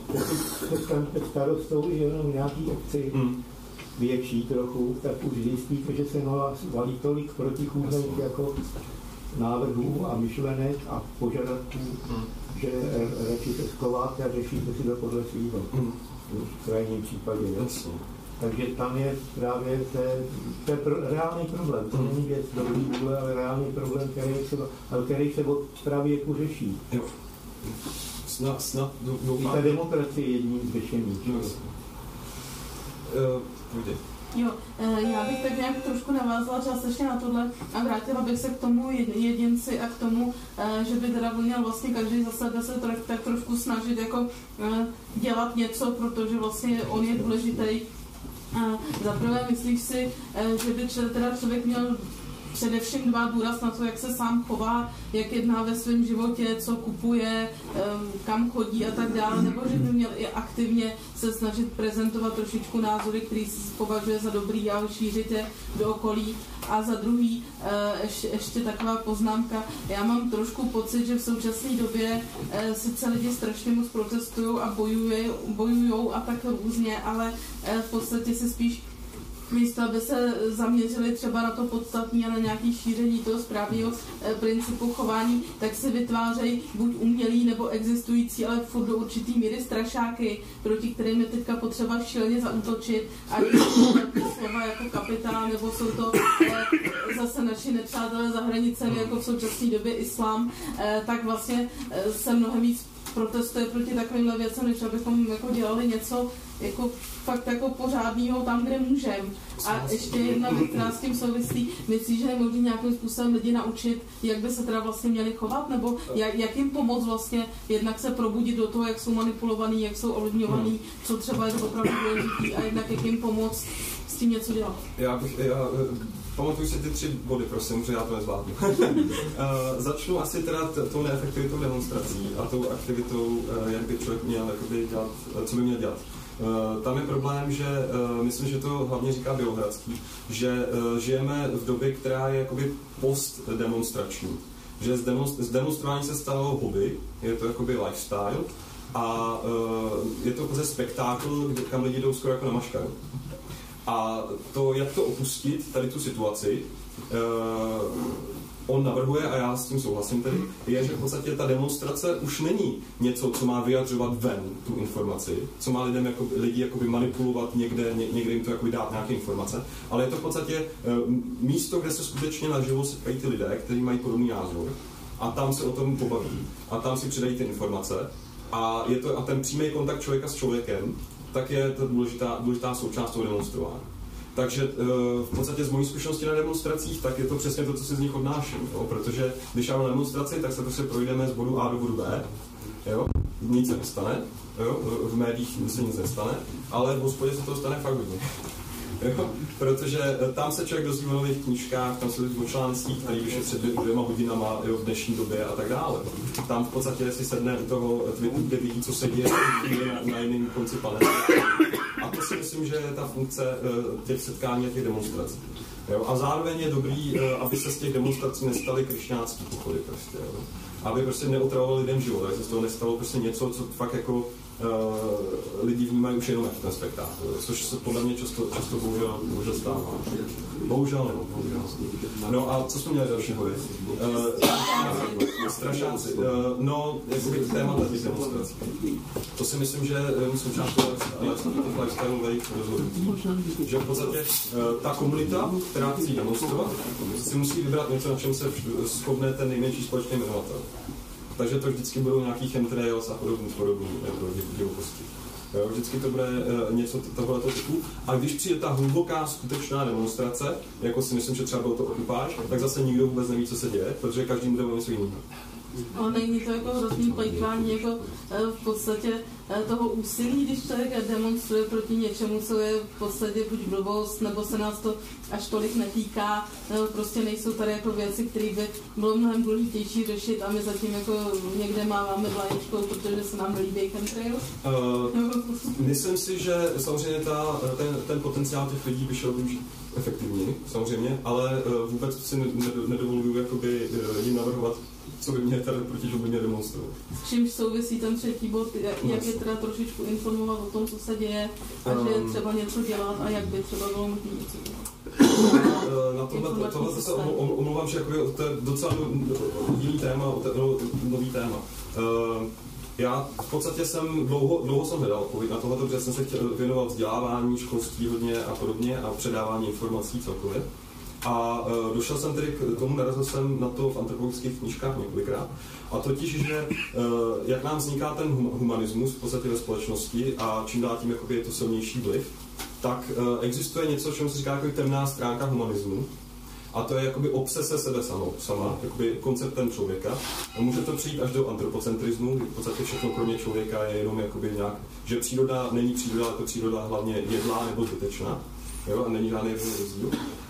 S15: Před starostou i jenom nějaký obci větší trochu, tak už zjistíte, že se valí tolik protichůdných jako návrhů a myšlenek a požadavků, že radši se schováte a řešíte si to podle svýho. V krajním případě. Takže tam je právě to je reálný problém. To není věc dobrý vůle, ale reálný problém, který se od pravěku řeší.
S2: Jo. Snad doufám.
S15: Ta demokracie je jedním z řešení.
S1: Jo, já bych tak nějak trošku navázala částečně na tohle a vrátila bych se k tomu jedinci a k tomu, že by teda měl vlastně každý za sebe se tak trošku snažit jako dělat něco, protože vlastně on je důležitý. Za prvé myslíš si, že by teda člověk měl především dbát důraz na to, jak se sám chová, jak jedná ve svém životě, co kupuje, kam chodí a tak dále, nebo že by měl i aktivně se snažit prezentovat trošičku názory, který se považuje za dobrý a šířit je do okolí. A za druhý, ještě taková poznámka, já mám trošku pocit, že v současné době sice lidi strašně moc protestují a bojujou a tak různě, ale v podstatě se spíš místo, aby se zaměřili třeba na to podstatné a na nějaké šíření toho správného principu chování, tak si vytvářejí buď umělý nebo existující, ale furt do určitý míry strašáky, proti kterým je teďka potřeba šíleně zaútočit. A slova jako kapitán, nebo jsou to zase naši nepřátelé za hranicemi, jako v současné době islám, tak vlastně se mnohem víc protestuje proti takovýmhle věcem, než abychom jako dělali něco jako fakt jako pořádného tam, kde můžeme. A ještě jedna věc, která s tím souvislí, myslíš, že je možné nějakým způsobem lidi naučit, jak by se teda vlastně měli chovat, nebo jak jim pomoct vlastně jednak se probudit do toho, jak jsou manipulovaný, jak jsou ovlivňovaný, co třeba je to opravdu důležitý, a jednak jak jim pomoct s tím něco dělat.
S2: Pamatuju si ty 3 body, prosím, že já to nezvládnu. Začnu asi teda tou neefektivitou demonstrací a tou aktivitou, jak by člověk měl dělat, co by měl dělat. Tam je problém, že myslím, že to hlavně říká Bělohradský, že žijeme v době, která je jakoby postdemonstrační. Že z demonstrování se stalo hobby, je to jakoby lifestyle a je to pouze spektákl, kam lidi jdou skoro jako na maškaru. A to, jak to opustit, tady tu situaci, on navrhuje, a já s tím souhlasím tedy, je, že v podstatě ta demonstrace už není něco, co má vyjadřovat ven tu informaci, co má lidi jakoby manipulovat někde jim to jakoby dát nějaké informace, ale je to v podstatě místo, kde se skutečně naživo setkají ty lidé, kteří mají podobný názor, a tam se o tom pobaví a tam si předají ty informace a ten přímý kontakt člověka s člověkem, tak je to důležitá součást toho demonstrování. Takže v podstatě z mojí zkušenosti na demonstracích, tak je to přesně to, co si z nich odnáším. Jo? Protože když já mám demonstraci, tak se prostě projdeme z bodu A do bodu B. Jo? Nic se nestane, jo? V médiích se nic nestane, ale v hospodě se toho stane fakt hodně. Jo? Protože tam se člověk dozví o nových knížkách, tam se dozví o článcích, který vyšly před 2 hodinama, jo, v dnešní době a tak dále. Tam v podstatě si sedne u toho Twitteru, kde vidí, co se děje na jiném konci planety. A to si myslím, že je ta funkce těch setkání a těch demonstrací. Jo? A zároveň je dobrý, aby se z těch demonstrací nestaly krišňácký pochody. Prostě, jo? Aby prostě neotravovali lidem život, aby se z toho nestalo prostě něco, co fakt jako lidi vnímají už jenom jako ten spektákl, což se podle mě často bohužel stává. Bohužel nebo bohužel. No a co jsme měli další body? Strašáci. No, jakoby témata těch demonstrací. To si myslím, že součástí lifestyleových rozhodnutí. Že v podstatě ta komunita, která chce demonstrovat, si musí vybrat něco, na čem se shodne ten nejmenší společný jmenovatel. Takže to vždycky budou nějaký chemtrails a podobný divokosti. Vždycky to bude něco tohoto typu. A když přijde ta hluboká, skutečná demonstrace, jako si myslím, že třeba bylo to Okupáž, tak zase nikdo vůbec neví, co se děje, protože každý bude něco jiného.
S1: Ale není to jako hrozný plejtvání, jako v podstatě toho úsilí, když člověk demonstruje proti něčemu, co je v podstatě buď blbost, nebo se nás to až tolik netýká, nebo prostě nejsou tady jako věci, které by bylo mnohem důležitější řešit a my zatím jako někde máváme vlaječkou, protože se nám nelíbí chemtrails?
S2: Myslím si, že samozřejmě ten potenciál těch lidí by šel využít efektivněji, samozřejmě, ale vůbec si nedovoluju jakoby jim navrhovat, co by mě tady proti čemu by mě demonstrovat.
S1: S čímž souvisí ten třetí bod, jak je teda trošičku informovat o tom, co se děje a že je třeba něco dělat a jak by třeba bylo možné něco dělat.
S2: Na tohle se omlouvám, že to je docela jiný téma, nový téma. Já v podstatě jsem dlouho jsem hledal odpověď na tohle, protože jsem se chtěl věnovat vzdělávání, školství hodně a podobně a předávání informací celkově. A došel jsem tedy k tomu, narazil jsem na to v antropologických knížkách několikrát, a totiž, že jak nám vzniká ten humanismus v podstatě ve společnosti a čím dál tím je to silnější vliv, tak existuje něco, čemu se říká jako temná stránka humanismu. A to je jakoby obsese sebe sama, jakoby konceptem člověka. A může to přijít až do antropocentrismu, kdy v podstatě všechno kromě člověka je jenom jakoby nějak, že příroda není příroda, ale to příroda hlavně jedlá nebo zbytečná, jo, a není žádný rozdíl.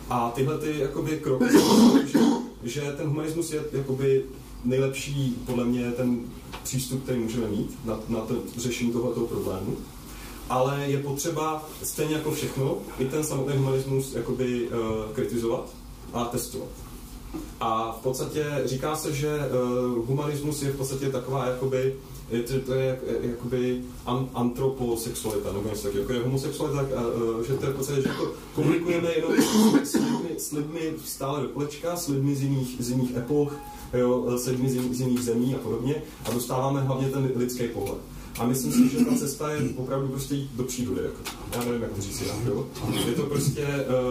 S2: A tyhle ty jakoby kroky, že ten humanismus je jakoby nejlepší, podle mě, ten přístup, který můžeme mít na to řešení tohoto problému. Ale je potřeba stejně jako všechno i ten samotný humanismus jakoby kritizovat a testovat. A v podstatě říká se, že humanismus je v podstatě taková jakoby, to je jakoby antroposexualita, nebo něco takového, jako je homosexualita, že to je v podstatě, že to komunikujeme jenom s lidmi stále do kolečka, s lidmi z jiných epoch, jo, s lidmi z jiných zemí a podobně a dostáváme hlavně ten lidský pohled. A myslím si, že ta cesta je opravdu prostě jít do přírody. Jako. Já nevím, jak to říct jinak. Je to prostě...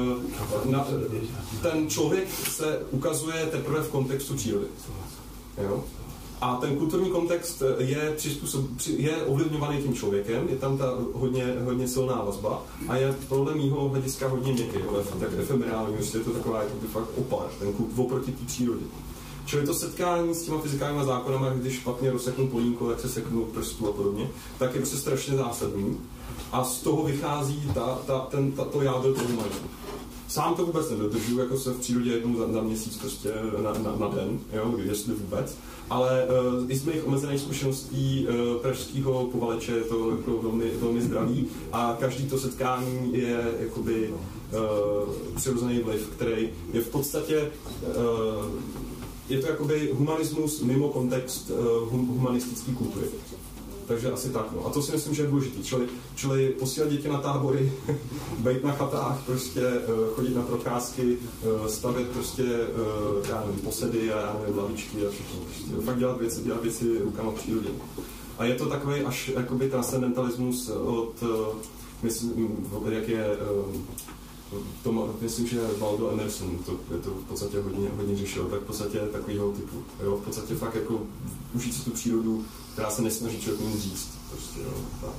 S2: ten člověk se ukazuje teprve v kontextu přírody. Jo? A ten kulturní kontext je ovlivňovaný tím člověkem, je tam ta hodně silná vazba a je podle mýho hlediska hodně měkký, tak efemerální, je to taková jako fakt opar, ten kult oproti té přírodě. Čili to setkání s těma fyzikálníma zákonama, když špatně rozseknu polínko, tak se seknu prstu a podobně, tak je prostě strašně zásadní. A z toho vychází to jádro toho humanismu. Sám to vůbec nedodržuju, jako se v přírodě jednou za měsíc prostě na den, jo, jestli vůbec. Ale i z mých omezených zkušeností pražského povaleče je to jako velmi zdravý a každý to setkání je jakoby přirozený vliv, který je v podstatě je to jakoby humanismus mimo kontext humanistické kultury. Takže asi tak, no. A to si myslím, že je důležitý. Čili posílat děti na tábory, být na chatách, prostě chodit na procházky, stavět prostě, já nevím, posedy a já nevím, lavičky a všechno. Prostě. Fakt dělat věci rukama v přírodě. A je to takový až jakoby transcendentalismus od, myslím, jak je... myslím, že Waldo Emerson to v podstatě hodně řešil, tak v podstatě takovýho typu. Jo? V podstatě fakt jako užít si tu přírodu, která se nesnaží člověk nic říct. Prostě, jo? Tak.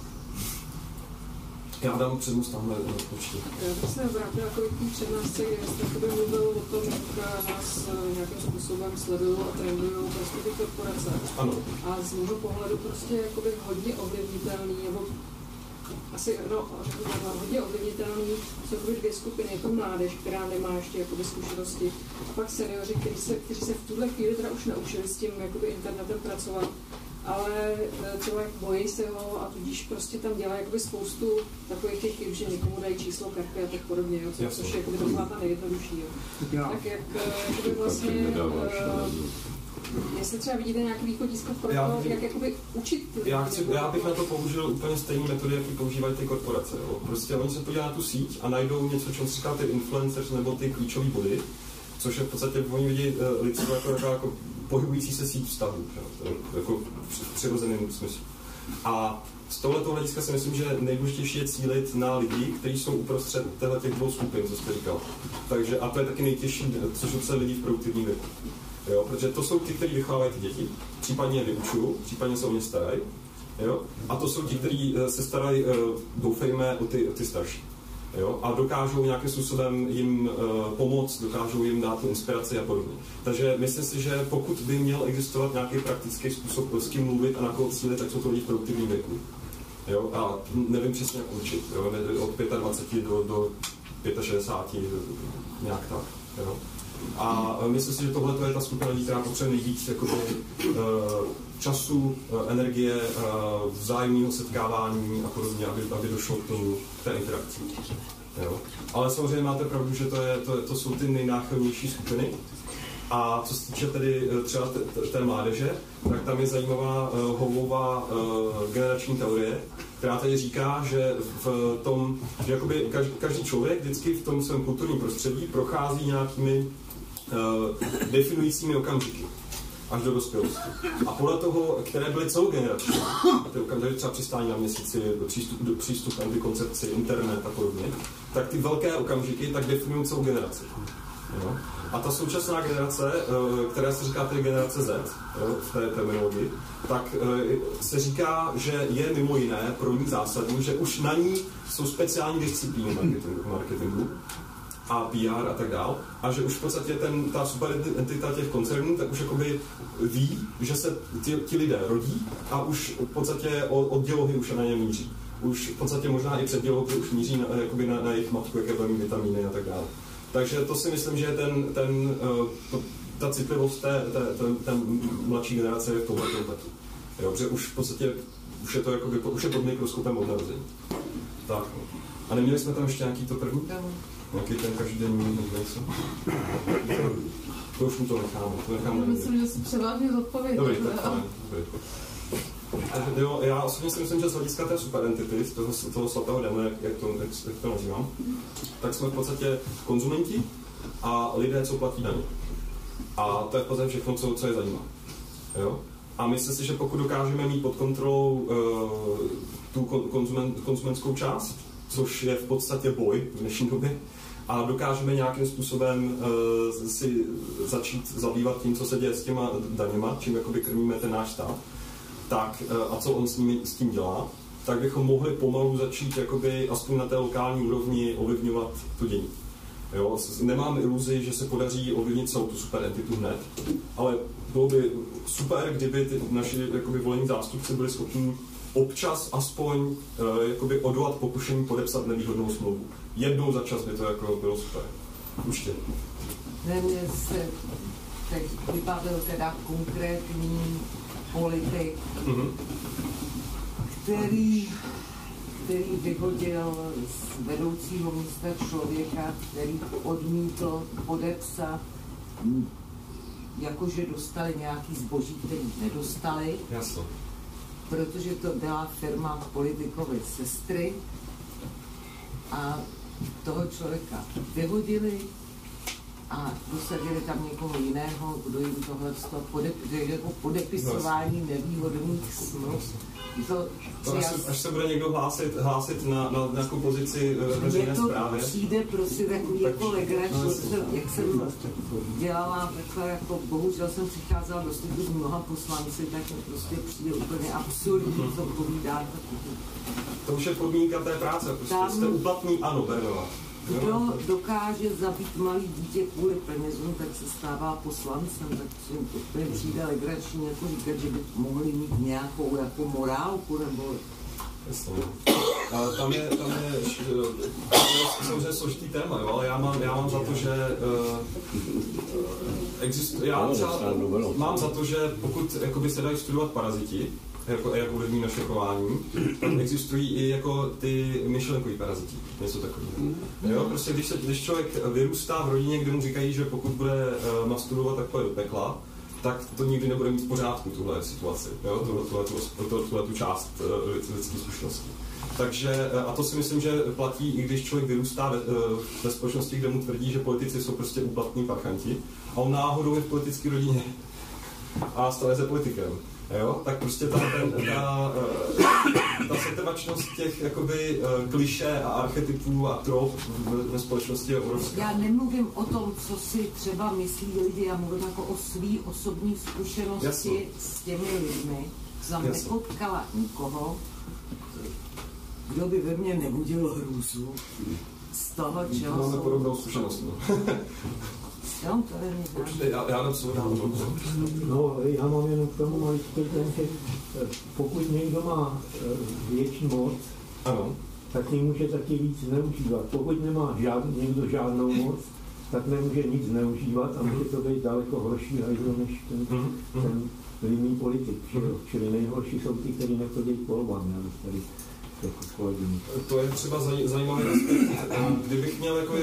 S2: Já dám přednost tamhle určitě.
S16: Já bych se vrátil jako k té přednášce, kde jste mluvil o tom, jak nás nějakým způsobem sledují a trendují prostě ty korporace.
S2: Ano.
S16: A z mého pohledu prostě jakoby hodně ovlivnitelný, nebo asi hodně ovlivnitelný jsou dvě skupiny, jako mládež, která nemá ještě jakoby zkušenosti, a pak seniori, kteří se v tuhle chvíli teda už naučili s tím jakoby internetem pracovat, ale třeba bojí se ho a tudíž prostě tam dělají jakoby spoustu takových těch chyb, že někomu dají číslo karty a tak podobně, jo, což je jakoby taková ta nejjednodušší. Jo. Tak jak jakoby vlastně... Jestli třeba vidíte nějaký východisko pro to, jak jakoby učit...
S2: Já bych na to použil úplně stejné metody, jaký používají ty korporace. Jo. Prostě oni se podívají na tu síť a najdou něco, čemu se říká ty influencers nebo ty klíčové body, což je v podstatě, oni vidí lidstvo jako pohybující se síť vztahů, jako v přirozeném smyslu. A z tohoto hlediska si myslím, že nejdůležitější je cílit na lidi, kteří jsou uprostřed těch dvou skupin, co jste říkal. Takže, a to je taky nejtěžší, což jsou lidí v produktivním věku. Jo, protože to jsou ti, kteří vychovávají ty děti, případně je vyučují, případně se o ně starají. Jo? A to jsou ti, kteří se starají, doufejme, o ty starší. Jo? A dokážou nějakým způsobem jim pomoct, dokážou jim dát tu inspiraci a podobně. Takže myslím si, že pokud by měl existovat nějaký praktický způsob, s kým mluvit a na koho cílit, tak jsou to lidi v produktivním věku. Jo? A nevím přesně, jak učit. Jo? Od 25 do 65, nějak tak. Jo? A myslím si, že tohle je ta skupina lidí, která potřebuje nejvíc času, energie, vzájemného setkávání a podobně, aby došlo k té interakci. Jo. Ale samozřejmě máte pravdu, že to jsou ty nejnáchylnější skupiny. A co se týče tedy třeba té mládeže, tak tam je zajímavá Howellová generační teorie, která tady říká, že v tom, že jakoby každý člověk vždycky v tom svém kulturním prostředí prochází nějakými definujícími okamžiky až do dospělosti. A podle toho, které byly celou generační, ty okamžiky třeba přistání na měsíci, přístup k antikoncepci, internet a podobně, tak ty velké okamžiky tak definují celou generaci. Jo? A ta současná generace, která se říká tedy generace Z, jo, v té terminologii, tak se říká, že je mimo jiné pro ní zásadní, že už na ní jsou speciální disciplíny marketingu a PR a tak dál, a že už v podstatě ta superentita těch koncernů tak už jakoby ví, že se ti lidé rodí a už v podstatě od dělohy už na ně míří. Už v podstatě možná i před dělohou už míří na jejich matku, jaké budou vitamíny a tak dále. Takže to si myslím, že ta citlivost té mladší generace je v tomhle kompletu. Jo, protože už v podstatě už je to jako už je pod mikroskopem od narození. Tak. A neměli jsme tam ještě nějaký to první téma? Nějaký ten každodenní něco? To už mu to necháme.
S16: Myslím, že si převážně zodpověděl.
S2: Dobrý, tak fajn. Jo, já osobně si myslím, že z hlediska té superentity, toho svatého démona, jak to nazývám, tak jsme v podstatě konzumenti a lidé, co platí daně. A to je v podstatě všechno, co je zajímá. Jo? A myslím si, že pokud dokážeme mít pod kontrolou tu konzumentskou část, což je v podstatě boj v dnešní době, a dokážeme nějakým způsobem si začít zabývat tím, co se děje s těma daněma, čím jakoby krmíme ten náš stát, tak, a co on s tím dělá, tak bychom mohli pomalu začít jakoby, aspoň na té lokální úrovni ovlivňovat to dění. Jo? Nemám iluzi, že se podaří ovlivnit celou tu superentitu hned, ale bylo by super, kdyby ty naši jakoby, volení zástupci byli schopni občas aspoň jakoby, odolat pokušení podepsat nevýhodnou smlouvu. Jednou za čas by to jako bylo super. Určitě.
S17: Mně se teď vybavil teda konkrétní politik, který vyhodil z vedoucího místa člověka, který odmítl podepsat, jakože dostali nějaký zboží, který nedostali.
S2: Jasně.
S17: Protože to byla firma politikovy sestry a toho člověka vyhodili a dosadili tam někoho jiného, kdo jim tohleto jako podepisování nevýhodných smluv.
S2: Až se bude někdo hlásit na nějakou pozici veřejné zprávy.
S17: To přijde prostě takový jako legrační, jak jsem dělala takhle, jako bohužel jsem přicházela do styku s mnoha poslanci, tak mi prostě přijde úplně absurdní, co povídá.
S2: To už je podmínka té práce, prostě jste uplatní, ano, Bernová.
S17: Kdo dokáže zabít malý dítě kvůli penězům, tak se stává poslancem, tak to přijde legrační, jako říkat, že by mohli mít nějakou jako morálku, nebo...
S2: Jasně. Tam je samozřejmě složitý téma, jo, ale já mám za to, že mám za to, že pokud jakoby se dají studovat paraziti, jak ovlivní naše chování, tak existují i jako ty myšlenkový paraziti, něco takového. Jo, prostě když člověk vyrůstá v rodině, kde mu říkají, že pokud bude masturbovat, tak půjde do pekla, tak to nikdy nebude mít v pořádku, tuhle situaci, tuhle tu část lidské zkušenosti. Takže, a to si myslím, že platí, i když člověk vyrůstá ve společnosti, kde mu tvrdí, že politici jsou prostě úplatní parchanti, a on náhodou je v politické rodině a stane se politikem. Jo? Tak prostě ta setrvačnost těch jakoby klišé a archetypů a trop ve společnosti je obrovská.
S17: Já nemluvím o tom, co si třeba myslí lidi, já mluvím jako o svý osobní zkušenosti. Jasně. S těmi lidmi. Jsem nepotkala nikoho, kdo by ve mně nebudil hrůzu z toho, čeho
S2: máme podobnou zkušenost.
S17: Jo, to je
S2: určitě, já dám svůj názor.
S15: No, já mám jenom k tomu maličký ten, že pokud někdo má větší moc,
S2: ano,
S15: tak ji může taky víc zneužívat. Pokud nemá někdo žádnou moc, tak nemůže nic zneužívat a může to být daleko horší hajzlo než ten líný politik. Čili nejhorší jsou ty, kteří nechodí k volbám.
S2: To je třeba zajímavý aspekt. Kdybych měl jako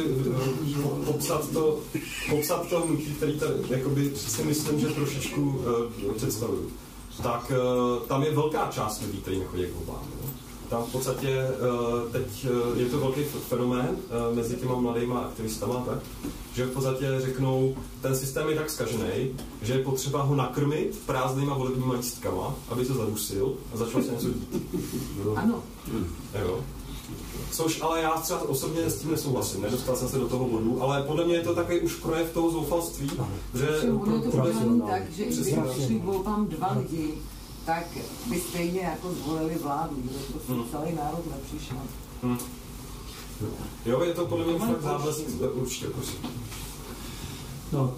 S2: popsat to hnutí, který jakoby si myslím, že trošičku představuju, tak tam je velká část lidí, kteří nechodí k volbám. Tam v podstatě teď je to velký fenomén mezi těma mladýma aktivistama, tak, že v podstatě řeknou, ten systém je tak zkažený, že je potřeba ho nakrmit prázdnýma volebníma lístkama, aby se zadusil a začal se něco dít.
S17: Ano.
S2: Jo. Což ale já třeba osobně s tím nesouhlasím, nedostal jsem se do toho bodu, ale podle mě je to takový už projev toho zoufalství, že...
S17: Ono je to udělané tak, že i kdyby šli volbám dva lidi, tak by stejně jako zvolili vládu, že to celý národ nepřišel.
S2: Jo, je to podle mě fakt záblesný, určitě, prosím.
S5: No,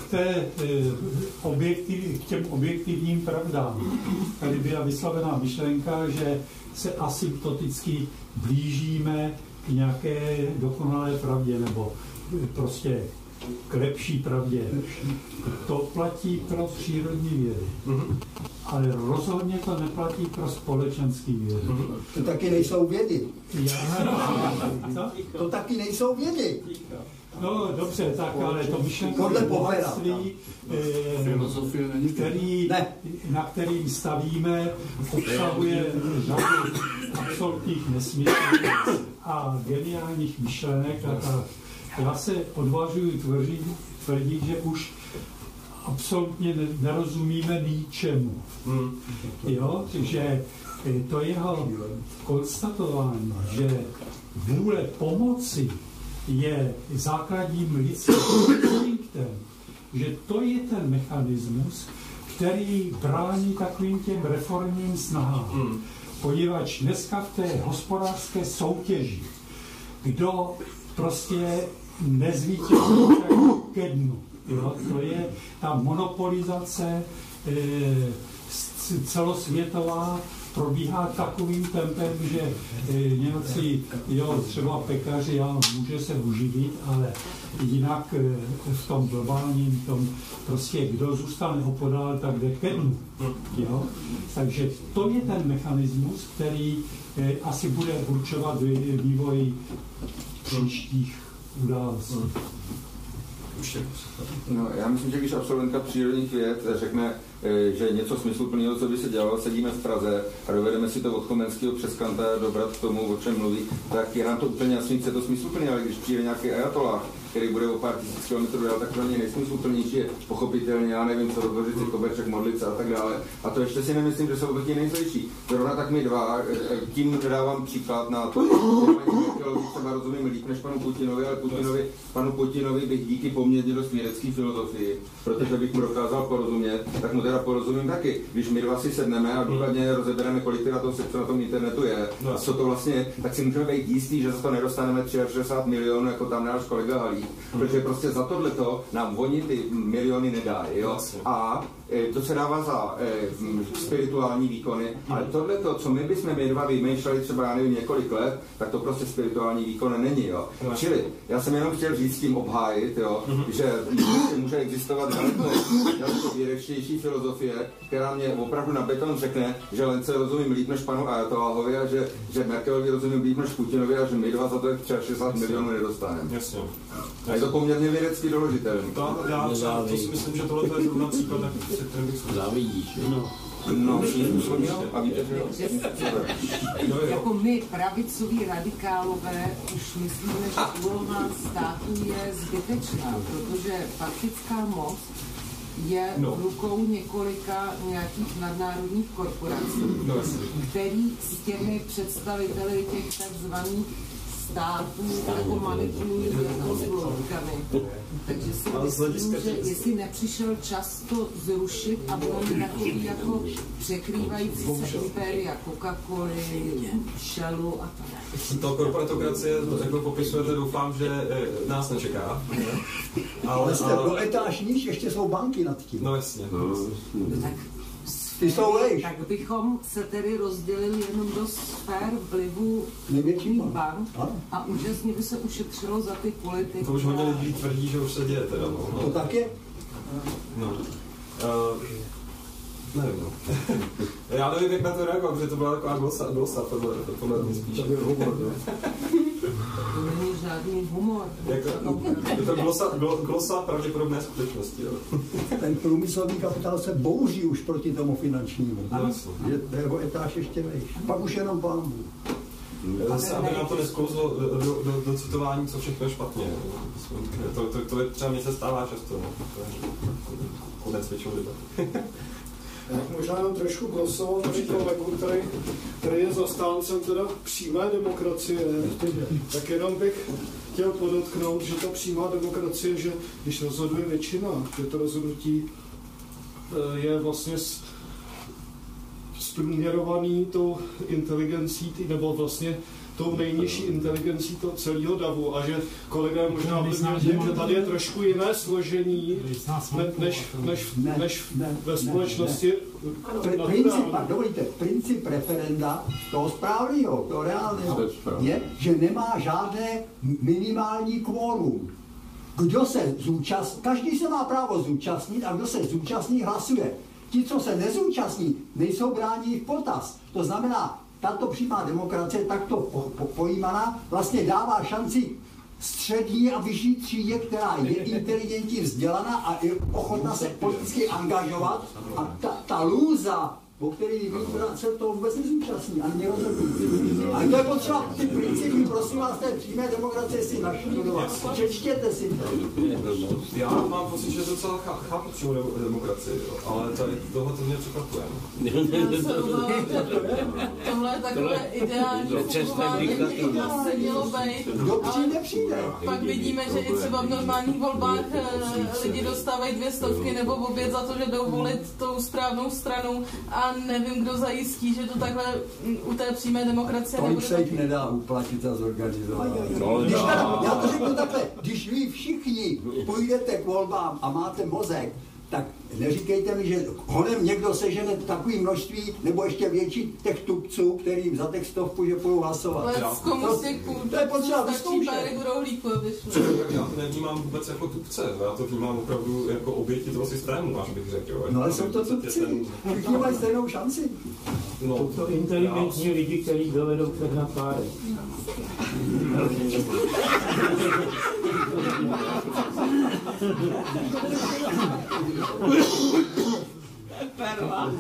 S5: k těm objektivním pravdám. Tady byla vyslovená myšlenka, že se asymptoticky blížíme k nějaké dokonalé pravdě, nebo prostě k lepší pravdě. To platí pro přírodní vědy. Ale rozhodně to neplatí pro společenský vědy.
S9: To taky nejsou vědy. To taky nejsou vědy.
S5: No dobře, tak ale to myšlenkové bohatství, na kterým stavíme, obsahuje řadu absolutních nesmyslů a geniálních myšlenek. A já se odvažuji tvrdit, že už absolutně nerozumíme ničemu. Jo? že to jeho konstatování, že vůle pomoci je základním lidským instinktem, že to je ten mechanismus, který brání takovým těm reformním snahám. Poněvadž dneska v té hospodářské soutěži, kdo prostě nezvítězí ke dnu. Jo? To je ta monopolizace celosvětová, probíhá takovým tempem, že nějací, třeba pekaři, může se uživit, ale jinak v tom globálním tom prostě kdo zůstane opodál, tak jde ke dnu. Jo? Takže to je ten mechanismus, který asi bude určovat vývoj příštích událostí.
S3: No, já myslím, že když absolventka přírodních věd řekne, že něco smysluplného, co by se dělalo, sedíme v Praze a dovedeme si to od Komenského přes Kanta dobrat k tomu, o čem mluví, tak je nám to úplně jasný, co je to smysluplný, ale když přijde nějaký ajatollah, který bude o pár tisíc kilometrů dál, tak pro něj nejsmysluplnější je pochopitelně, já nevím, co dotvořit si koberček, modlit se a tak dále. A to ještě si nemyslím, že jsou to ti nejzlejší. Zrovna tak my dva, tím dávám příklad na to, že třeba rozumím líp než panu Putinovi, ale panu Putinovi bych díky poměrně dost vědecké filozofii, protože bych mu dokázal porozumět, tak mu teda porozumím taky. Když my dva si sedneme a důkladně rozebereme, kolik na tom sekce na tom internetu je, a co to vlastně je, tak si můžeme být jistý, že za to nedostaneme 63 milionů, jako tam náš kolega Halík, protože prostě za tohleto nám oni ty miliony nedají, jo. A to se dává za spirituální výkony, ale tohleto, co my bychom my dva vymýšleli třeba, já nevím, několik let, tak to prostě spirituální výkon není, jo. Čili já jsem jenom chtěl říct tím obhájit, jo, že může existovat daleko vědečtější filozofie, která mě opravdu na beton řekne, že Lence rozumím líp než panu Ajatollahovi a že Merkelovi rozumím líp než Putinovi a že my dva za to 60 milionů nedostaneme.
S2: Jasně.
S3: A je to poměrně vědecky doložitelné.
S2: Já to si myslím, že tohle je zrovna příklad, kterým bych
S10: závidíš.
S3: No, a víte, že
S17: jako my, pravicoví radikálové, už myslíme, že úloha státu je zbytečná, protože faktická moc je v rukou několika nějakých nadnárodních korporací, který s těmi představiteli těch takzvaných států jako manipulují jako složkami. Takže si myslím, že jestli nepřišel čas to zrušit a bylo takový jako překrývající se impéria Coca-Coly, Shellu a tak.
S2: To korporatokracie, jako popisujete, doufám, že nás nečeká.
S9: Ale do etáž níž ještě jsou banky nad tím.
S2: No jasně.
S17: Tak bychom se tedy rozdělili jenom do sfér vlivu bank a úžasně by se ušetřilo za ty politiky.
S2: To už hodně lidí tvrdí, že už se děje teda. No.
S9: To tak je?
S2: No. Nevím, no. Já nevím, jak na to reagovat, protože to byla taková glosa, tohle mě spíš.
S17: To není žádný humor.
S2: Je to glosa pravděpodobné skutečnosti. Jo.
S9: Ten průmyslový kapitál se bouří už proti tomu finančnímu. Je jeho etáž ještě vejš. Pak už jenom pán.
S2: Zase, aby nám to nesklouzlo do citování, co všechno je špatně. To je třeba mně se stává často. No. Konec většinou debat.
S8: Možná jenom trošku glosovat tady kolegu, který je zastáncem teda přímé demokracie, tak jenom bych chtěl podotknout, že ta přímá demokracie, že když rozhoduje většina, že to rozhodnutí je vlastně zprůměrovaný tou inteligencí, nebo vlastně tou nejnižší inteligencí toho celého davu a že kolega možná vyzná, že tady je trošku jiné složení než ve společnosti.
S9: Princip referenda toho správného, toho reálného, je, že nemá žádné minimální kvórum. kdo se zúčastní, každý se má právo zúčastnit a kdo se zúčastní, hlasuje. Ti, co se nezúčastní, nejsou bráni v potaz. To znamená, tato přímá demokracie, takto pojímaná, vlastně dává šanci střední a vyšší třídě, která je inteligentní, vzdělaná a je ochotná se politicky angažovat. A ta lůza, o který se to vůbec nezúčastní, ani nerozhodí. A to je potřeba ty principy, prosím vás, té přímé demokracie si naštudovat. Přečtěte si to.
S2: Já mám pocit, že docela chápu přímou demokracii, ale tady tohle to mě překvapuje.
S1: Tohle je takové ideální fungování, jak se mělo být. Pak vidíme, že i třeba v normálních volbách lidi dostávají 200 nebo oběd za to, že jdou volit tou správnou stranu a nevím, kdo zajistí, že to takhle u té přímé demokracie
S9: nebude. Tolik se jich nedá uplatit a zorganizovat. Já to řeknu takhle, když vy všichni půjdete k volbám a máte mozek, tak neříkejte mi, že honem někdo sežene takové množství, nebo ještě větší těch tupců, který za těch stovku, že půjdou hlasovat.
S1: Ale z komu z těch
S9: to je potřeba vyzkoušet.
S2: Já to nevnímám vůbec jako tupce, já to vnímám opravdu jako oběti toho systému, až bych řekl.
S9: No ale jsou to tupci, všichni mají stejnou šanci.
S15: No, to inteligentní lidi, kteří dovedou sehnat párek.
S1: Perla.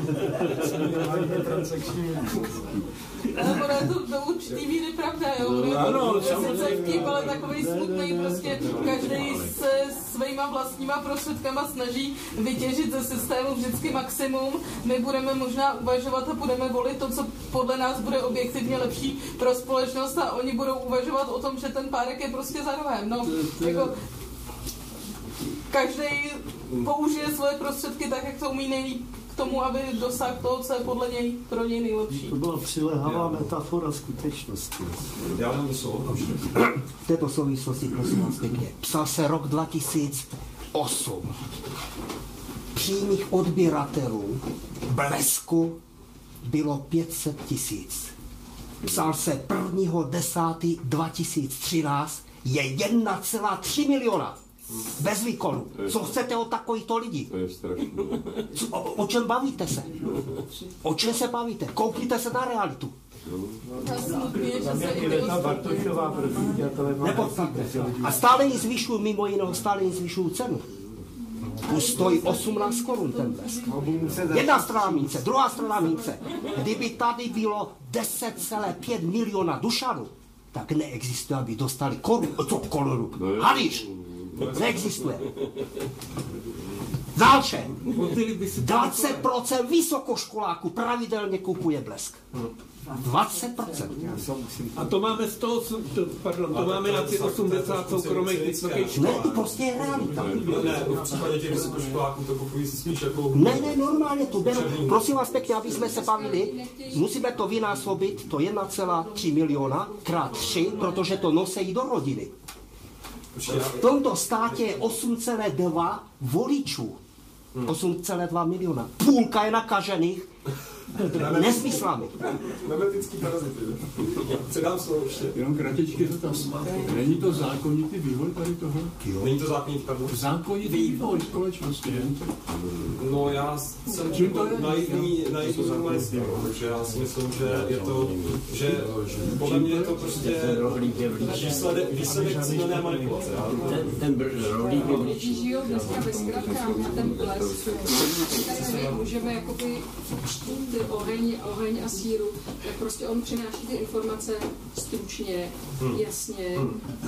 S1: To určitý míry pravda, jo. Ano, sice vtip, ale takovej smutný, prostě každý se svýma vlastníma prostředkama snaží vytěžit ze systému vždycky maximum. My budeme možná uvažovat a budeme volit to, co podle nás bude objektivně lepší pro společnost a oni budou uvažovat o tom, že ten párek je prostě za rohem. No, jako každý použije svoje prostředky tak, jak to umí nejlíp k tomu, aby dosáhl toho, co je podle něj pro něj nejlepší.
S6: To byla přilehavá metafora skutečnosti.
S2: Já mám
S18: v této souvislosti, prosím vás pěkně, psal se rok 2008. Přímých odběratelů Blesku bylo 500 000. Psal se 1.10.2013 je 1,3 miliona. Bez výkonu. Co chcete od takovýchto lidí?
S3: To je strašné.
S18: O čem bavíte se? O čem se bavíte? Koukněte se na realitu. Nepodstatné. A stále jí zvyšují, mimo jiného, stále jí zvyšují cenu. Už stojí 18 korun ten blesk. Jedna strana mince, druhá strana mince. Kdyby tady bylo 10,5 miliona Dušanů, tak neexistuje, aby dostali korunu. Halíš! Neexistuje. Další. 20% vysokoškoláků pravidelně kupuje blesk. 20%.
S7: A to máme 108, pardon, to máme na ty 80 soukromých vysokých školách.
S18: Ne, prostě je realita.
S2: Ne, v případě těch vysokoškoláků to kupují spíš jako...
S18: Ne, normálně to beru. Prosím vás pěkně, aby jsme se bavili, musíme to vynásobit, to 1,3 miliona krát 3, protože to nosejí do rodiny. V tomto státě je 8,2 voličů. 8,2 miliona. Půlka je nakažených nesmyslami.
S2: Nemetický parazity. Předám slovo ještě.
S19: Jenom kratičky dotaz. Není to zákonitý vývoj tady toho?
S2: Není to zákonitý, pardon?
S19: Zákonitý vývoj společnosti, jen?
S2: No já jsem naivní humanist, takže já si myslím, že je to, že podle mě je to prostě výsledek cílené manipulace.
S19: Ten rohlík je
S16: Když žijou dneska ve zkratkách na ten blesk, tady můžeme jakoby čtít oheň a síru, tak prostě on přináší ty informace stručně, jasně,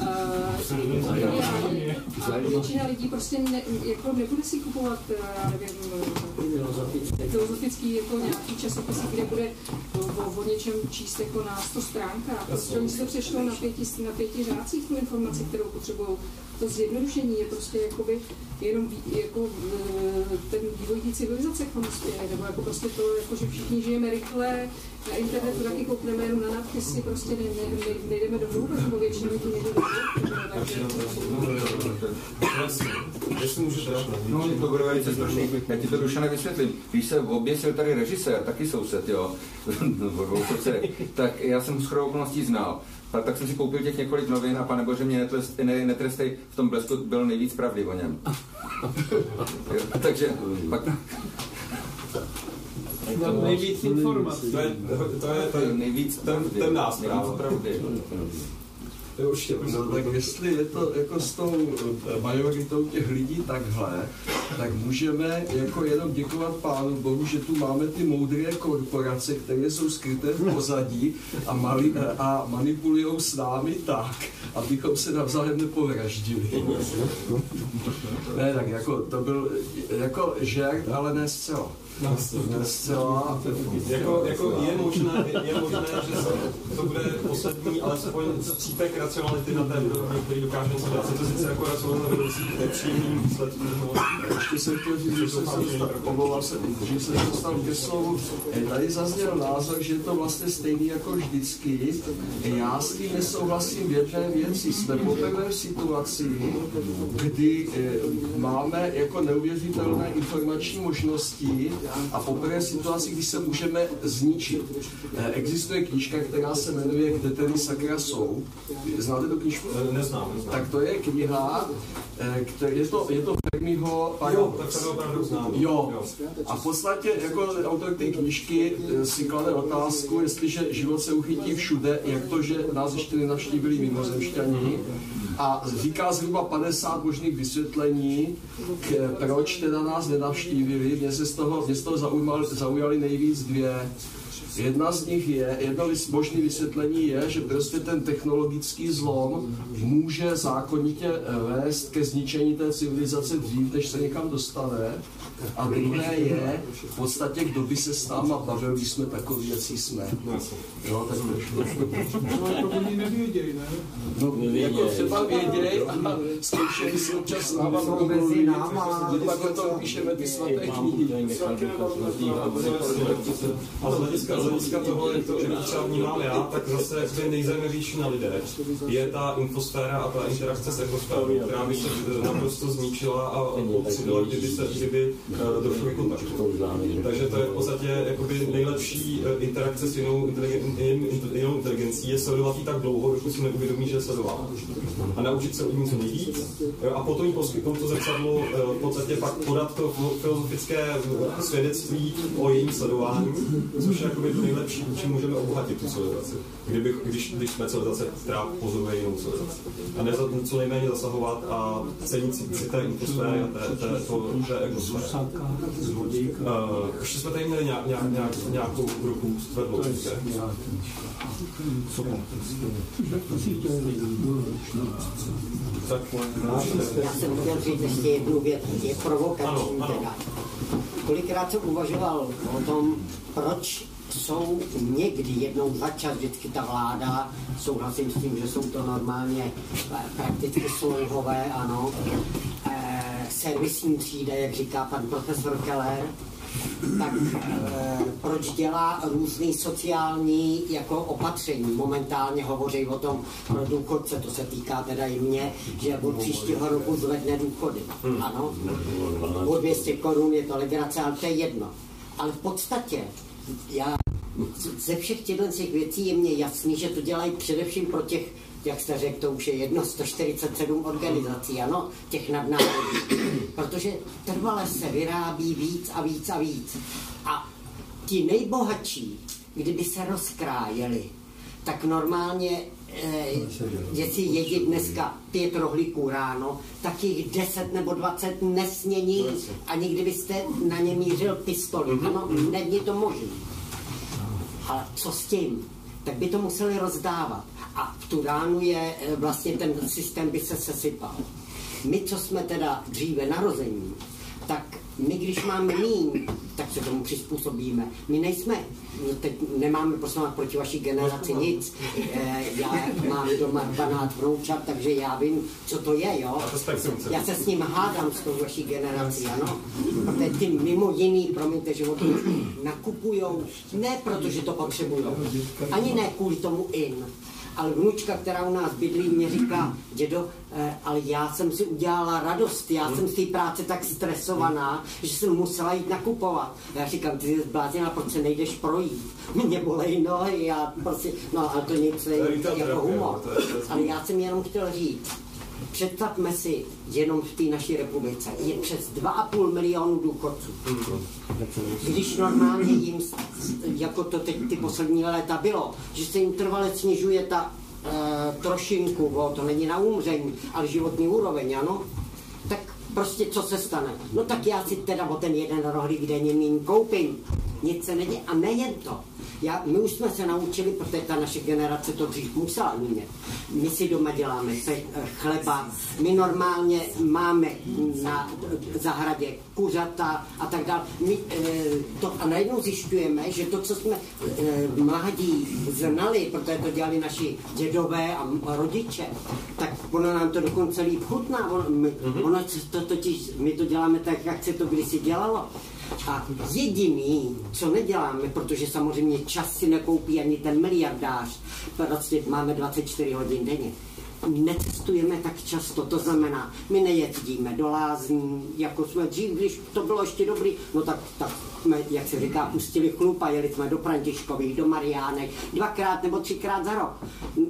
S16: a většina lidí prostě jako nebude si kupovat, já nevím, filozofický jako nějaký časopisy, kde bude o něčem číst jako na 100 stránkách. Prostě oni se přešlo na pěti řádcích tu informaci, kterou potřebují. To zjednodušení je prostě jakoby jenom jako ten vývoj té civilizace k tomu spěje, nebo jako prostě to, jako, že všichni žijeme rychle, na internetu taky koukneme jenom na nadpisy, prostě nejdeme do hlouby, nebo většinou to nejde do hlouby.
S3: No, to bude velice strašný. Já ti to, Dušane, vysvětlím. Když se oběsil tady režisér, taky soused, jo, tak já jsem ho shodou okolností znal. A tak jsem si koupil těch několik novin a pane bože, mě netrestej, v tom Blesku bylo nejvíc pravdy o něm. Takže pak...
S7: Nejvíc informací.
S2: To je nejvíc temná zpráva.
S11: No, tak jestli je to jako s tou majoritou těch lidí takhle, tak můžeme jako jenom děkovat Pánu Bohu, že tu máme ty moudré korporace, které jsou skryté v pozadí a manipulujou s námi tak, abychom se navzájem nepovraždili. Ne, tak jako to byl jako žert, ale ne zcela.
S2: Jako je možné, že to bude poslední, alespoň střípek racionality na té úrovni, který dokáže se dát. To sice jako racionalita vedoucí k nepříjemným výsledkům.
S11: Ještě jsem chtěl říct, že jsem se dostal ke slovu. Tady zazněl názor, že je to vlastně stejný jako vždycky. Já s tím nesouhlasím v jedné věci. Jsme poprvé v situaci, kdy máme jako neuvěřitelné informační možnosti a poprvé situaci, kdy se můžeme zničit. Existuje knížka, která se jmenuje Kde tedy sakra jsou. Znáte tu knížku?
S2: Neznám.
S11: Tak to je kniha, je to Fermiho...
S2: Jo, tak se to opravdu znám.
S11: Jo. A v podstatě jako autor té knížky si klade otázku, jestliže život se uchytí všude, jak to, že nás ještě nenavštívili mimozemšťani, a říká zhruba 50 možných vysvětlení, proč teda nás nenavštívili. Mě z toho zaujaly nejvíc dvě. Jedna z nich je, jedno možné vysvětlení je, že prostě ten technologický zlom může zákonitě vést ke zničení té civilizace dřív, než se někam dostane. A druhé je, v podstatě, kdo by se s náma bavil, když jsme takový, jaký jsme. Jo, tak
S8: to oni nevědějí, ne?
S11: No, jako třeba vědějí a zkoušejí si občas s náma mezi náma. Pak o tom píšeme ty svaté knihy.
S2: A z hlediska toho, jak to třeba vnímám já, tak zase nejzajímavější na lidech je ta infosféra a ta interakce s ekosférou, která by se naprosto zničila a odstřelila, kdyby došlo k kontaktu. Takže to je v podstatě jakoby nejlepší interakce s jinou inteligencí je sledovat ji tak dlouho, dokud si neuvědomí, že je sledová. A naučit se od ní co nejvíc. A potom jí poskytnout to zrcadlo, v podstatě pak podat to filozofické svědectví o jejím sledování, což je jakoby to nejlepší, čím můžeme obohatit tu civilizaci. Když jsme civilizace, která pozoruje jinou civilizaci. A co nejméně zasahovat a cenit si té infosféry a té ekosféry. Ještě jsme tady měli nějakou ruku zvedlou.
S13: Já jsem chtěl říct ještě jednu věc, je provokační teda. Kolikrát jsem uvažoval o tom, proč jsou někdy jednou za čas vždycky ta vláda, souhlasím s tím, že jsou to normálně prakticky slouhové, ano, servisní třída, jak říká pan profesor Keller, tak proč dělá různý sociální jako opatření. Momentálně hovoří o tom pro důchodce, to se týká teda i mě, že od příštího roku zvedne důchody. Ano, o 200 korun je to legrace, ale to je jedno. Ale v podstatě ze všech těch věcí je mně jasný, že to dělají především pro těch, jak jste řekl, to už je 147 organizací, ano, těch nadnárodních. Protože trvale se vyrábí víc a víc a víc. A ti nejbohatší, kdyby se rozkrájeli, tak normálně, jestli jedí dneska 5 rohlíků ráno, tak jich 10 nebo 20 nesmě nic. Ani kdybyste na ně mířil pistoli. Ano, není to možné. Ale co s tím? Tak by to museli rozdávat. A v tu ránu je vlastně ten systém by se sesypal. My, co jsme teda dříve narození, tak My, když máme míň, tak se tomu přizpůsobíme. My nejsme, teď nemáme poslovat proti vaší generaci nic. Já mám doma 12 vnoučat, takže já vím, co to je, jo. Já se s ním hádám s tou vaší generací, ano. Protože ty mimo jiný, promiňte, že nakupujou, ne protože to potřebujou, ani ne kvůli tomu ale vnučka, která u nás bydlí, mě říká, dědo, ale já jsem si udělala radost, já jsem z té práce tak stresovaná, že jsem musela jít nakupovat. Já říkám, ty jsi zblázněna, proč se nejdeš projít? Mě bolej nohy, já prostě, no ale to nic jako humor. Ale já jsem jenom chtěl říct, představme si, jenom v té naší republice je přes 2,5 milionu důchodců. Když normálně jim, jako to teď ty poslední léta bylo, že se jim trvale snižuje ta trošinku, to není na umření, ale životní úroveň, ano, tak prostě co se stane? No tak já si teda o ten jeden rohlík denně míň koupím. Nic se neděje. A nejen to. My už jsme se naučili, protože ta naše generace to dřív musela umět. My si doma děláme chleba, my normálně máme na zahradě kuřata a tak dále. A najednou zjišťujeme, že to, co jsme mládí znali, protože to dělali naši dědové a rodiče, tak ono nám to dokonce líp chutná. My to děláme tak, jak se to kdysi dělalo. A jediný, co neděláme, protože samozřejmě čas si nekoupí ani ten miliardář, prostě máme 24 hodin denně, necestujeme tak často, to znamená, my nejezdíme do lázní, jako jsme dřív, když to bylo ještě dobrý, no tak jsme, jak se říká, pustili chlup a jeli jsme do Františkových, do Mariánek, 2krát nebo 3krát za rok.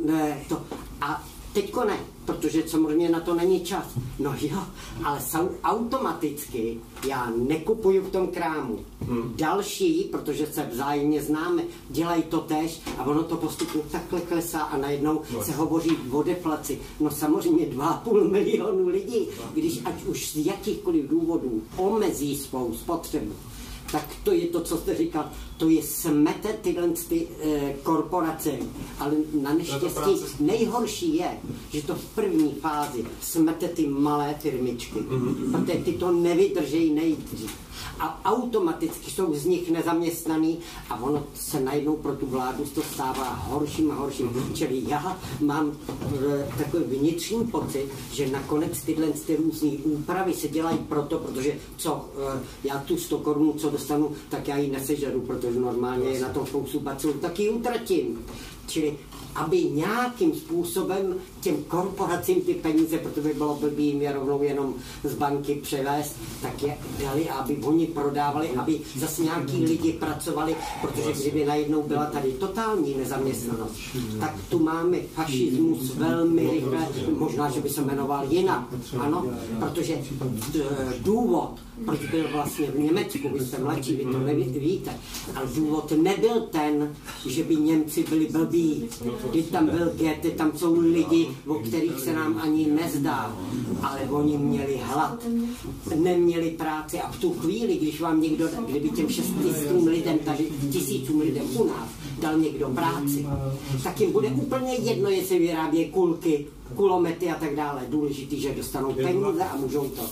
S13: A teďko ne, protože samozřejmě na to není čas. No jo, ale automaticky já nekupuju v tom krámu. Další, protože se vzájemně známe, dělají to též a ono to postupně takhle klesá a najednou se hovoří o deflaci. No samozřejmě 2,5 milionu lidí, když ať už z jakýchkoliv důvodů omezí svou spotřebu, tak to je to, co jste říkal, to je smete tyhle korporace, ale na neštěstí nejhorší je, že to v první fázi smete ty malé firmičky, protože ty to nevydržejí nejdřív. A automaticky jsou z nich nezaměstnaný a ono se najednou pro tu vládu to stává horším a horším. Čili já mám takový vnitřní pocit, že nakonec tyhle různé úpravy se dělají protože já tu 100 korun, co dostanu, tak já ji nesežeru, protože normálně je na tom spoustu bacilů, tak ji utratím. Čili aby nějakým způsobem těm korporacím ty peníze, protože by bylo blbý jim je rovnou jenom z banky převést, tak je dali, aby oni prodávali, aby zase nějaký lidi pracovali, protože kdyby najednou byla tady totální nezaměstnanost, tak tu máme fašismus velmi rychle, možná, že by se jmenoval jinak, ano, protože důvod, proč byl vlastně v Německu, vy jste mladší, vy to nevíte, ale důvod nebyl ten, že by Němci byli blbí, když tam byl Goethe, tam jsou lidi, o kterých se nám ani nezdá, ale oni měli hlad, neměli práci a v tu chvíli, když vám někdo, kdyby těm 6 000 lidem, tady 1000 lidem u nás dal někdo práci, tak jim bude úplně jedno, jestli vyrábějí kulky, kulomety a tak dále. Důležitý, že dostanou peníze a můžou to.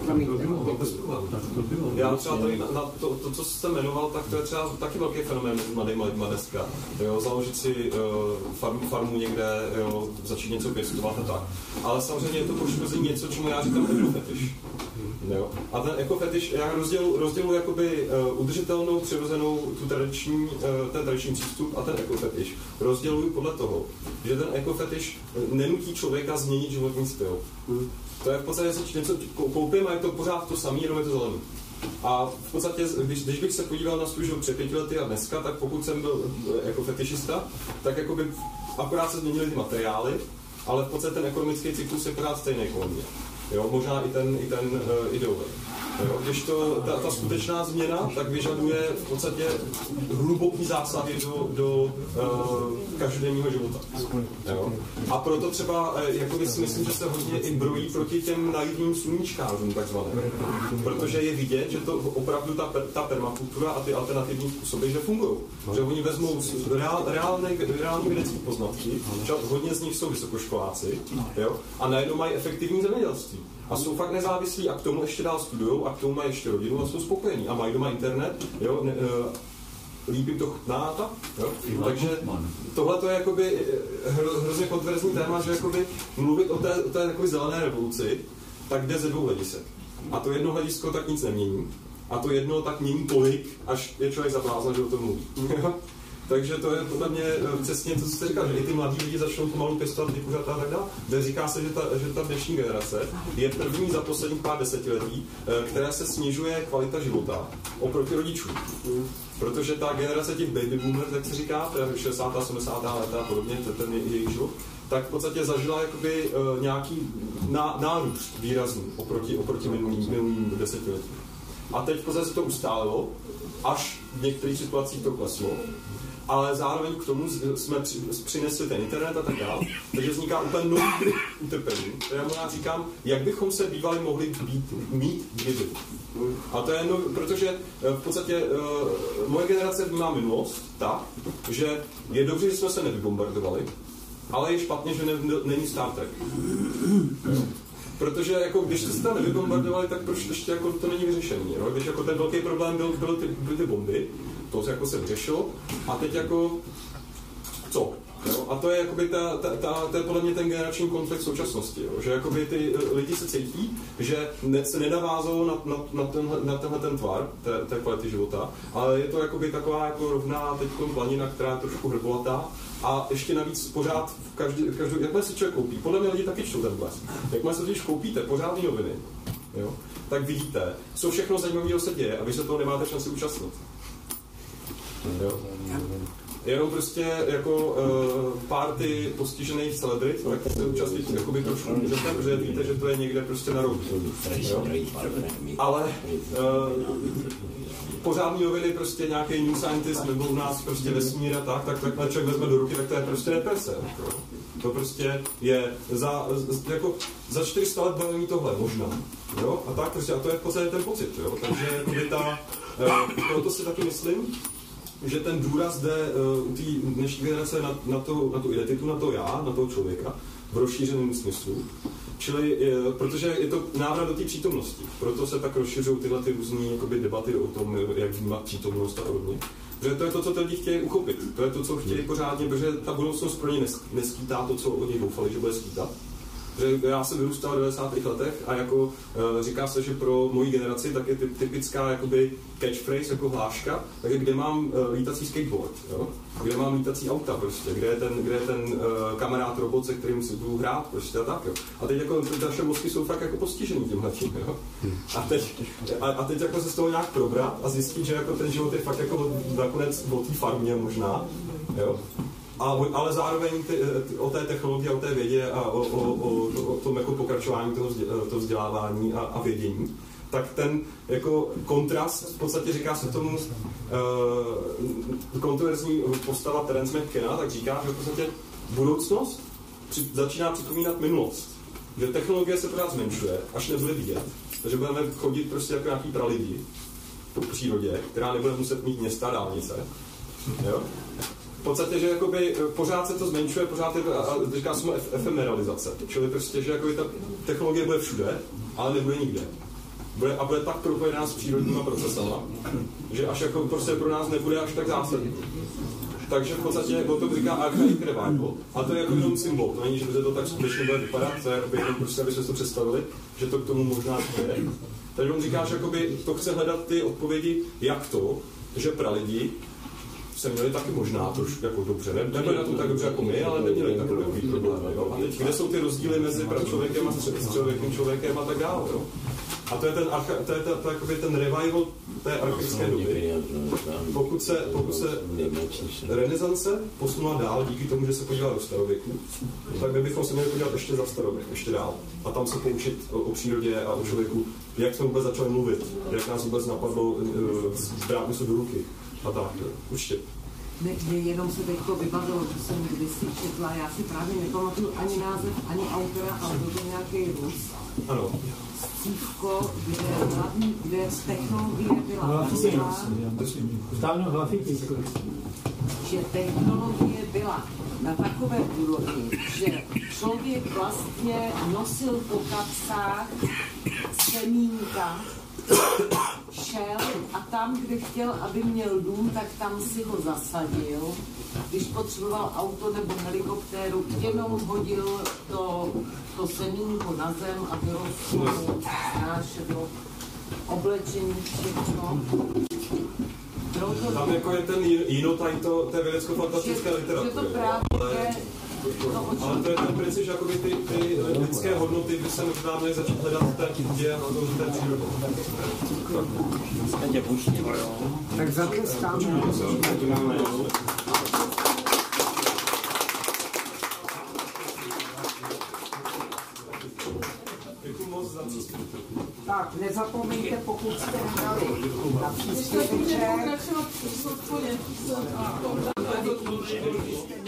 S2: Já třeba tady na to, co jste jmenoval, tak to je třeba taky velký fenomén mezi mladýma lidma dneska. Jo, založit si farmu někde, jo, začít něco pěstovat a tak. Ale samozřejmě je to poškození něco, čemu já říkám ekofetiš. Jo. A ten ekofetiš, já rozděluji jakoby udržitelnou, přirozenou, ten tradiční přístup a ten ekofetiš. Rozděluji podle toho, že ten ekofetiš nenutí člověka změnit životní styl. To je v podstatě, že něco koupím a je to pořád to samé, jenom je to zelený. A v podstatě, když bych se podíval na svůj život před 5 lety a dneska, tak pokud jsem byl jako fetišista, tak jakoby akorát se změnily ty materiály, ale v podstatě ten ekonomický cyklus je pořád stejný kolem mě. Jo, možná i ten ideový. Když ta skutečná změna, tak vyžaduje v podstatě hluboký zásahy do každodenního života. Jo. A proto třeba jakoby si myslím, že se hodně i brojí proti těm naivním sluníčkářům takzvaným. Protože je vidět, že to opravdu ta permakultura a ty alternativní způsoby, že fungují. Že oni vezmou reální vědecké poznatky, že hodně z nich jsou vysokoškoláci, jo, a najednou mají efektivní zemědělství. A jsou fakt nezávislí a k tomu ještě dál studujou a k tomu mají ještě rodinu a jsou spokojení. A mají doma internet, jo, líbí to chutná, jo? Takže tohle to je jakoby hrozně kontroverzní téma, že jakoby mluvit o té jakoby zelené revoluci, tak jde ze dvou hledisek. A to jedno hledisko tak nic nemění. A to jedno tak mění tolik, až je člověk zablázna, že o tom mluví. Takže to je podle mě přesně to, co jste říkal, že i ty mladí lidi začnou pomalu pěstovat ty kuřata a tak dále. Kde říká se, že ta dnešní generace je první za posledních pár desetiletí, která se snižuje kvalita života oproti rodičům. Protože ta generace těch baby boomers, jak se říká, to je 60. 70. léta a podobně, ten jejich život, tak v podstatě zažila jakoby nějaký nárůst výrazný oproti minulým desetiletím. A teď v podstatě se to ustálilo, až v některých situacích to kleslo, ale zároveň k tomu jsme přinesli ten internet a tak dále, takže vzniká úplně nový utrpení. Já možná říkám, jak bychom se bývali mohli mít kdyby. A to je protože v podstatě moje generace má minulost tak, že je dobře, že jsme se nevybombardovali, ale je špatně, že není Star Trek. Protože jako, když jste se tam nevybombardovali, tak proč ještě jako, to není vyřešený. No? Když jako ten velký problém byly ty bomby, to jako se vyřešilo, a teď jako co? Jo? A to je jakoby to je podle mě ten generační konflikt současnosti, jo? Že jakoby ty lidi se cítí, že se nenavázalo na tenhle ten tvar té kvality života, ale je to jakoby taková jako rovná teď planina, která je trošku hrbolatá. A ještě navíc pořád jakmile si člověk koupí, podle mě lidi taky čtou ten Blesk, jakmile si totiž koupíte pořádný noviny, jo, tak vidíte, co všechno zajímavého se děje a vy se toho nemáte šanci účastnit. Jo. Jenom prostě jako party postižených celebrit, tak se účastnit jakoby trošku můžete, protože víte, že to je někde prostě na rohu. Ale pořádný noviny, prostě nějaký New Scientist nebo u nás prostě vesmír a tak člověk vezme do ruky, tak to je prostě deprese. To prostě je za 400 let bude mít tohle možná. Jo? A tak prostě, a to je v podstatě ten pocit. Jo? Takže proto si taky myslím, že ten důraz jde u té dnešní generace na tu identitu, na to já, na toho člověka, v rozšířeném smyslu. Čili, protože je to návrat do té přítomnosti. Proto se tak rozšiřují tyhle ty různé debaty o tom, jak vnímat přítomnost a podobně. Protože to je to, co ty lidi chtějí uchopit. To je to, co chtějí pořádně, protože ta budoucnost pro ně neskýtá to, co od nich doufali, že bude skýtat. Že já jsem vyrůstal v 90. letech a jako říká se, že pro moji generaci tak je typická jakoby catchphrase, jako hláška, tak je, kde mám lítací skateboard, jo? Kde mám lítací auta prostě, kde je ten kamarád robot, se kterým si budu hrát prostě a tak, jo. A teď jako naše mozky jsou fakt jako postižený tímhletím, jo. A teď jako se z toho nějak probrat a zjistit, že jako ten život je fakt jako nakonec o té farmě možná, jo. Ale zároveň o té technologii, o té vědě a o tom jako pokračování toho vzdělávání a vědění, tak ten jako kontrast, v podstatě říká se tomu kontroverzní postava Terence McKenna, tak říká, že v podstatě budoucnost začíná připomínat minulost. Že technologie se pořád zmenšuje, až nebude vidět. Takže budeme chodit prostě jako nějaký pralidi po přírodě, která nebude muset mít města, dálnice. Jo? V podstatě, že jakoby pořád se to zmenšuje, pořád je, říká se mu efemeralizace. Čili prostě, že jakoby ta technologie bude všude, ale nebude nikde. Bude tak propojená s přírodníma procesama, že až jako prostě pro nás nebude až tak zásadní. Takže v podstatě o tom říká archaic revival, a to je jako jenom symbol. To není, že by to tak skutečně bude vypadat, to je jenom prostě, aby jsme si to představili, že to k tomu možná je. Takže on říká, že to chce hledat ty odpovědi, jak to, že pralidi se měli taky možná trošku jako dobře, nebyli na tom tak dobře jako my, ale neměli takové problémy. Jo? A teď, kde jsou ty rozdíly mezi pračlověkem a člověkem a tak dále. Jo? A to je ten revival té archaické doby. Pokud se renesance posunula dál díky tomu, že se podívala do starověku, tak my bychom se měli podívat ještě za starověk, ještě dál. A tam se poučit o přírodě a o člověku, jak jsme vůbec začali mluvit, jak nás vůbec napadlo brát se do ruky. A tak, určitě.
S17: Mě jenom se teďko vybavilo, že jsem kdysi četla, já si právě nepamatuju ani název, ani autora, ale to byl nějaký Rus.
S2: Ano.
S17: Scívko, kde technologie byla
S15: že technologie byla
S17: byla na takové úrovni, že člověk vlastně nosil po kapsách semínka, šel a tam, kde chtěl, aby měl dům, tak tam si ho zasadil. Když potřeboval auto nebo helikoptéru, jenom hodil to semínko na zem a vyrostlo, snášelo oblečení, všechno.
S2: Tam jako je ten jinotaj, to je vědecko-fantastická literatura.
S17: Že to právě je
S2: ale to je ten princip, že ty lidské hodnoty by se možná měly začít hledat v té děje a v té přírodě.
S13: Tak zatleskáme.
S2: Děkuji moc za příspěvek.
S17: Tak, nezapomeňte, pokud jste hrali na příspěvek.